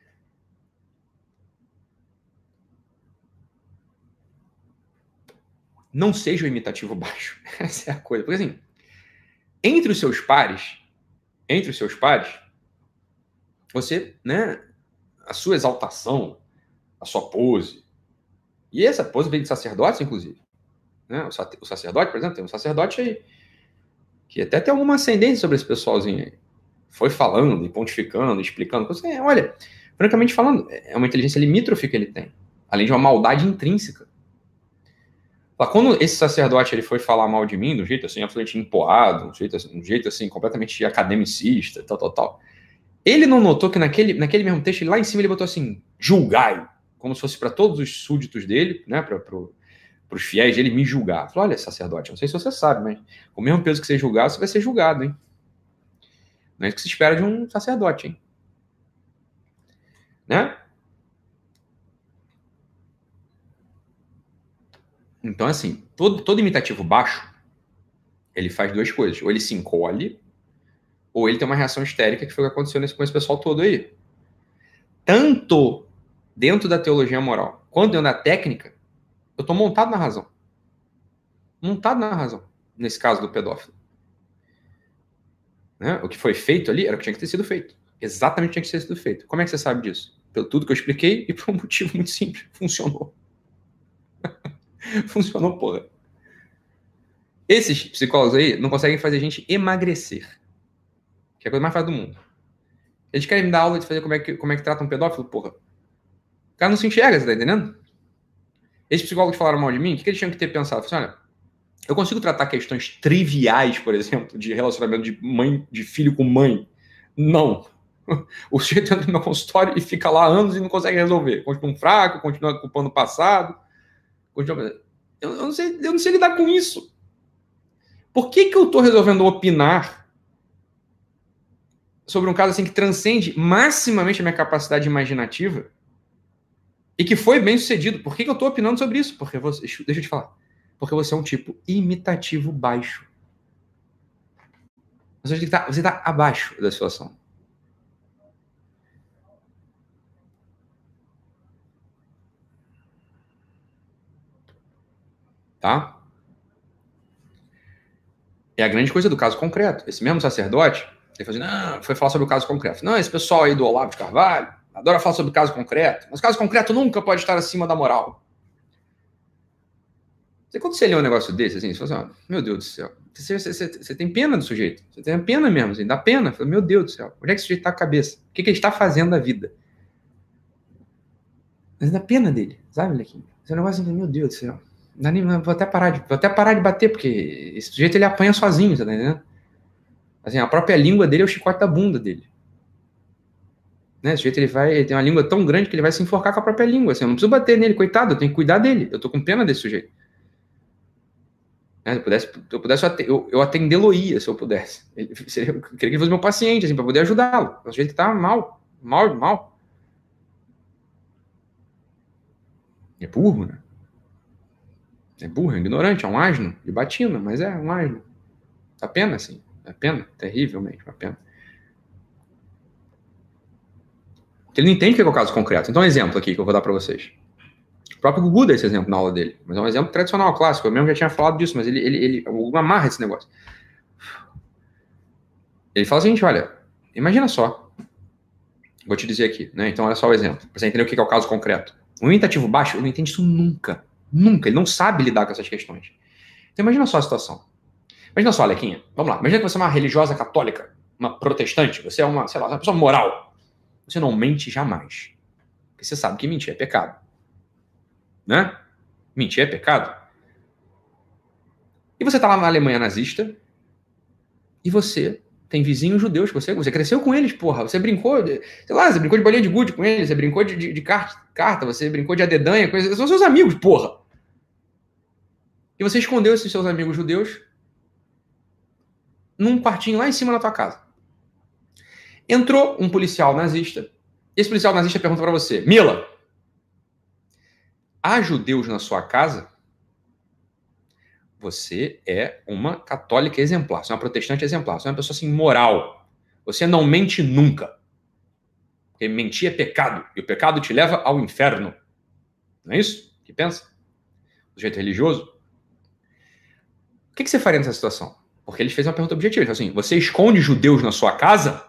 Não seja o imitativo baixo. Essa é a coisa. Porque assim, entre os seus pares, entre os seus pares, você, né, a sua exaltação, a sua pose, e essa pose vem de sacerdotes, inclusive. Né? O sacerdote, por exemplo, tem um sacerdote aí que até tem alguma ascendência sobre esse pessoalzinho aí. Foi falando, e pontificando, explicando. Você, olha, francamente falando, é uma inteligência limítrofe que ele tem, além de uma maldade intrínseca. Quando esse sacerdote ele foi falar mal de mim, de um jeito assim, absolutamente empoado, um jeito assim, um jeito assim completamente academicista, tal, tal, tal, ele não notou que naquele, naquele mesmo texto, lá em cima ele botou assim, julgai, como se fosse para todos os súditos dele, né, para pro, os fiéis dele me julgar. Falou, olha, sacerdote, não sei se você sabe, mas com o mesmo peso que você julgar, você vai ser julgado, hein? Não é isso que se espera de um sacerdote, hein? Né? Então, assim, todo, todo imitativo baixo, ele faz duas coisas. Ou ele se encolhe, ou ele tem uma reação histérica, que foi o que aconteceu nesse, com esse pessoal todo aí. Tanto dentro da teologia moral, quanto dentro da técnica, eu tô montado na razão. Montado na razão, nesse caso do pedófilo. Né? O que foi feito ali era o que tinha que ter sido feito. Exatamente o que tinha que ter sido feito. Como é que você sabe disso? Pelo tudo que eu expliquei e por um motivo muito simples. Funcionou. Funcionou, porra. Esses psicólogos aí não conseguem fazer a gente emagrecer. Que é a coisa mais fácil do mundo. Eles querem me dar aula de fazer como é que, como é que trata um pedófilo, porra. O cara não se enxerga, você tá entendendo? Esses psicólogos falaram mal de mim, o que, que eles tinham que ter pensado? Assim, olha, eu consigo tratar questões triviais, por exemplo, de relacionamento de mãe, de filho com mãe. Não. O sujeito entra no meu consultório e fica lá anos e não consegue resolver. Continua um fraco, continua culpando o passado. Continua... Eu, eu, não sei, eu não sei lidar com isso. Por que, que eu estou resolvendo opinar sobre um caso assim que transcende maximamente a minha capacidade imaginativa e que foi bem sucedido? Por que, que eu estou opinando sobre isso? Porque você, deixa eu te falar. Porque você é um tipo imitativo baixo. Você está você tá abaixo da situação. Tá? É a grande coisa do caso concreto. Esse mesmo sacerdote, ele falou assim, não, foi falar sobre o caso concreto. Não, esse pessoal aí do Olavo de Carvalho adora falar sobre o caso concreto, mas o caso concreto nunca pode estar acima da moral. Você, quando você lê um negócio desse, assim, você fala assim, oh, meu Deus do céu, você, você, você, você tem pena do sujeito. Você tem pena mesmo, assim, dá pena. Fala, meu Deus do céu, onde é que esse sujeito está com a cabeça? O que, que ele está fazendo da vida? Mas dá pena dele, sabe, Lequinho? Esse negócio assim, meu Deus do céu. Dá nem, vou, até parar de, vou até parar de bater, porque esse sujeito ele apanha sozinho, tá entendendo? Assim, a própria língua dele é o chicote da bunda dele. Né? Esse sujeito ele vai, ele tem uma língua tão grande que ele vai se enforcar com a própria língua. Assim, eu não preciso bater nele, coitado, eu tenho que cuidar dele. Eu tô com pena desse sujeito. Né? Se eu pudesse, eu, pudesse eu, eu atendê-lo-ia, se eu pudesse. Ele, seria, eu queria que ele fosse meu paciente, assim, para poder ajudá-lo. O sujeito tá mal, mal, mal. É burro, né? É burro, é ignorante, é um asno de batina, mas é um asno. Dá pena, assim. Dá pena, terrivelmente, uma pena. Ele não entende o que é o caso concreto. Então, um exemplo aqui que eu vou dar para vocês. O próprio Gugu dá esse exemplo na aula dele. Mas é um exemplo tradicional, clássico. Eu mesmo já tinha falado disso, mas ele, ele, ele o Gugu amarra esse negócio. Ele fala o seguinte, olha, imagina só. Vou te dizer aqui, né? Então, olha só o exemplo. Para você entender o que é o caso concreto. Um imitativo baixo, ele não entende isso nunca. Nunca. Ele não sabe lidar com essas questões. Então, imagina só a situação. Imagina só, Alequinha. Vamos lá. Imagina que você é uma religiosa católica, uma protestante. Você é uma, sei lá, uma pessoa moral. Você não mente jamais. Porque você sabe que mentir é pecado. Né? Mentir é pecado. E você tá lá na Alemanha nazista e você tem vizinhos judeus que você, você cresceu com eles, porra. Você brincou, de, sei lá, você brincou de bolinha de gude com eles, você brincou de, de, de carta, você brincou de adedanha com eles. São seus amigos, porra. E você escondeu esses seus amigos judeus num quartinho lá em cima da tua casa. Entrou um policial nazista. Esse policial nazista pergunta pra você, Mila, há judeus na sua casa? Você é uma católica exemplar, você é uma protestante exemplar, você é uma pessoa assim moral. Você não mente nunca. Porque mentir é pecado, e o pecado te leva ao inferno. Não é isso? Que pensa? Do jeito religioso? O que você faria nessa situação? Porque eles fez uma pergunta objetiva. Ele falou assim, você esconde judeus na sua casa?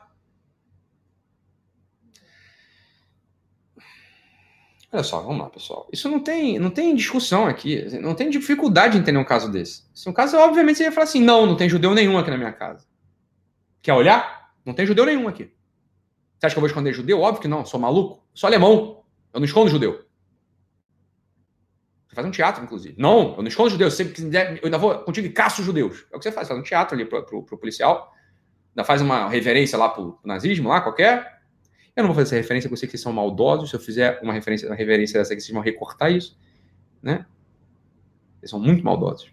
Olha só, vamos lá, pessoal. Isso não tem, não tem discussão aqui. Não tem dificuldade em entender um caso desse. Se um caso, obviamente, você ia falar assim, não, não tem judeu nenhum aqui na minha casa. Quer olhar? Não tem judeu nenhum aqui. Você acha que eu vou esconder judeu? Óbvio que não, sou maluco. Sou alemão. Eu não escondo judeu. Você faz um teatro, inclusive. Não, eu não escondo judeu. Se você quiser, eu ainda vou contigo e caço judeus. É o que você faz, faz um teatro ali pro, pro, pro policial. Ainda faz uma reverência lá pro, pro nazismo, lá, qualquer. Eu não vou fazer essa referência, porque eu sei que vocês são maldosos. Se eu fizer uma referência, uma reverência dessa aqui, vocês vão recortar isso. Né? Eles são muito maldosos.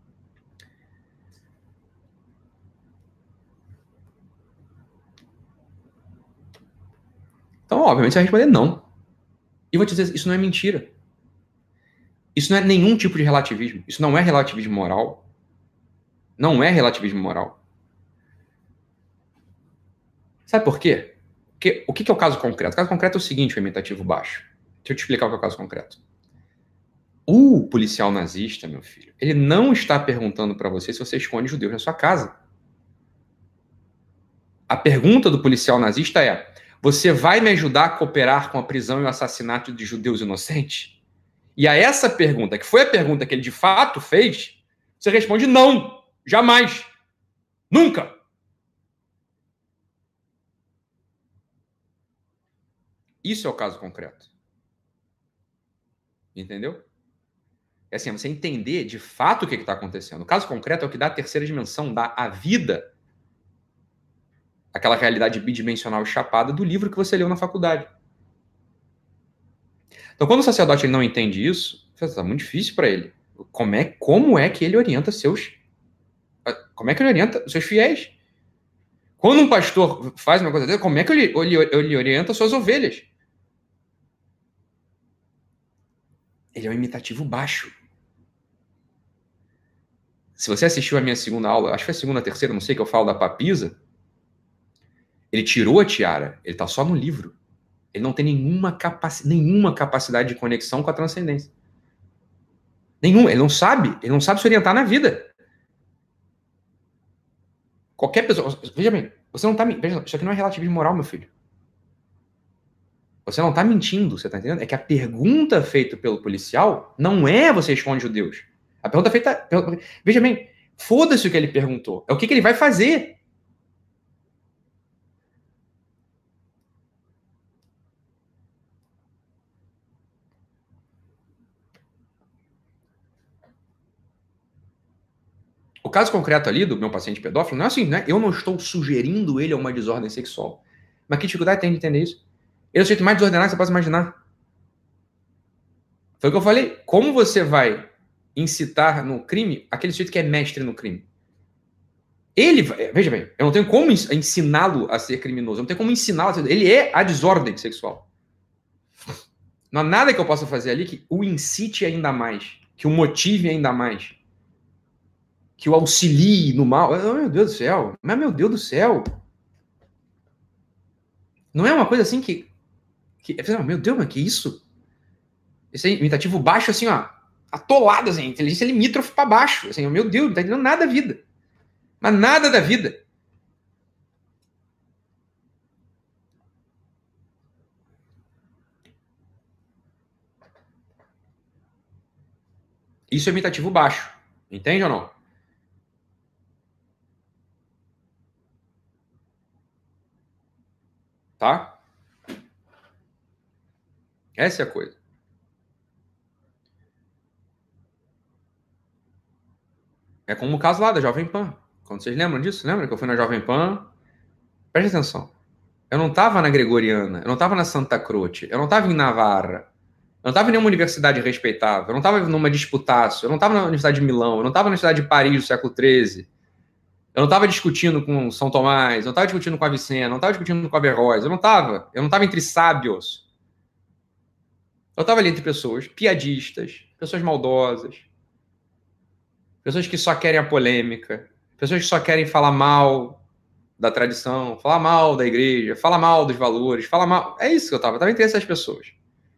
Então, obviamente, você vai responder não. E vou te dizer, isso não é mentira. Isso não é nenhum tipo de relativismo. Isso não é relativismo moral. Não é relativismo moral. Sabe por quê? Porque, o que é o caso concreto? O caso concreto é o seguinte, o imitativo baixo. Deixa eu te explicar o que é o caso concreto. O policial nazista, meu filho, ele não está perguntando para você se você esconde judeus na sua casa. A pergunta do policial nazista é, você vai me ajudar a cooperar com a prisão e o assassinato de judeus inocentes? E a essa pergunta, que foi a pergunta que ele de fato fez, você responde não, jamais, nunca. Isso é o caso concreto. Entendeu? É assim, você entender de fato o que está acontecendo. O caso concreto é o que dá a terceira dimensão, dá a vida, aquela realidade bidimensional e chapada do livro que você leu na faculdade. Então, quando o sacerdote ele não entende isso, está muito difícil para ele. Como é, como é que ele orienta seus... Como é que ele orienta os seus fiéis? Quando um pastor faz uma coisa dessa, como é que ele, ele, ele orienta suas ovelhas? Ele é um imitativo baixo. Se você assistiu a minha segunda aula, acho que foi a segunda, a terceira, não sei, que eu falo da papisa, ele tirou a tiara, ele está só no livro. Ele não tem nenhuma, capaci- nenhuma capacidade de conexão com a transcendência. Nenhum. Ele não sabe. Ele não sabe se orientar na vida. Qualquer pessoa... Veja bem, você não tá... Veja, isso aqui não é relativismo moral, meu filho. Você não tá mentindo, você tá entendendo? É que a pergunta feita pelo policial não é você responde judeus. A pergunta feita... Veja bem, foda-se o que ele perguntou. É o que, que ele vai fazer. O caso concreto ali do meu paciente pedófilo não é assim, né? Eu não estou sugerindo ele a uma desordem sexual. Mas que dificuldade tem de entender isso? Ele é o sujeito mais desordenado que você possa imaginar. Foi o que eu falei. Como você vai incitar no crime aquele sujeito que é mestre no crime? Ele, veja bem, eu não tenho como ensiná-lo a ser criminoso. Eu não tenho como ensiná-lo a ser... Ele é a desordem sexual. Não há nada que eu possa fazer ali que o incite ainda mais, que o motive ainda mais, que o auxilie no mal. Oh, meu Deus do céu. Mas, meu Deus do céu. Não é uma coisa assim que... que meu Deus, mas que isso? Esse imitativo baixo, assim, ó, atolado, assim, inteligência limítrofe para baixo. Assim, meu Deus, não tá entendendo nada da vida. Mas nada da vida. Isso é imitativo baixo. Entende ou não? Tá? Essa é a coisa. É como o caso lá da Jovem Pan. Quando vocês lembram disso? Lembra que eu fui na Jovem Pan? Preste atenção. Eu não estava na Gregoriana, eu não estava na Santa Croce, eu não estava em Navarra, eu não estava em nenhuma universidade respeitável, eu não estava numa Disputaço, eu não estava na Universidade de Milão, eu não estava na Universidade de Paris do século treze, eu não estava discutindo com São Tomás, eu não estava discutindo com a Avicena, eu não estava discutindo com a Averroes, eu não estava, eu não estava entre sábios. Eu estava ali entre pessoas piadistas, pessoas maldosas, pessoas que só querem a polêmica, pessoas que só querem falar mal da tradição, falar mal da igreja, falar mal dos valores, falar mal... É isso que eu estava, eu estava entre essas pessoas.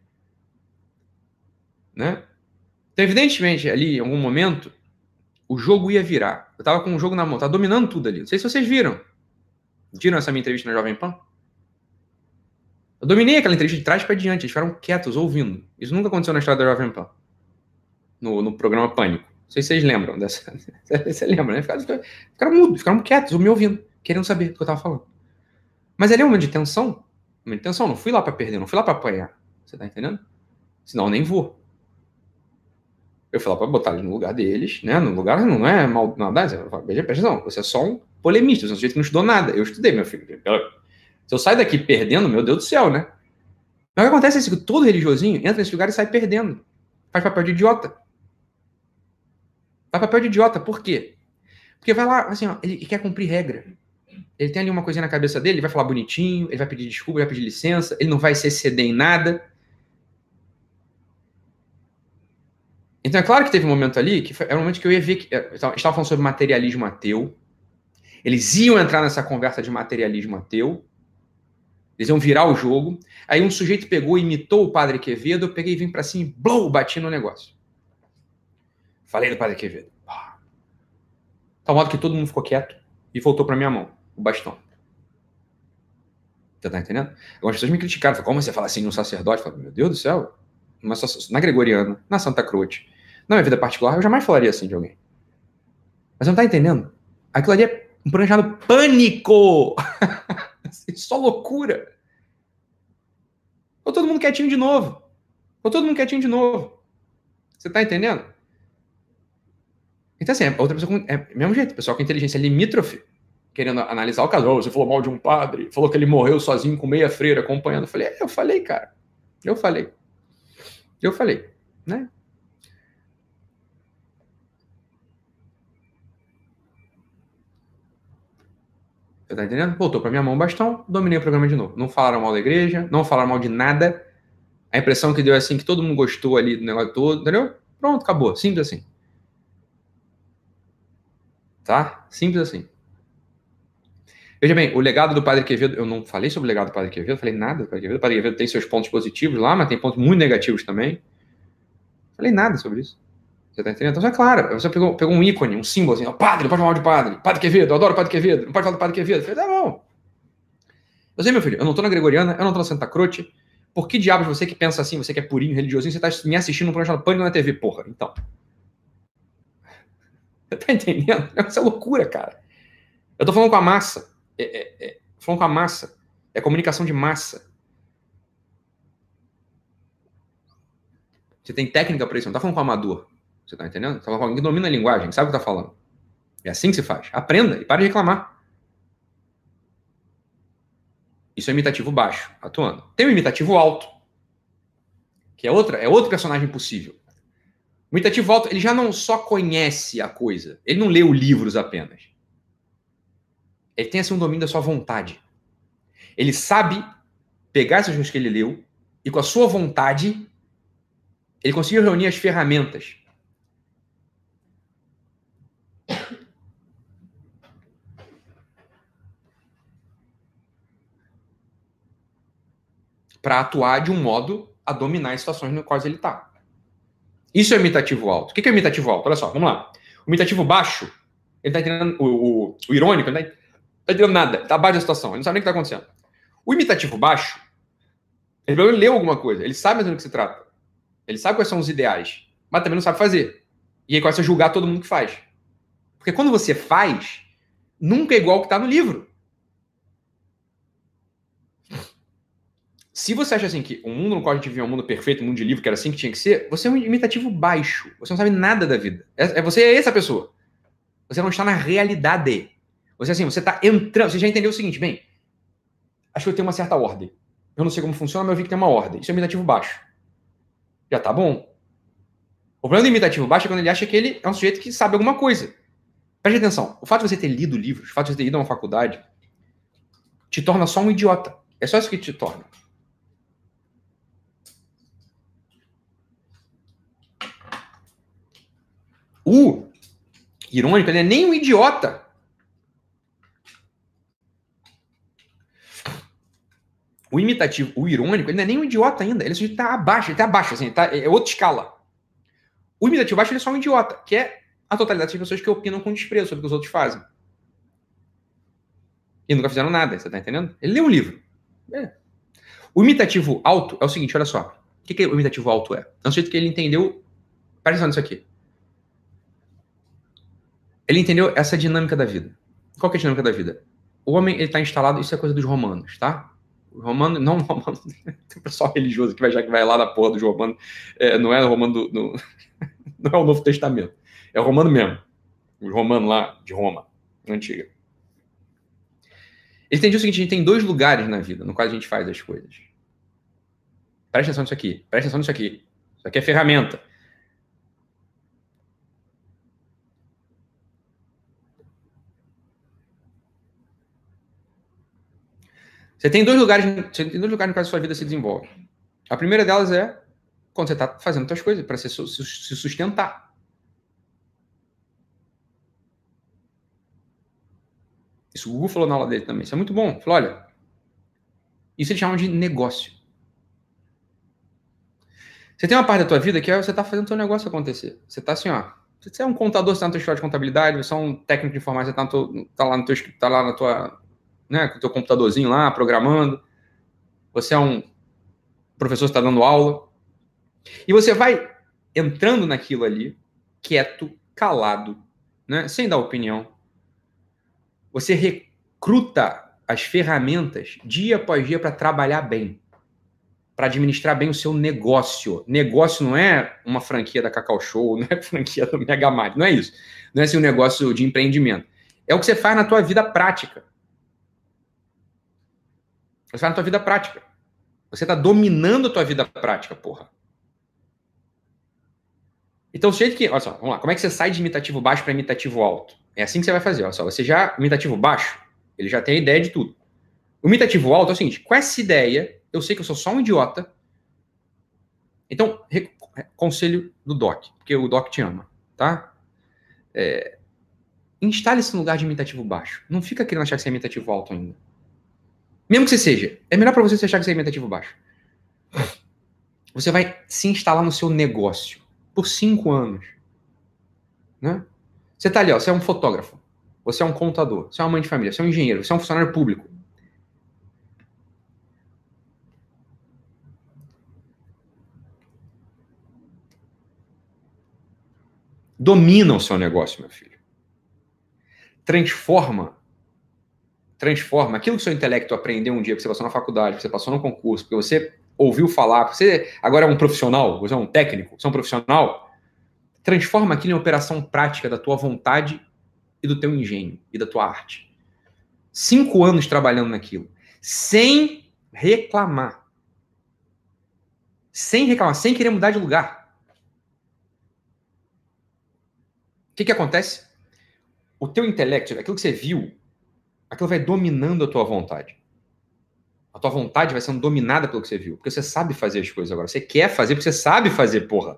Né? Então, evidentemente, ali, em algum momento, o jogo ia virar. Eu estava com o jogo na mão, estava dominando tudo ali. Não sei se vocês viram. Viram essa minha entrevista na Jovem Pan? Eu dominei aquela entrevista de trás para diante, eles ficaram quietos, ouvindo. Isso nunca aconteceu na história da Jovem Pan. No, no programa Pânico. Não sei se vocês lembram dessa. Você lembra, né? Ficaram, ficaram mudos, ficaram quietos, me ouvindo, querendo saber do que eu estava falando. Mas ali é uma de tensão. Uma de tensão, não fui lá para perder, não fui lá para apanhar. Você tá entendendo? Senão eu nem vou. Eu fui lá para botar eles no lugar deles, né? No lugar não é mal, nada. Veja, presta atenção, você é só um polemista, você é um sujeito que não estudou nada. Eu estudei, meu filho. Se eu sair daqui perdendo, meu Deus do céu, né? Mas o que acontece é que todo religiosinho entra nesse lugar e sai perdendo. Faz papel de idiota. Faz papel de idiota, por quê? Porque vai lá, assim, ó, ele quer cumprir regra. Ele tem ali uma coisinha na cabeça dele, ele vai falar bonitinho, ele vai pedir desculpa, ele vai pedir licença, ele não vai se exceder em nada. Então é claro que teve um momento ali que foi, era um momento que eu ia ver que... A gente estava falando sobre materialismo ateu. Eles iam entrar nessa conversa de materialismo ateu. Eles iam virar o jogo. Aí um sujeito pegou e imitou o Padre Quevedo, eu peguei e vim pra cima e blow, bati no negócio. Falei do Padre Quevedo. Tal modo que todo mundo ficou quieto e voltou pra minha mão, o bastão. Você tá entendendo? Algumas pessoas me criticaram. Falaram, como você fala assim de um sacerdote? Eu falei, meu Deus do céu. Na Gregoriana, na Santa Croce, na minha vida particular, eu jamais falaria assim de alguém. Mas você não tá entendendo? Aquilo ali é um programa chamado pânico. Só loucura. Ficou todo mundo quietinho de novo. Ficou todo mundo quietinho de novo. Você tá entendendo? Então, assim, outra pessoa com, é do mesmo jeito. Pessoal com inteligência limítrofe, querendo analisar o caso. Oh, você falou mal de um padre, falou que ele morreu sozinho com meia freira acompanhando. Eu falei, é, eu falei, cara. Eu falei. Eu falei, né? Você tá entendendo? Voltou pra minha mão o bastão, dominei o programa de novo. Não falaram mal da igreja, não falaram mal de nada. A impressão que deu é assim, que todo mundo gostou ali do negócio todo, entendeu? Pronto, acabou. Simples assim. Tá? Simples assim. Veja bem, o legado do Padre Quevedo, eu não falei sobre o legado do Padre Quevedo, falei nada do Padre Quevedo. O Padre Quevedo tem seus pontos positivos lá, mas tem pontos muito negativos também. Falei nada sobre isso. Você tá entendendo? Então, é claro, você pegou, pegou um ícone, um símbolo assim, ó, padre, não pode falar mal de padre. Padre Quevedo, eu adoro Padre Quevedo, não pode falar do Padre Quevedo. Eu falei, tá bom. Eu sei, meu filho, eu não tô na Gregoriana, eu não tô na Santa Croce. Por que diabos você que pensa assim, você que é purinho, religiosinho, você tá me assistindo num programa chamado Pânico na T V, porra? Então. Você tá entendendo? Isso é loucura, cara. Eu tô falando com a massa. É, é, é, falando com a massa. É comunicação de massa. Você tem técnica pra isso, não tá falando com o amador. Você tá entendendo? Tá falando com alguém que domina a linguagem, sabe o que tá falando. É assim que se faz. Aprenda e pare de reclamar. Isso é imitativo baixo, atuando. Tem o imitativo alto, que é outra, é outro personagem possível. O imitativo alto, ele já não só conhece a coisa, ele não leu livros apenas. Ele tem assim um domínio da sua vontade. Ele sabe pegar essas coisas que ele leu e com a sua vontade ele conseguiu reunir as ferramentas para atuar de um modo a dominar as situações nas quais ele está. Isso é imitativo alto. O que é imitativo alto? Olha só, vamos lá. O imitativo baixo, ele está entendendo, o, o, o irônico, ele não está entendendo nada, ele está abaixo da situação, ele não sabe nem o que está acontecendo. O imitativo baixo, ele pelo menos leu alguma coisa, ele sabe do que se trata, ele sabe quais são os ideais, mas também não sabe fazer. E aí começa a julgar todo mundo que faz. Porque quando você faz, nunca é igual ao que está no livro. Se você acha assim que o mundo no qual a gente vive é um mundo perfeito, um mundo de livro, que era assim que tinha que ser, você é um imitativo baixo. Você não sabe nada da vida. É, você é essa pessoa. Você não está na realidade. Você assim, você está entrando. Você já entendeu o seguinte, bem, acho que eu tenho uma certa ordem. Eu não sei como funciona, mas eu vi que tem uma ordem. Isso é imitativo baixo. Já tá bom. O problema do imitativo baixo é quando ele acha que ele é um sujeito que sabe alguma coisa. Preste atenção. O fato de você ter lido livros, o fato de você ter ido a uma faculdade, te torna só um idiota. É só isso que te torna. O irônico, ele é nem um idiota. O imitativo, o irônico, ele não é nem um idiota ainda. Ele está abaixo, ele está abaixo, assim, tá, é outra escala. O imitativo baixo, ele é só um idiota, que é a totalidade das pessoas que opinam com desprezo sobre o que os outros fazem. E nunca fizeram nada, você tá entendendo? Ele lê um livro. É. O imitativo alto é o seguinte, olha só. O que, que o imitativo alto é? É um jeito que ele entendeu... Presta atenção nisso aqui. Ele entendeu essa dinâmica da vida. Qual que é a dinâmica da vida? O homem, ele tá instalado... Isso é coisa dos romanos, tá? O romano... Não o romano... Tem um pessoal religioso que vai, já que vai lá na porra dos romanos. É, não é o romano do... do não é o Novo Testamento. É o romano mesmo. O romano lá de Roma. Antiga. Ele entendeu o seguinte, a gente tem dois lugares na vida no qual a gente faz as coisas. Presta atenção nisso aqui. Presta atenção nisso aqui. Isso aqui é ferramenta. Você tem dois lugares, você tem dois lugares no qual a sua vida se desenvolve. A primeira delas é quando você está fazendo suas coisas para se sustentar. Isso o Google falou na aula dele também. Isso é muito bom. Ele falou, olha, isso eles chamam de negócio. Você tem uma parte da tua vida que é você está fazendo o seu negócio acontecer. Você está assim, ó. Você é um contador, você está na tua escola de contabilidade, você é um técnico de informática, você está tá lá no teu, tá lá na tua, né, com o teu computadorzinho lá, programando. Você é um professor que está dando aula. E você vai entrando naquilo ali, quieto, calado, né, sem dar opinião. Você recruta as ferramentas dia após dia para trabalhar bem, para administrar bem o seu negócio. Negócio não é uma franquia da Cacau Show, não é franquia do Mega Mart, não é isso. Não é assim um negócio de empreendimento. É o que você faz na tua vida prática. Você faz na tua vida prática. Você está dominando a tua vida prática, porra. Então, o jeito que... Olha só, vamos lá. Como é que você sai de imitativo baixo para imitativo alto? É assim que você vai fazer. Olha só, você já... Imitativo baixo, ele já tem a ideia de tudo. O imitativo alto é o seguinte. Com essa ideia, eu sei que eu sou só um idiota. Então, rec... conselho do Doc. Porque o Doc te ama, tá? É... Instale-se no lugar de imitativo baixo. Não fica querendo achar que você é imitativo alto ainda. Mesmo que você seja. É melhor para você achar que você é imitativo baixo. Você vai se instalar no seu negócio. Por cinco anos. Né? Você está ali, ó, você é um fotógrafo, você é um contador, você é uma mãe de família, você é um engenheiro, você é um funcionário público. Domina o seu negócio, meu filho. Transforma. Transforma aquilo que o seu intelecto aprendeu um dia, que você passou na faculdade, que você passou no concurso, que você ouviu falar, que você agora é um profissional, você é um técnico, você é um profissional. Transforma aquilo em operação prática da tua vontade e do teu engenho e da tua arte. Cinco anos trabalhando naquilo, sem reclamar. Sem reclamar, sem querer mudar de lugar. O que que acontece? O teu intelecto, aquilo que você viu, aquilo vai dominando a tua vontade. A tua vontade vai sendo dominada pelo que você viu. Porque você sabe fazer as coisas agora. Você quer fazer porque você sabe fazer, porra.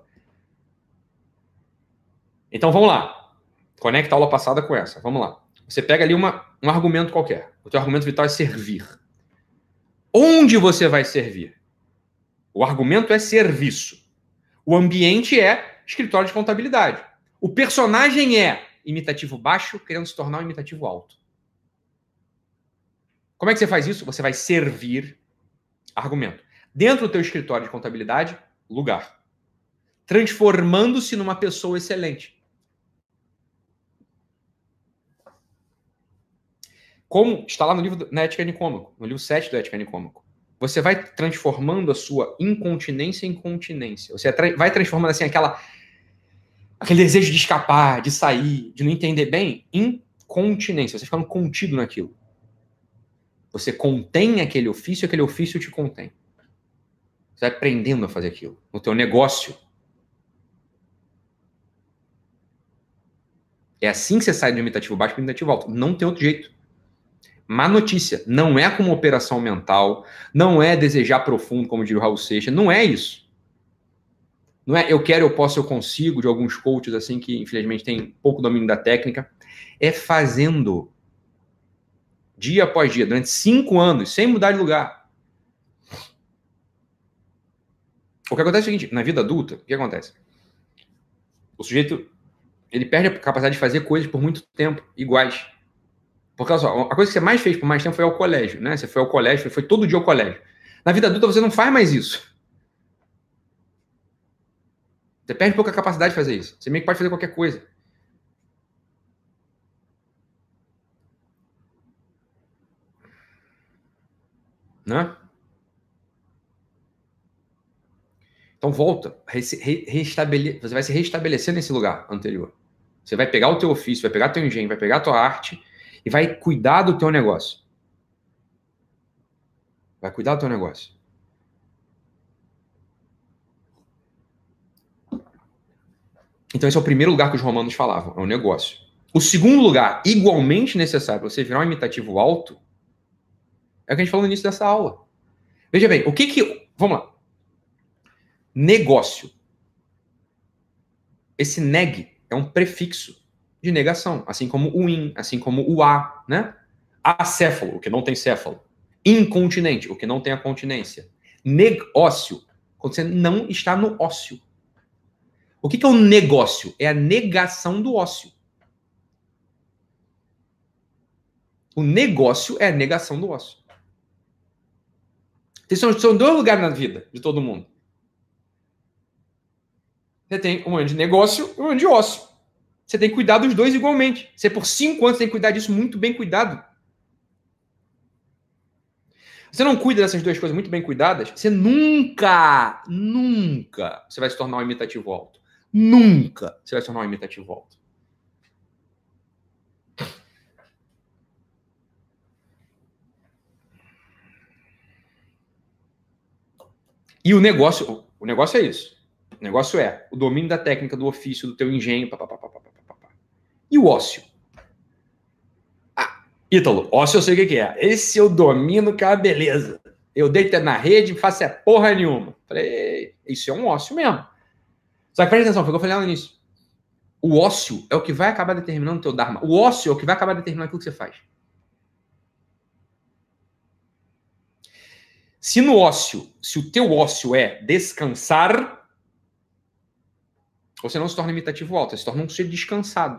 Então vamos lá. Conecta a aula passada com essa. Vamos lá. Você pega ali uma, um argumento qualquer. O teu argumento vital é servir. Onde você vai servir? O argumento é serviço. O ambiente é escritório de contabilidade. O personagem é imitativo baixo querendo se tornar um imitativo alto. Como é que você faz isso? Você vai servir argumento. Dentro do teu escritório de contabilidade, lugar. Transformando-se numa pessoa excelente. Como está lá no livro na Ética Nicômaco, no livro sete do Ética Nicômaco. Você vai transformando a sua incontinência em continência. Você vai transformando assim aquela, aquele desejo de escapar, de sair, de não entender bem, em continência. Você ficando contido naquilo. Você contém aquele ofício, aquele ofício te contém. Você vai aprendendo a fazer aquilo. No teu negócio. É assim que você sai do imitativo baixo para o imitativo alto. Não tem outro jeito. Má notícia. Não é como operação mental. Não é desejar profundo, como diria o Raul Seixas. Não é isso. Não é eu quero, eu posso, eu consigo, de alguns coaches assim que, infelizmente, têm pouco domínio da técnica. É fazendo. Dia após dia, durante cinco anos, sem mudar de lugar. O que acontece é o seguinte, na vida adulta, o que acontece? O sujeito, ele perde a capacidade de fazer coisas por muito tempo, iguais. Porque, olha só, a coisa que você mais fez por mais tempo foi ao colégio, né? Você foi ao colégio, foi todo dia ao colégio. Na vida adulta, você não faz mais isso. Você perde pouca capacidade de fazer isso. Você meio que pode fazer qualquer coisa. Né? Então volta, reestabele... você vai se reestabelecer nesse lugar anterior. Você vai pegar o teu ofício, vai pegar teu engenho, vai pegar a tua arte e vai cuidar do teu negócio. Vai cuidar do teu negócio. Então esse é o primeiro lugar que os romanos falavam, é o negócio. O segundo lugar, igualmente necessário para você virar um imitativo alto, é o que a gente falou no início dessa aula. Veja bem, o que que... Vamos lá. Negócio. Esse neg é um prefixo de negação, assim como o in, assim como o a, né? Acéfalo, o que não tem céfalo. Incontinente, o que não tem a continência. Negócio, quando você não está no ócio. O que que é o negócio? É a negação do ócio. O negócio é a negação do ócio. São, são dois lugares na vida de todo mundo. Você tem um ano de negócio e um ano de ócio. Você tem que cuidar dos dois igualmente. Você, por cinco anos, tem que cuidar disso muito bem cuidado. Você não cuida dessas duas coisas muito bem cuidadas, você nunca, nunca você vai se tornar um imitativo alto. Nunca você vai se tornar um imitativo alto. E o negócio, o negócio é isso. O negócio é o domínio da técnica, do ofício, do teu engenho. Pá, pá, pá, pá, pá, pá, pá. E o ócio? Ah, Ítalo, ócio eu sei o que é. Esse eu domino que é uma beleza. Eu deito na rede, faço é porra nenhuma. Falei, isso é um ócio mesmo. Só que presta atenção, foi o que eu falei lá no início. O ócio é o que vai acabar determinando o teu dharma. O ócio é o que vai acabar determinando aquilo que você faz. Se no ócio, se o teu ócio é descansar, você não se torna imitativo alto, você se torna um ser descansado.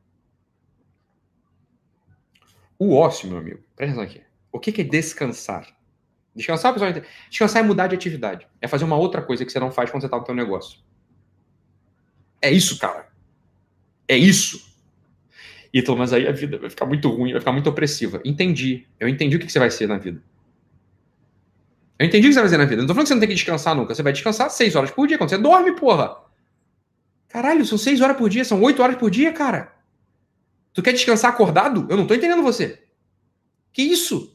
O ócio, meu amigo, presta atenção aqui. O que é descansar? Descansar, pessoal, descansar é mudar de atividade. É fazer uma outra coisa que você não faz quando você está no seu negócio. É isso, cara. É isso. Ítalo, mas aí a vida vai ficar muito ruim, vai ficar muito opressiva. Entendi. Eu entendi o que você vai ser na vida. Eu entendi o que você vai fazer na vida. Não tô falando que você não tem que descansar nunca. Você vai descansar seis horas por dia quando você dorme, porra. Caralho, são seis horas por dia, são oito horas por dia, cara. Tu quer descansar acordado? Eu não tô entendendo você. Que isso?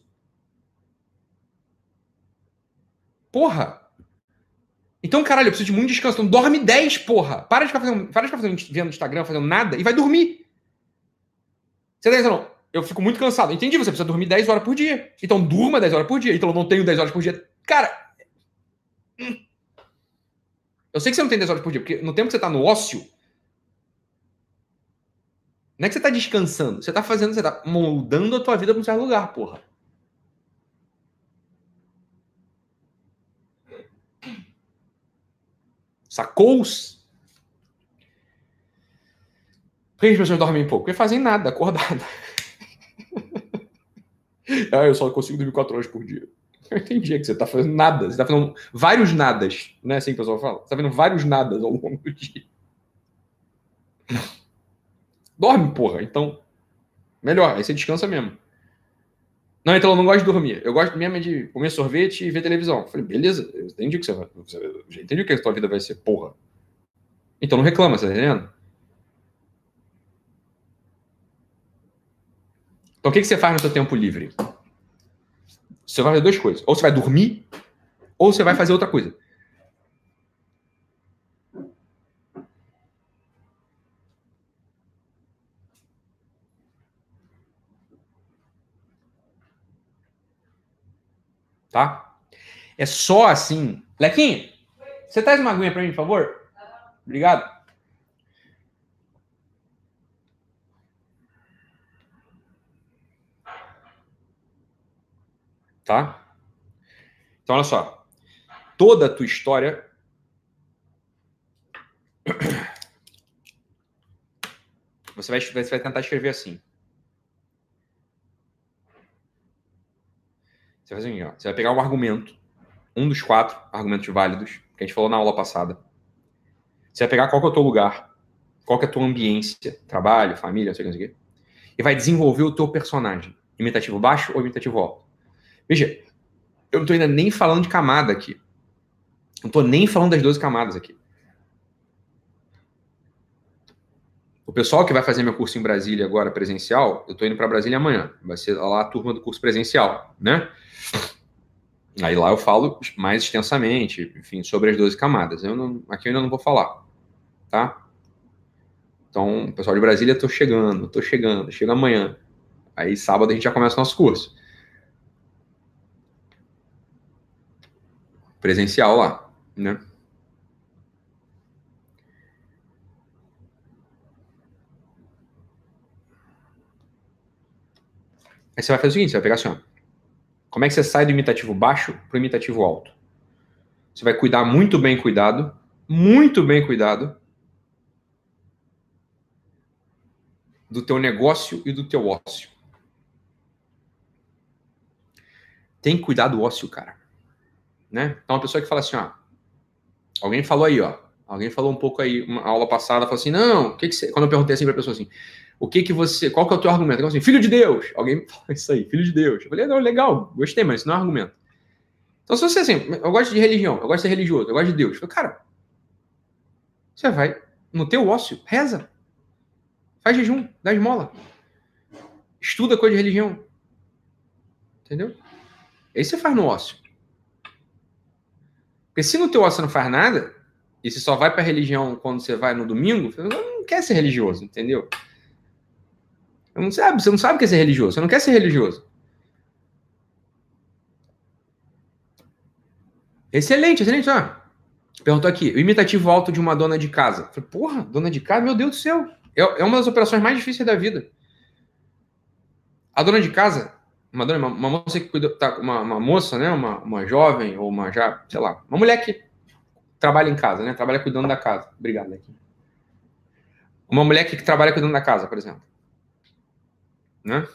Porra. Então, caralho, eu preciso de muito descanso. Então dorme dez, porra. Para de ficar fazendo, para de ficar fazendo, vendo Instagram, fazendo nada e vai dormir. Você tá entendendo? Eu fico muito cansado. Entendi, você precisa dormir dez horas por dia. Então durma dez horas por dia. Então eu não tenho dez horas por dia. Cara, eu sei que você não tem dez horas por dia, porque no tempo que você tá no ócio, não é que você tá descansando. Você tá fazendo, você tá moldando a tua vida pra um certo lugar, porra. Sacou-os? Por que as pessoas dormem pouco? Porque fazem nada, acordada. Ah, eu só consigo dormir quatro horas por dia. Eu entendi que você tá fazendo nada. Você tá fazendo vários nadas. Não é assim que o pessoal fala? Você tá fazendo vários nadas ao longo do dia. Dorme, porra. Então, melhor. Aí você descansa mesmo. Não, então eu não gosto de dormir. Eu gosto mesmo de comer sorvete e ver televisão. Eu falei, beleza. Eu entendi o que você vai... Eu já entendi o que a tua vida vai ser, porra. Então não reclama, você tá entendendo? Então o que, que você faz no seu tempo livre? Você vai fazer duas coisas. Ou você vai dormir, ou você vai fazer outra coisa. Tá? É só assim. Lequinho, você traz uma aguinha pra mim, por favor? Obrigado. Tá? Então, olha só. Toda a tua história... Você vai, você vai tentar escrever assim. Você vai fazer assim, ó. Você vai pegar um argumento, um dos quatro argumentos válidos que a gente falou na aula passada. Você vai pegar qual que é o teu lugar, qual que é a tua ambiência, trabalho, família, não sei o que, não sei o que, e vai desenvolver o teu personagem. Imitativo baixo ou imitativo alto. Veja, eu não tô ainda nem falando de camada aqui. Não tô nem falando das doze camadas aqui. O pessoal que vai fazer meu curso em Brasília agora, presencial, eu tô indo para Brasília amanhã. Vai ser lá a turma do curso presencial, né? Aí lá eu falo mais extensamente, enfim, sobre as doze camadas. Eu não, aqui eu ainda não vou falar, tá? Então, pessoal de Brasília, eu tô chegando, tô chegando, chego amanhã. Aí sábado a gente já começa o nosso curso. Presencial lá, né? Aí você vai fazer o seguinte, você vai pegar assim, ó. Como é que você sai do imitativo baixo para o imitativo alto? Você vai cuidar muito bem cuidado, muito bem cuidado do teu negócio e do teu ócio. Tem que cuidar do ócio, cara. Né? Então, uma pessoa que fala assim, ó, alguém falou aí, ó, alguém falou um pouco aí, uma aula passada, falou assim, não, o que que você... Quando eu perguntei assim pra pessoa assim, o que que você... Qual que é o teu argumento? Eu falei assim, filho de Deus. Alguém falou isso aí, filho de Deus. Eu falei, não, legal, gostei, mas isso não é argumento. Então, se você assim, eu gosto de religião, eu gosto de ser religioso, eu gosto de Deus. Eu falei, cara, você vai no teu ócio, reza. Faz jejum, dá esmola. Estuda coisa de religião. Entendeu? Aí você faz no ócio. Porque se no teu ócio você não faz nada, e você só vai pra religião quando você vai no domingo, você não quer ser religioso, entendeu? Você não sabe, você não sabe o que é ser religioso, você não quer ser religioso. Excelente, excelente. Ah, perguntou aqui, o imitativo alto de uma dona de casa. Eu falei, porra, dona de casa, meu Deus do céu. É, é uma das operações mais difíceis da vida. A dona de casa, uma, dona, uma, uma moça que cuida, tá, uma, uma moça, né, uma, uma jovem, ou uma já, sei lá, uma mulher que trabalha em casa, né, trabalha cuidando da casa. Obrigado, aqui. Uma mulher que trabalha cuidando da casa, por exemplo. Né?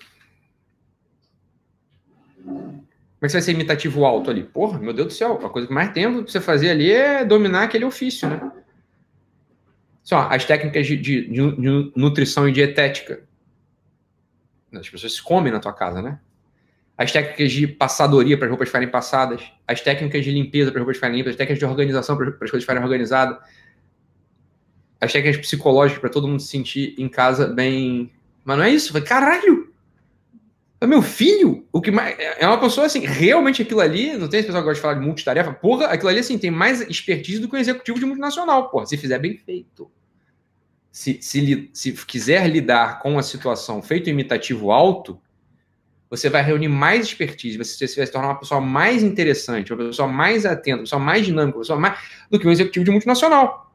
Como é que você vai ser imitativo alto ali? Porra, meu Deus do céu, a coisa que mais tem pra você fazer ali é dominar aquele ofício, né? Só, as técnicas de, de, de nutrição e dietética. As pessoas se comem na tua casa, né? As técnicas de passadoria para as roupas ficarem passadas, as técnicas de limpeza para as roupas ficarem limpas, as técnicas de organização para as coisas ficarem organizadas, as técnicas psicológicas para todo mundo se sentir em casa bem... Mas não é isso, vai, caralho! É meu filho, o que mais... é uma pessoa assim, realmente aquilo ali, não tem esse pessoal que gosta de falar de multitarefa, porra, aquilo ali assim, tem mais expertise do que um executivo de multinacional, porra, se fizer bem feito. Se, se, se quiser lidar com a situação feito imitativo alto, você vai reunir mais expertise, você, você vai se tornar uma pessoa mais interessante, uma pessoa mais atenta, uma pessoa mais dinâmica, uma pessoa mais do que um executivo de multinacional.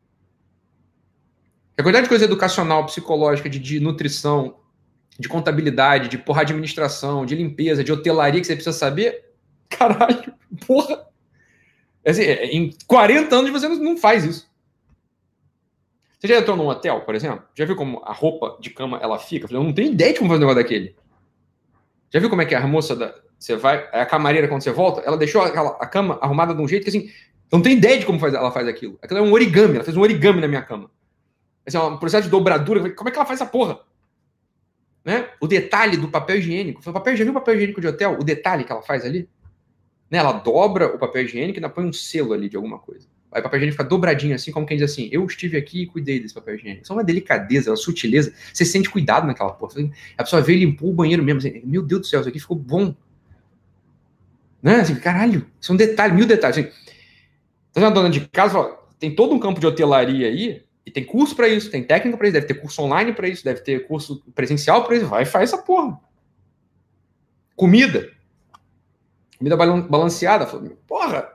A quantidade de coisa educacional, psicológica, de, de nutrição, de contabilidade, de porra, administração, de limpeza, de hotelaria que você precisa saber, caralho, porra. Assim, em quarenta anos você não faz isso. Você já entrou num hotel, por exemplo? Já viu como a roupa de cama ela fica? Eu não tenho ideia de como fazer um negócio daquele. Já viu como é que a moça da... Você vai... A camareira, quando você volta, ela deixou aquela, a cama arrumada de um jeito que, assim, eu não tenho ideia de como faz, ela faz aquilo. Aquilo é um origami. Ela fez um origami na minha cama. Assim, um processo de dobradura. Como é que ela faz essa porra? Né? O detalhe do papel higiênico. O papel, já viu o papel higiênico de hotel? O detalhe que ela faz ali? Né? Ela dobra o papel higiênico e ainda põe um selo ali de alguma coisa. Aí o papel higiênico fica dobradinho, assim, como quem diz assim, eu estive aqui e cuidei desse papel higiênico. Isso é uma delicadeza, uma sutileza. Você sente cuidado naquela porra. A pessoa veio e limpou o banheiro mesmo. Assim, meu Deus do céu, isso aqui ficou bom. Né? Assim, caralho, isso é um detalhe, mil detalhes. Assim, então, uma dona de casa, ó, tem todo um campo de hotelaria aí, e tem curso para isso, tem técnica para isso, deve ter curso online para isso, deve ter curso presencial para isso. Vai e faz essa porra. Comida. Comida balanceada. Porra.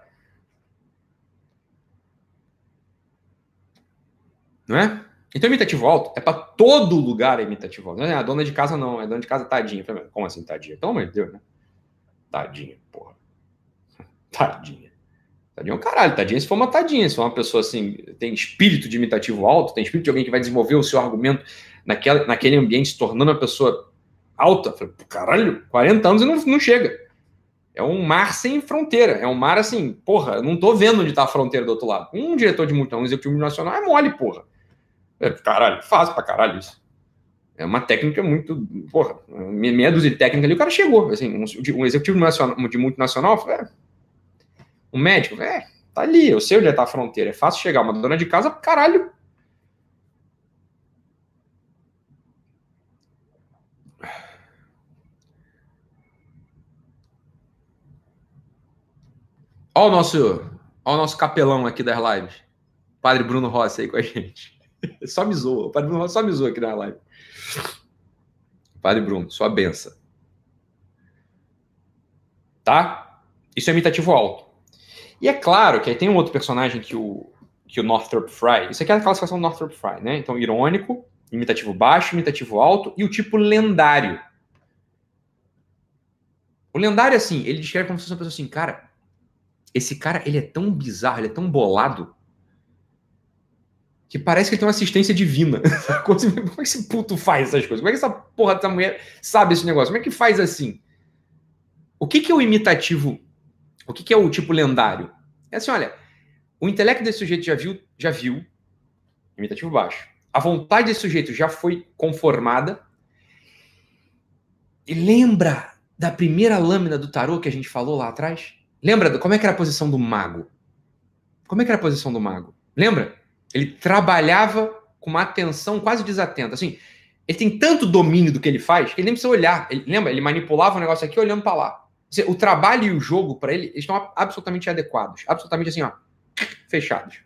Não é? Então, imitativo alto é para todo lugar é imitativo alto. Não é a dona de casa, não. É a dona de casa tadinha. Como assim, tadinha? Pelo amor de Deus, né? Tadinha, porra. Tadinha. Tadinha é um caralho. Tadinha se for uma tadinha. Se for uma pessoa assim, tem espírito de imitativo alto, tem espírito de alguém que vai desenvolver o seu argumento naquela, naquele ambiente, se tornando uma pessoa alta. Caralho, quarenta anos e não, não chega. É um mar sem fronteira. É um mar assim, porra, eu não tô vendo onde tá a fronteira do outro lado. Um diretor de multidão, um executivo nacional é mole, porra. É, caralho, fácil pra caralho isso. É uma técnica muito... Porra, meia dúzia de técnica ali, o cara chegou. Assim, um, um executivo de multinacional, é, um médico, é, tá ali, eu sei onde tá a fronteira, é fácil chegar. Uma dona de casa, caralho. Olha o nosso, ó o nosso capelão aqui das lives. Padre Bruno Rossi aí com a gente. Só me zoa. O Padre Bruno Rossi só me zoa aqui na live. Padre Bruno, sua benção. Tá? Isso é imitativo alto. E é claro que aí tem um outro personagem que o, que o Northrop Frye... Isso aqui é a classificação do Northrop Frye, né? Então, irônico, imitativo baixo, imitativo alto e o tipo lendário. O lendário, assim, ele descreve como se fosse uma pessoa assim, cara, esse cara, ele é tão bizarro, ele é tão bolado, que parece que ele tem uma assistência divina. Como é que esse puto faz essas coisas? Como é que essa porra dessa mulher sabe esse negócio? Como é que faz assim? O que, que é o imitativo? O que, que é o tipo lendário? É assim, olha, o intelecto desse sujeito já viu, já viu, imitativo baixo. A vontade desse sujeito já foi conformada. E lembra da primeira lâmina do tarô que a gente falou lá atrás? Lembra como é que era a posição do mago? Como é que era a posição do mago? Lembra? Ele trabalhava com uma atenção quase desatenta. Assim, ele tem tanto domínio do que ele faz que ele nem precisa olhar. Ele, lembra? Ele manipulava o negócio aqui olhando para lá. O trabalho e o jogo, para ele, eles estão absolutamente adequados. Absolutamente assim, ó, fechados.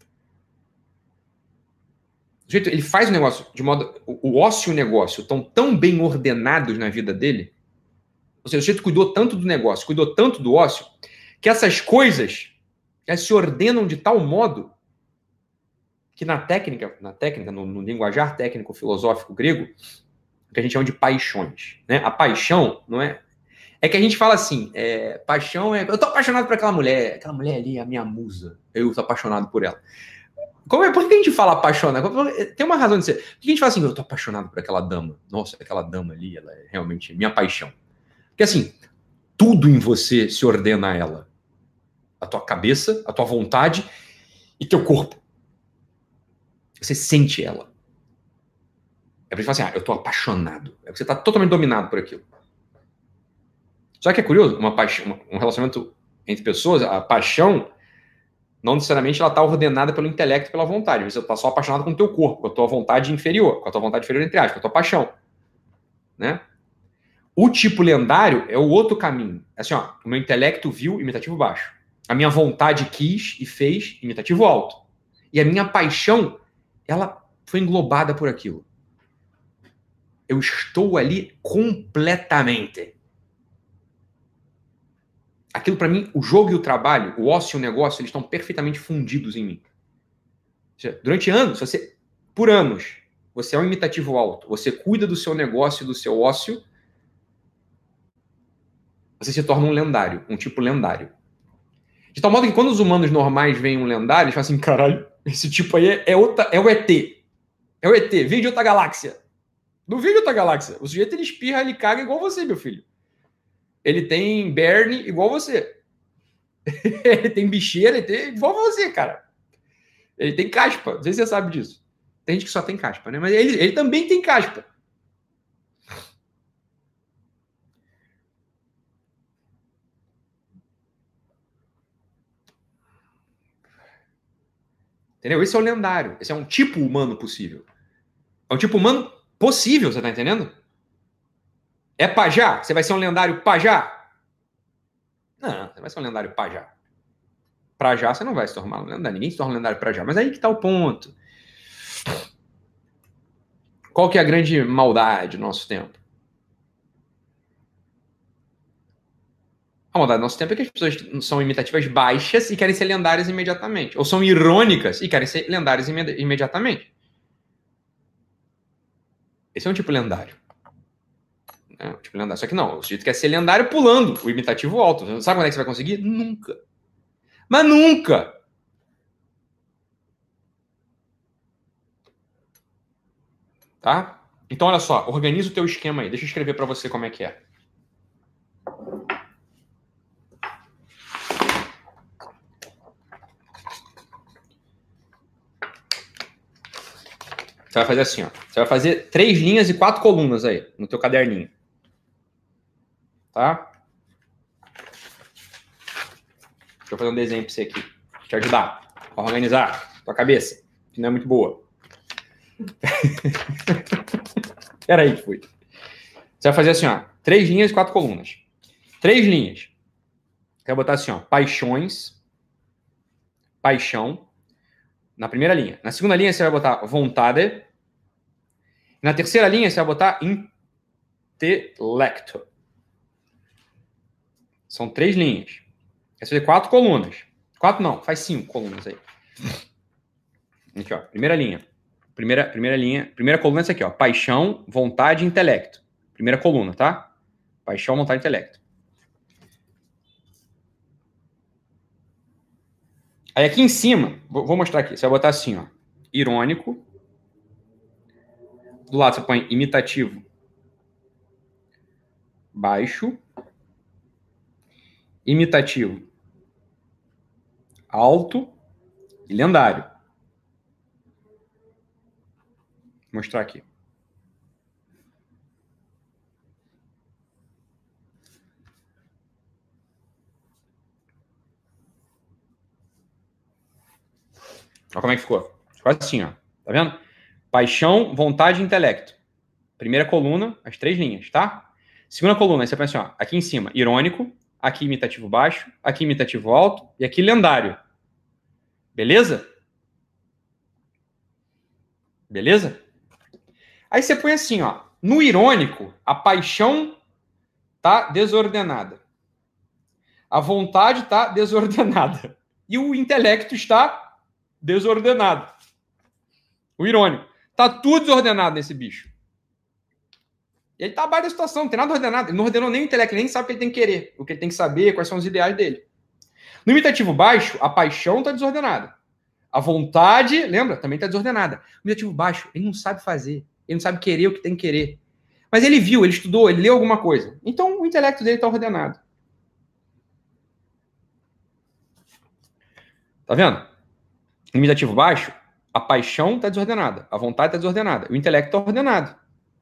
O jeito, ele faz o negócio de modo... O, o ócio e o negócio estão tão bem ordenados na vida dele. Ou seja, o jeito cuidou tanto do negócio, cuidou tanto do ócio, que essas coisas elas se ordenam de tal modo que na técnica, na técnica, no, no linguajar técnico-filosófico grego, que a gente chama de paixões. Né? A paixão não é... É que a gente fala assim, é, paixão é... Eu tô apaixonado por aquela mulher, aquela mulher ali é a minha musa, eu tô apaixonado por ela. Como é, por que a gente fala apaixonado? Tem uma razão de ser. Por que a gente fala assim, eu tô apaixonado por aquela dama? Nossa, aquela dama ali, ela é realmente minha paixão. Porque assim, tudo em você se ordena a ela. A tua cabeça, a tua vontade e teu corpo. Você sente ela. É pra gente falar assim, ah, eu tô apaixonado. É porque você tá totalmente dominado por aquilo. Só que é curioso, uma paixão, um relacionamento entre pessoas, a paixão, não necessariamente ela tá ordenada pelo intelecto e pela vontade. Você tá só apaixonado com o teu corpo, com a tua vontade inferior, com a tua vontade inferior entre aspas, com a tua paixão. Né? O tipo lendário é o outro caminho. É assim, ó, o meu intelecto viu imitativo baixo. A minha vontade quis e fez imitativo alto. E a minha paixão, ela foi englobada por aquilo. Eu estou ali completamente. Aquilo para mim, o jogo e o trabalho, o ócio e o negócio, eles estão perfeitamente fundidos em mim. Ou seja, durante anos, você, por anos, você é um imitativo alto, você cuida do seu negócio e do seu ócio, você se torna um lendário, um tipo lendário. De tal modo que quando os humanos normais veem um lendário, eles falam assim, caralho, esse tipo aí é, é, outra, é o E T. É o E T, vem de outra galáxia. Não vem de outra galáxia. O sujeito, ele espirra, ele caga igual você, meu filho. Ele tem berne igual você. Ele tem bicheira, ele tem igual você, cara. Ele tem caspa. Não sei se você sabe disso. Tem gente que só tem caspa, né? Mas ele, ele também tem caspa. Entendeu? Esse é o lendário. Esse é um tipo humano possível. É um tipo humano possível, você tá entendendo? É pajá? Você vai ser um lendário pajá? Não, você vai ser um lendário pajá. Pra já você não vai se tornar um lendário. Ninguém se torna um lendário pra já. Mas aí que tá o ponto. Qual que é a grande maldade do nosso tempo? A maldade do nosso tempo é que as pessoas são imitativas baixas e querem ser lendárias imediatamente. Ou são irônicas e querem ser lendárias imed- imediatamente. Esse é um tipo lendário. É um tipo lendário. Só que não, o sujeito quer ser lendário pulando o imitativo alto. Sabe quando é que você vai conseguir? Nunca. Mas nunca! Tá? Então, olha só, organiza o teu esquema aí. Deixa eu escrever para você como é que é. Você vai fazer assim, ó. Você vai fazer três linhas e quatro colunas aí, no teu caderninho. Tá? Deixa eu fazer um desenho para você aqui. Te ajudar a organizar tua cabeça, que não é muito boa. Peraí, fui. Você vai fazer assim, ó. Três linhas e quatro colunas. Três linhas. Você vai botar assim, ó. Paixões. Paixão. Na primeira linha. Na segunda linha, você vai botar vontade. Na terceira linha, você vai botar intelecto. São três linhas. Vai fazer quatro colunas. Quatro não, faz cinco colunas aí. Aqui, ó. Primeira linha. Primeira, primeira linha. Primeira coluna é essa aqui, ó. Paixão, vontade e intelecto. Primeira coluna, tá? Paixão, vontade e intelecto. Aí aqui em cima, vou mostrar aqui. Você vai botar assim, ó. Irônico. Do lado você põe imitativo. Baixo. Imitativo. Alto. E lendário. Vou mostrar aqui. Olha como é que ficou. Ficou assim, ó. Tá vendo? Paixão, vontade e intelecto. Primeira coluna, as três linhas, tá? Segunda coluna, aí você pensa assim, ó. Aqui em cima, irônico. Aqui imitativo baixo. Aqui imitativo alto. E aqui lendário. Beleza? Beleza? Aí você põe assim, ó. No irônico, a paixão tá desordenada. A vontade tá desordenada. E o intelecto está desordenado. O irônico. Tá tudo desordenado nesse bicho. Ele tá abaixo da situação, não tem nada ordenado. Ele não ordenou nem o intelecto, ele nem sabe o que ele tem que querer, o que ele tem que saber, quais são os ideais dele. No imitativo baixo, a paixão tá desordenada. A vontade, lembra? Também está desordenada. O imitativo baixo, ele não sabe fazer. Ele não sabe querer o que tem que querer. Mas ele viu, ele estudou, ele leu alguma coisa. Então, o intelecto dele está ordenado. Tá vendo? No imitativo baixo, a paixão está desordenada. A vontade está desordenada. O intelecto está ordenado.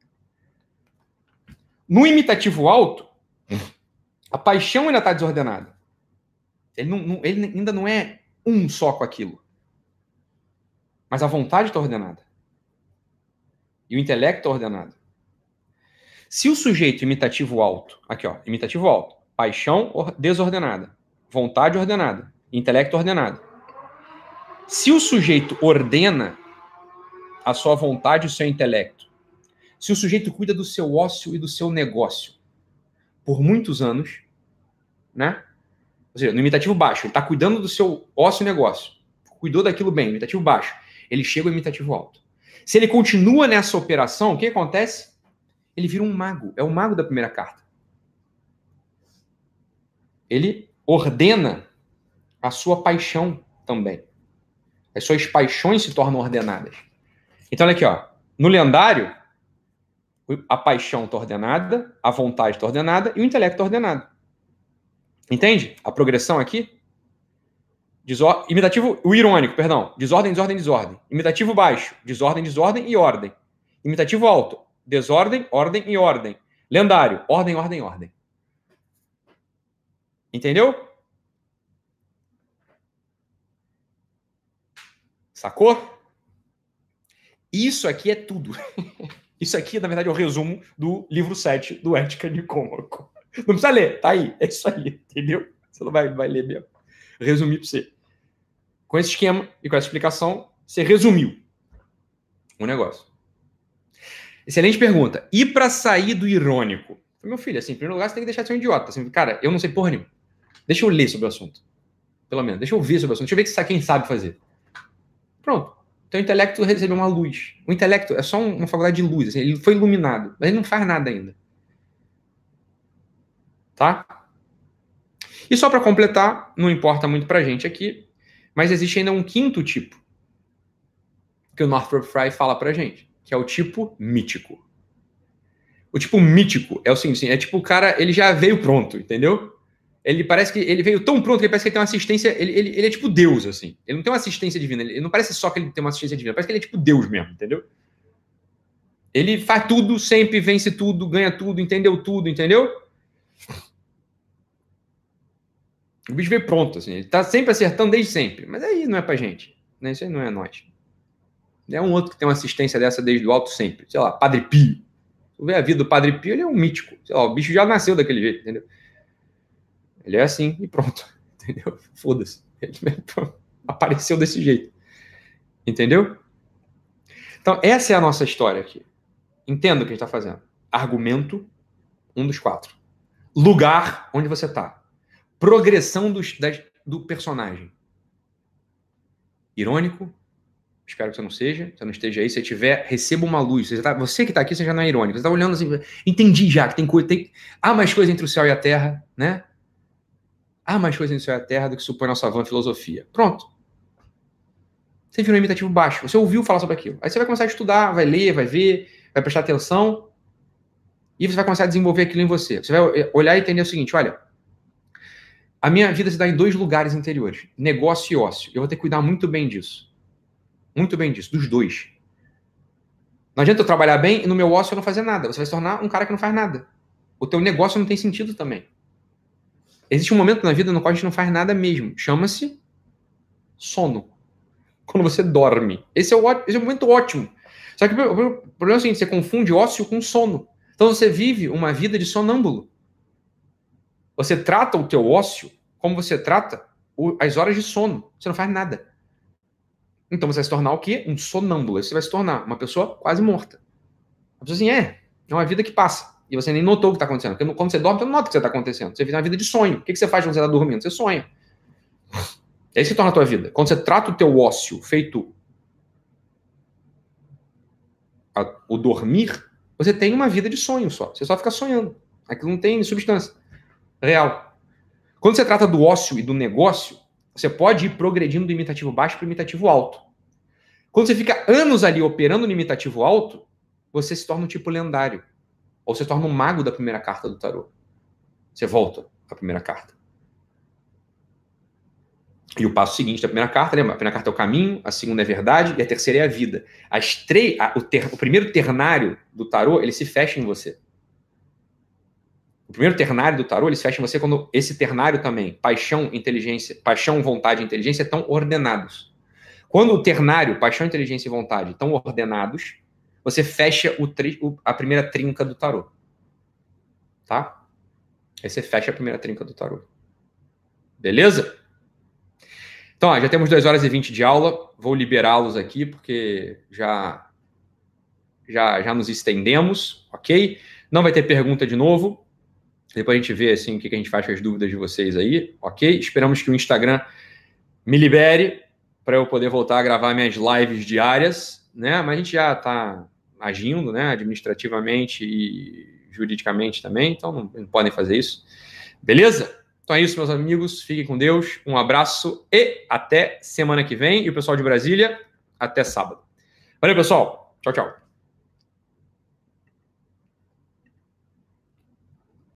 No imitativo alto, a paixão ainda está desordenada. Ele, não, não, ele ainda não é um só com aquilo. Mas a vontade está ordenada. E o intelecto está ordenado. Se o sujeito imitativo alto, aqui ó, imitativo alto, paixão desordenada, vontade ordenada, intelecto ordenado. Se o sujeito ordena a sua vontade e o seu intelecto, se o sujeito cuida do seu ócio e do seu negócio por muitos anos, né? Ou seja, no imitativo baixo, ele está cuidando do seu ócio e negócio, cuidou daquilo bem, imitativo baixo, ele chega ao imitativo alto. Se ele continua nessa operação, o que acontece? Ele vira um mago, é o mago da primeira carta. Ele ordena a sua paixão também. As suas paixões se tornam ordenadas. Então, olha aqui, ó. No lendário, a paixão está ordenada, a vontade está ordenada e o intelecto está ordenado. Entende? A progressão aqui? Desor... Imitativo, o irônico, perdão. Desordem, desordem, desordem. Imitativo baixo, desordem, desordem e ordem. Imitativo alto, desordem, ordem e ordem. Lendário, ordem, ordem, ordem. Entendeu? Sacou? Isso aqui é tudo. Isso aqui, na verdade, é o resumo do livro sete do Ética Nicômaco. Não precisa ler, tá aí. É isso aí, entendeu? Você não vai, vai ler mesmo. Resumir para você. Com esse esquema e com essa explicação, você resumiu o negócio. Excelente pergunta. E para sair do irônico? Meu filho, assim, em primeiro lugar, você tem que deixar de ser um idiota. Assim, cara, eu não sei porra nenhuma. Deixa eu ler sobre o assunto. Pelo menos. Deixa eu ver sobre o assunto. Deixa eu ver que quem sabe fazer. Pronto. Então o intelecto recebeu uma luz. O intelecto é só uma faculdade de luz. Assim, ele foi iluminado, mas ele não faz nada ainda. Tá? E só para completar, não importa muito pra gente aqui, mas existe ainda um quinto tipo que o Northrop Frye fala pra gente, que é o tipo mítico. O tipo mítico é o seguinte, é tipo o cara, ele já veio pronto, entendeu? Ele parece que ele veio tão pronto que ele parece que ele tem uma assistência, ele, ele, ele é tipo Deus, assim. Ele não tem uma assistência divina, ele não parece só que ele tem uma assistência divina, parece que ele é tipo Deus mesmo, entendeu? Ele faz tudo, sempre vence tudo, ganha tudo, entendeu tudo, entendeu? O bicho veio pronto, assim. Ele tá sempre acertando desde sempre. Mas aí não é pra gente. Né? Isso aí não é nós. É um outro que tem uma assistência dessa desde o alto sempre. Sei lá, Padre Pio. Tu vê a vida do Padre Pio, ele é um mítico. Sei lá, o bicho já nasceu daquele jeito, entendeu? Ele é assim e pronto. Entendeu? Foda-se. Ele apareceu desse jeito. Entendeu? Então, essa é a nossa história aqui. Entenda o que a gente tá fazendo. Argumento, um dos quatro. Lugar onde você tá. Progressão do, das, do personagem. Irônico. Espero que você não seja. Você não esteja aí. Se você tiver, receba uma luz. Você, tá, você que está aqui, você já não é irônico. Você está olhando assim. Entendi já que tem coisa. Tem, há mais coisa entre o céu e a terra, né? Há mais coisa entre o céu e a terra do que supõe nossa vã filosofia. Pronto. Você virou um imitativo baixo. Você ouviu falar sobre aquilo. Aí você vai começar a estudar, vai ler, vai ver, vai prestar atenção. E você vai começar a desenvolver aquilo em você. Você vai olhar e entender o seguinte: olha. A minha vida se dá em dois lugares interiores, negócio e ócio. Eu vou ter que cuidar muito bem disso. Muito bem disso, dos dois. Não adianta eu trabalhar bem e no meu ócio eu não fazer nada. Você vai se tornar um cara que não faz nada. O teu negócio não tem sentido também. Existe um momento na vida no qual a gente não faz nada mesmo. Chama-se sono. Quando você dorme. Esse é o, esse é o momento ótimo. Só que o problema é o seguinte, você confunde ócio com sono. Então você vive uma vida de sonâmbulo. Você trata o teu ócio como você trata o, as horas de sono. Você não faz nada. Então você vai se tornar o quê? Um sonâmbulo. Você vai se tornar uma pessoa quase morta. A pessoa assim, é, é uma vida que passa. E você nem notou o que está acontecendo. Porque quando você dorme, você não nota o que está acontecendo. Você vive uma vida de sonho. O que você faz quando você está dormindo? Você sonha. É isso que se torna a tua vida. Quando você trata o teu ócio feito a, o dormir, você tem uma vida de sonho só. Você só fica sonhando. Aquilo não tem substância real. Quando você trata do ócio e do negócio, Você pode ir progredindo do imitativo baixo para o imitativo alto. Quando você fica anos ali operando no imitativo alto, você se torna um tipo lendário. Ou você torna um mago da primeira carta do tarô. Você volta à primeira carta. E o passo seguinte da primeira carta, lembra? A primeira carta é o caminho, a segunda é a verdade e a terceira é a vida. As três, a, o, ter, o primeiro ternário do tarô, ele se fecha em você. O primeiro ternário do tarô, ele se fecha em você quando esse ternário também, paixão, inteligência, paixão, vontade e inteligência, estão ordenados. Quando o ternário, paixão, inteligência e vontade estão ordenados, você fecha o tri, o, a primeira trinca do tarô. Tá? Aí você fecha a primeira trinca do tarô. Beleza? Então, ó, já temos duas horas e vinte de aula. Vou liberá-los aqui, porque já, já, já nos estendemos, ok? Não vai ter pergunta de novo. Depois a gente vê assim, o que a gente faz com as dúvidas de vocês aí, ok? Esperamos que o Instagram me libere para eu poder voltar a gravar minhas lives diárias, né? Mas a gente já está agindo, né? Administrativamente e juridicamente também, então não, não podem fazer isso. Beleza? Então é isso, meus amigos. Fiquem com Deus. Um abraço e até semana que vem. E o pessoal de Brasília, até sábado. Valeu, pessoal. Tchau, tchau.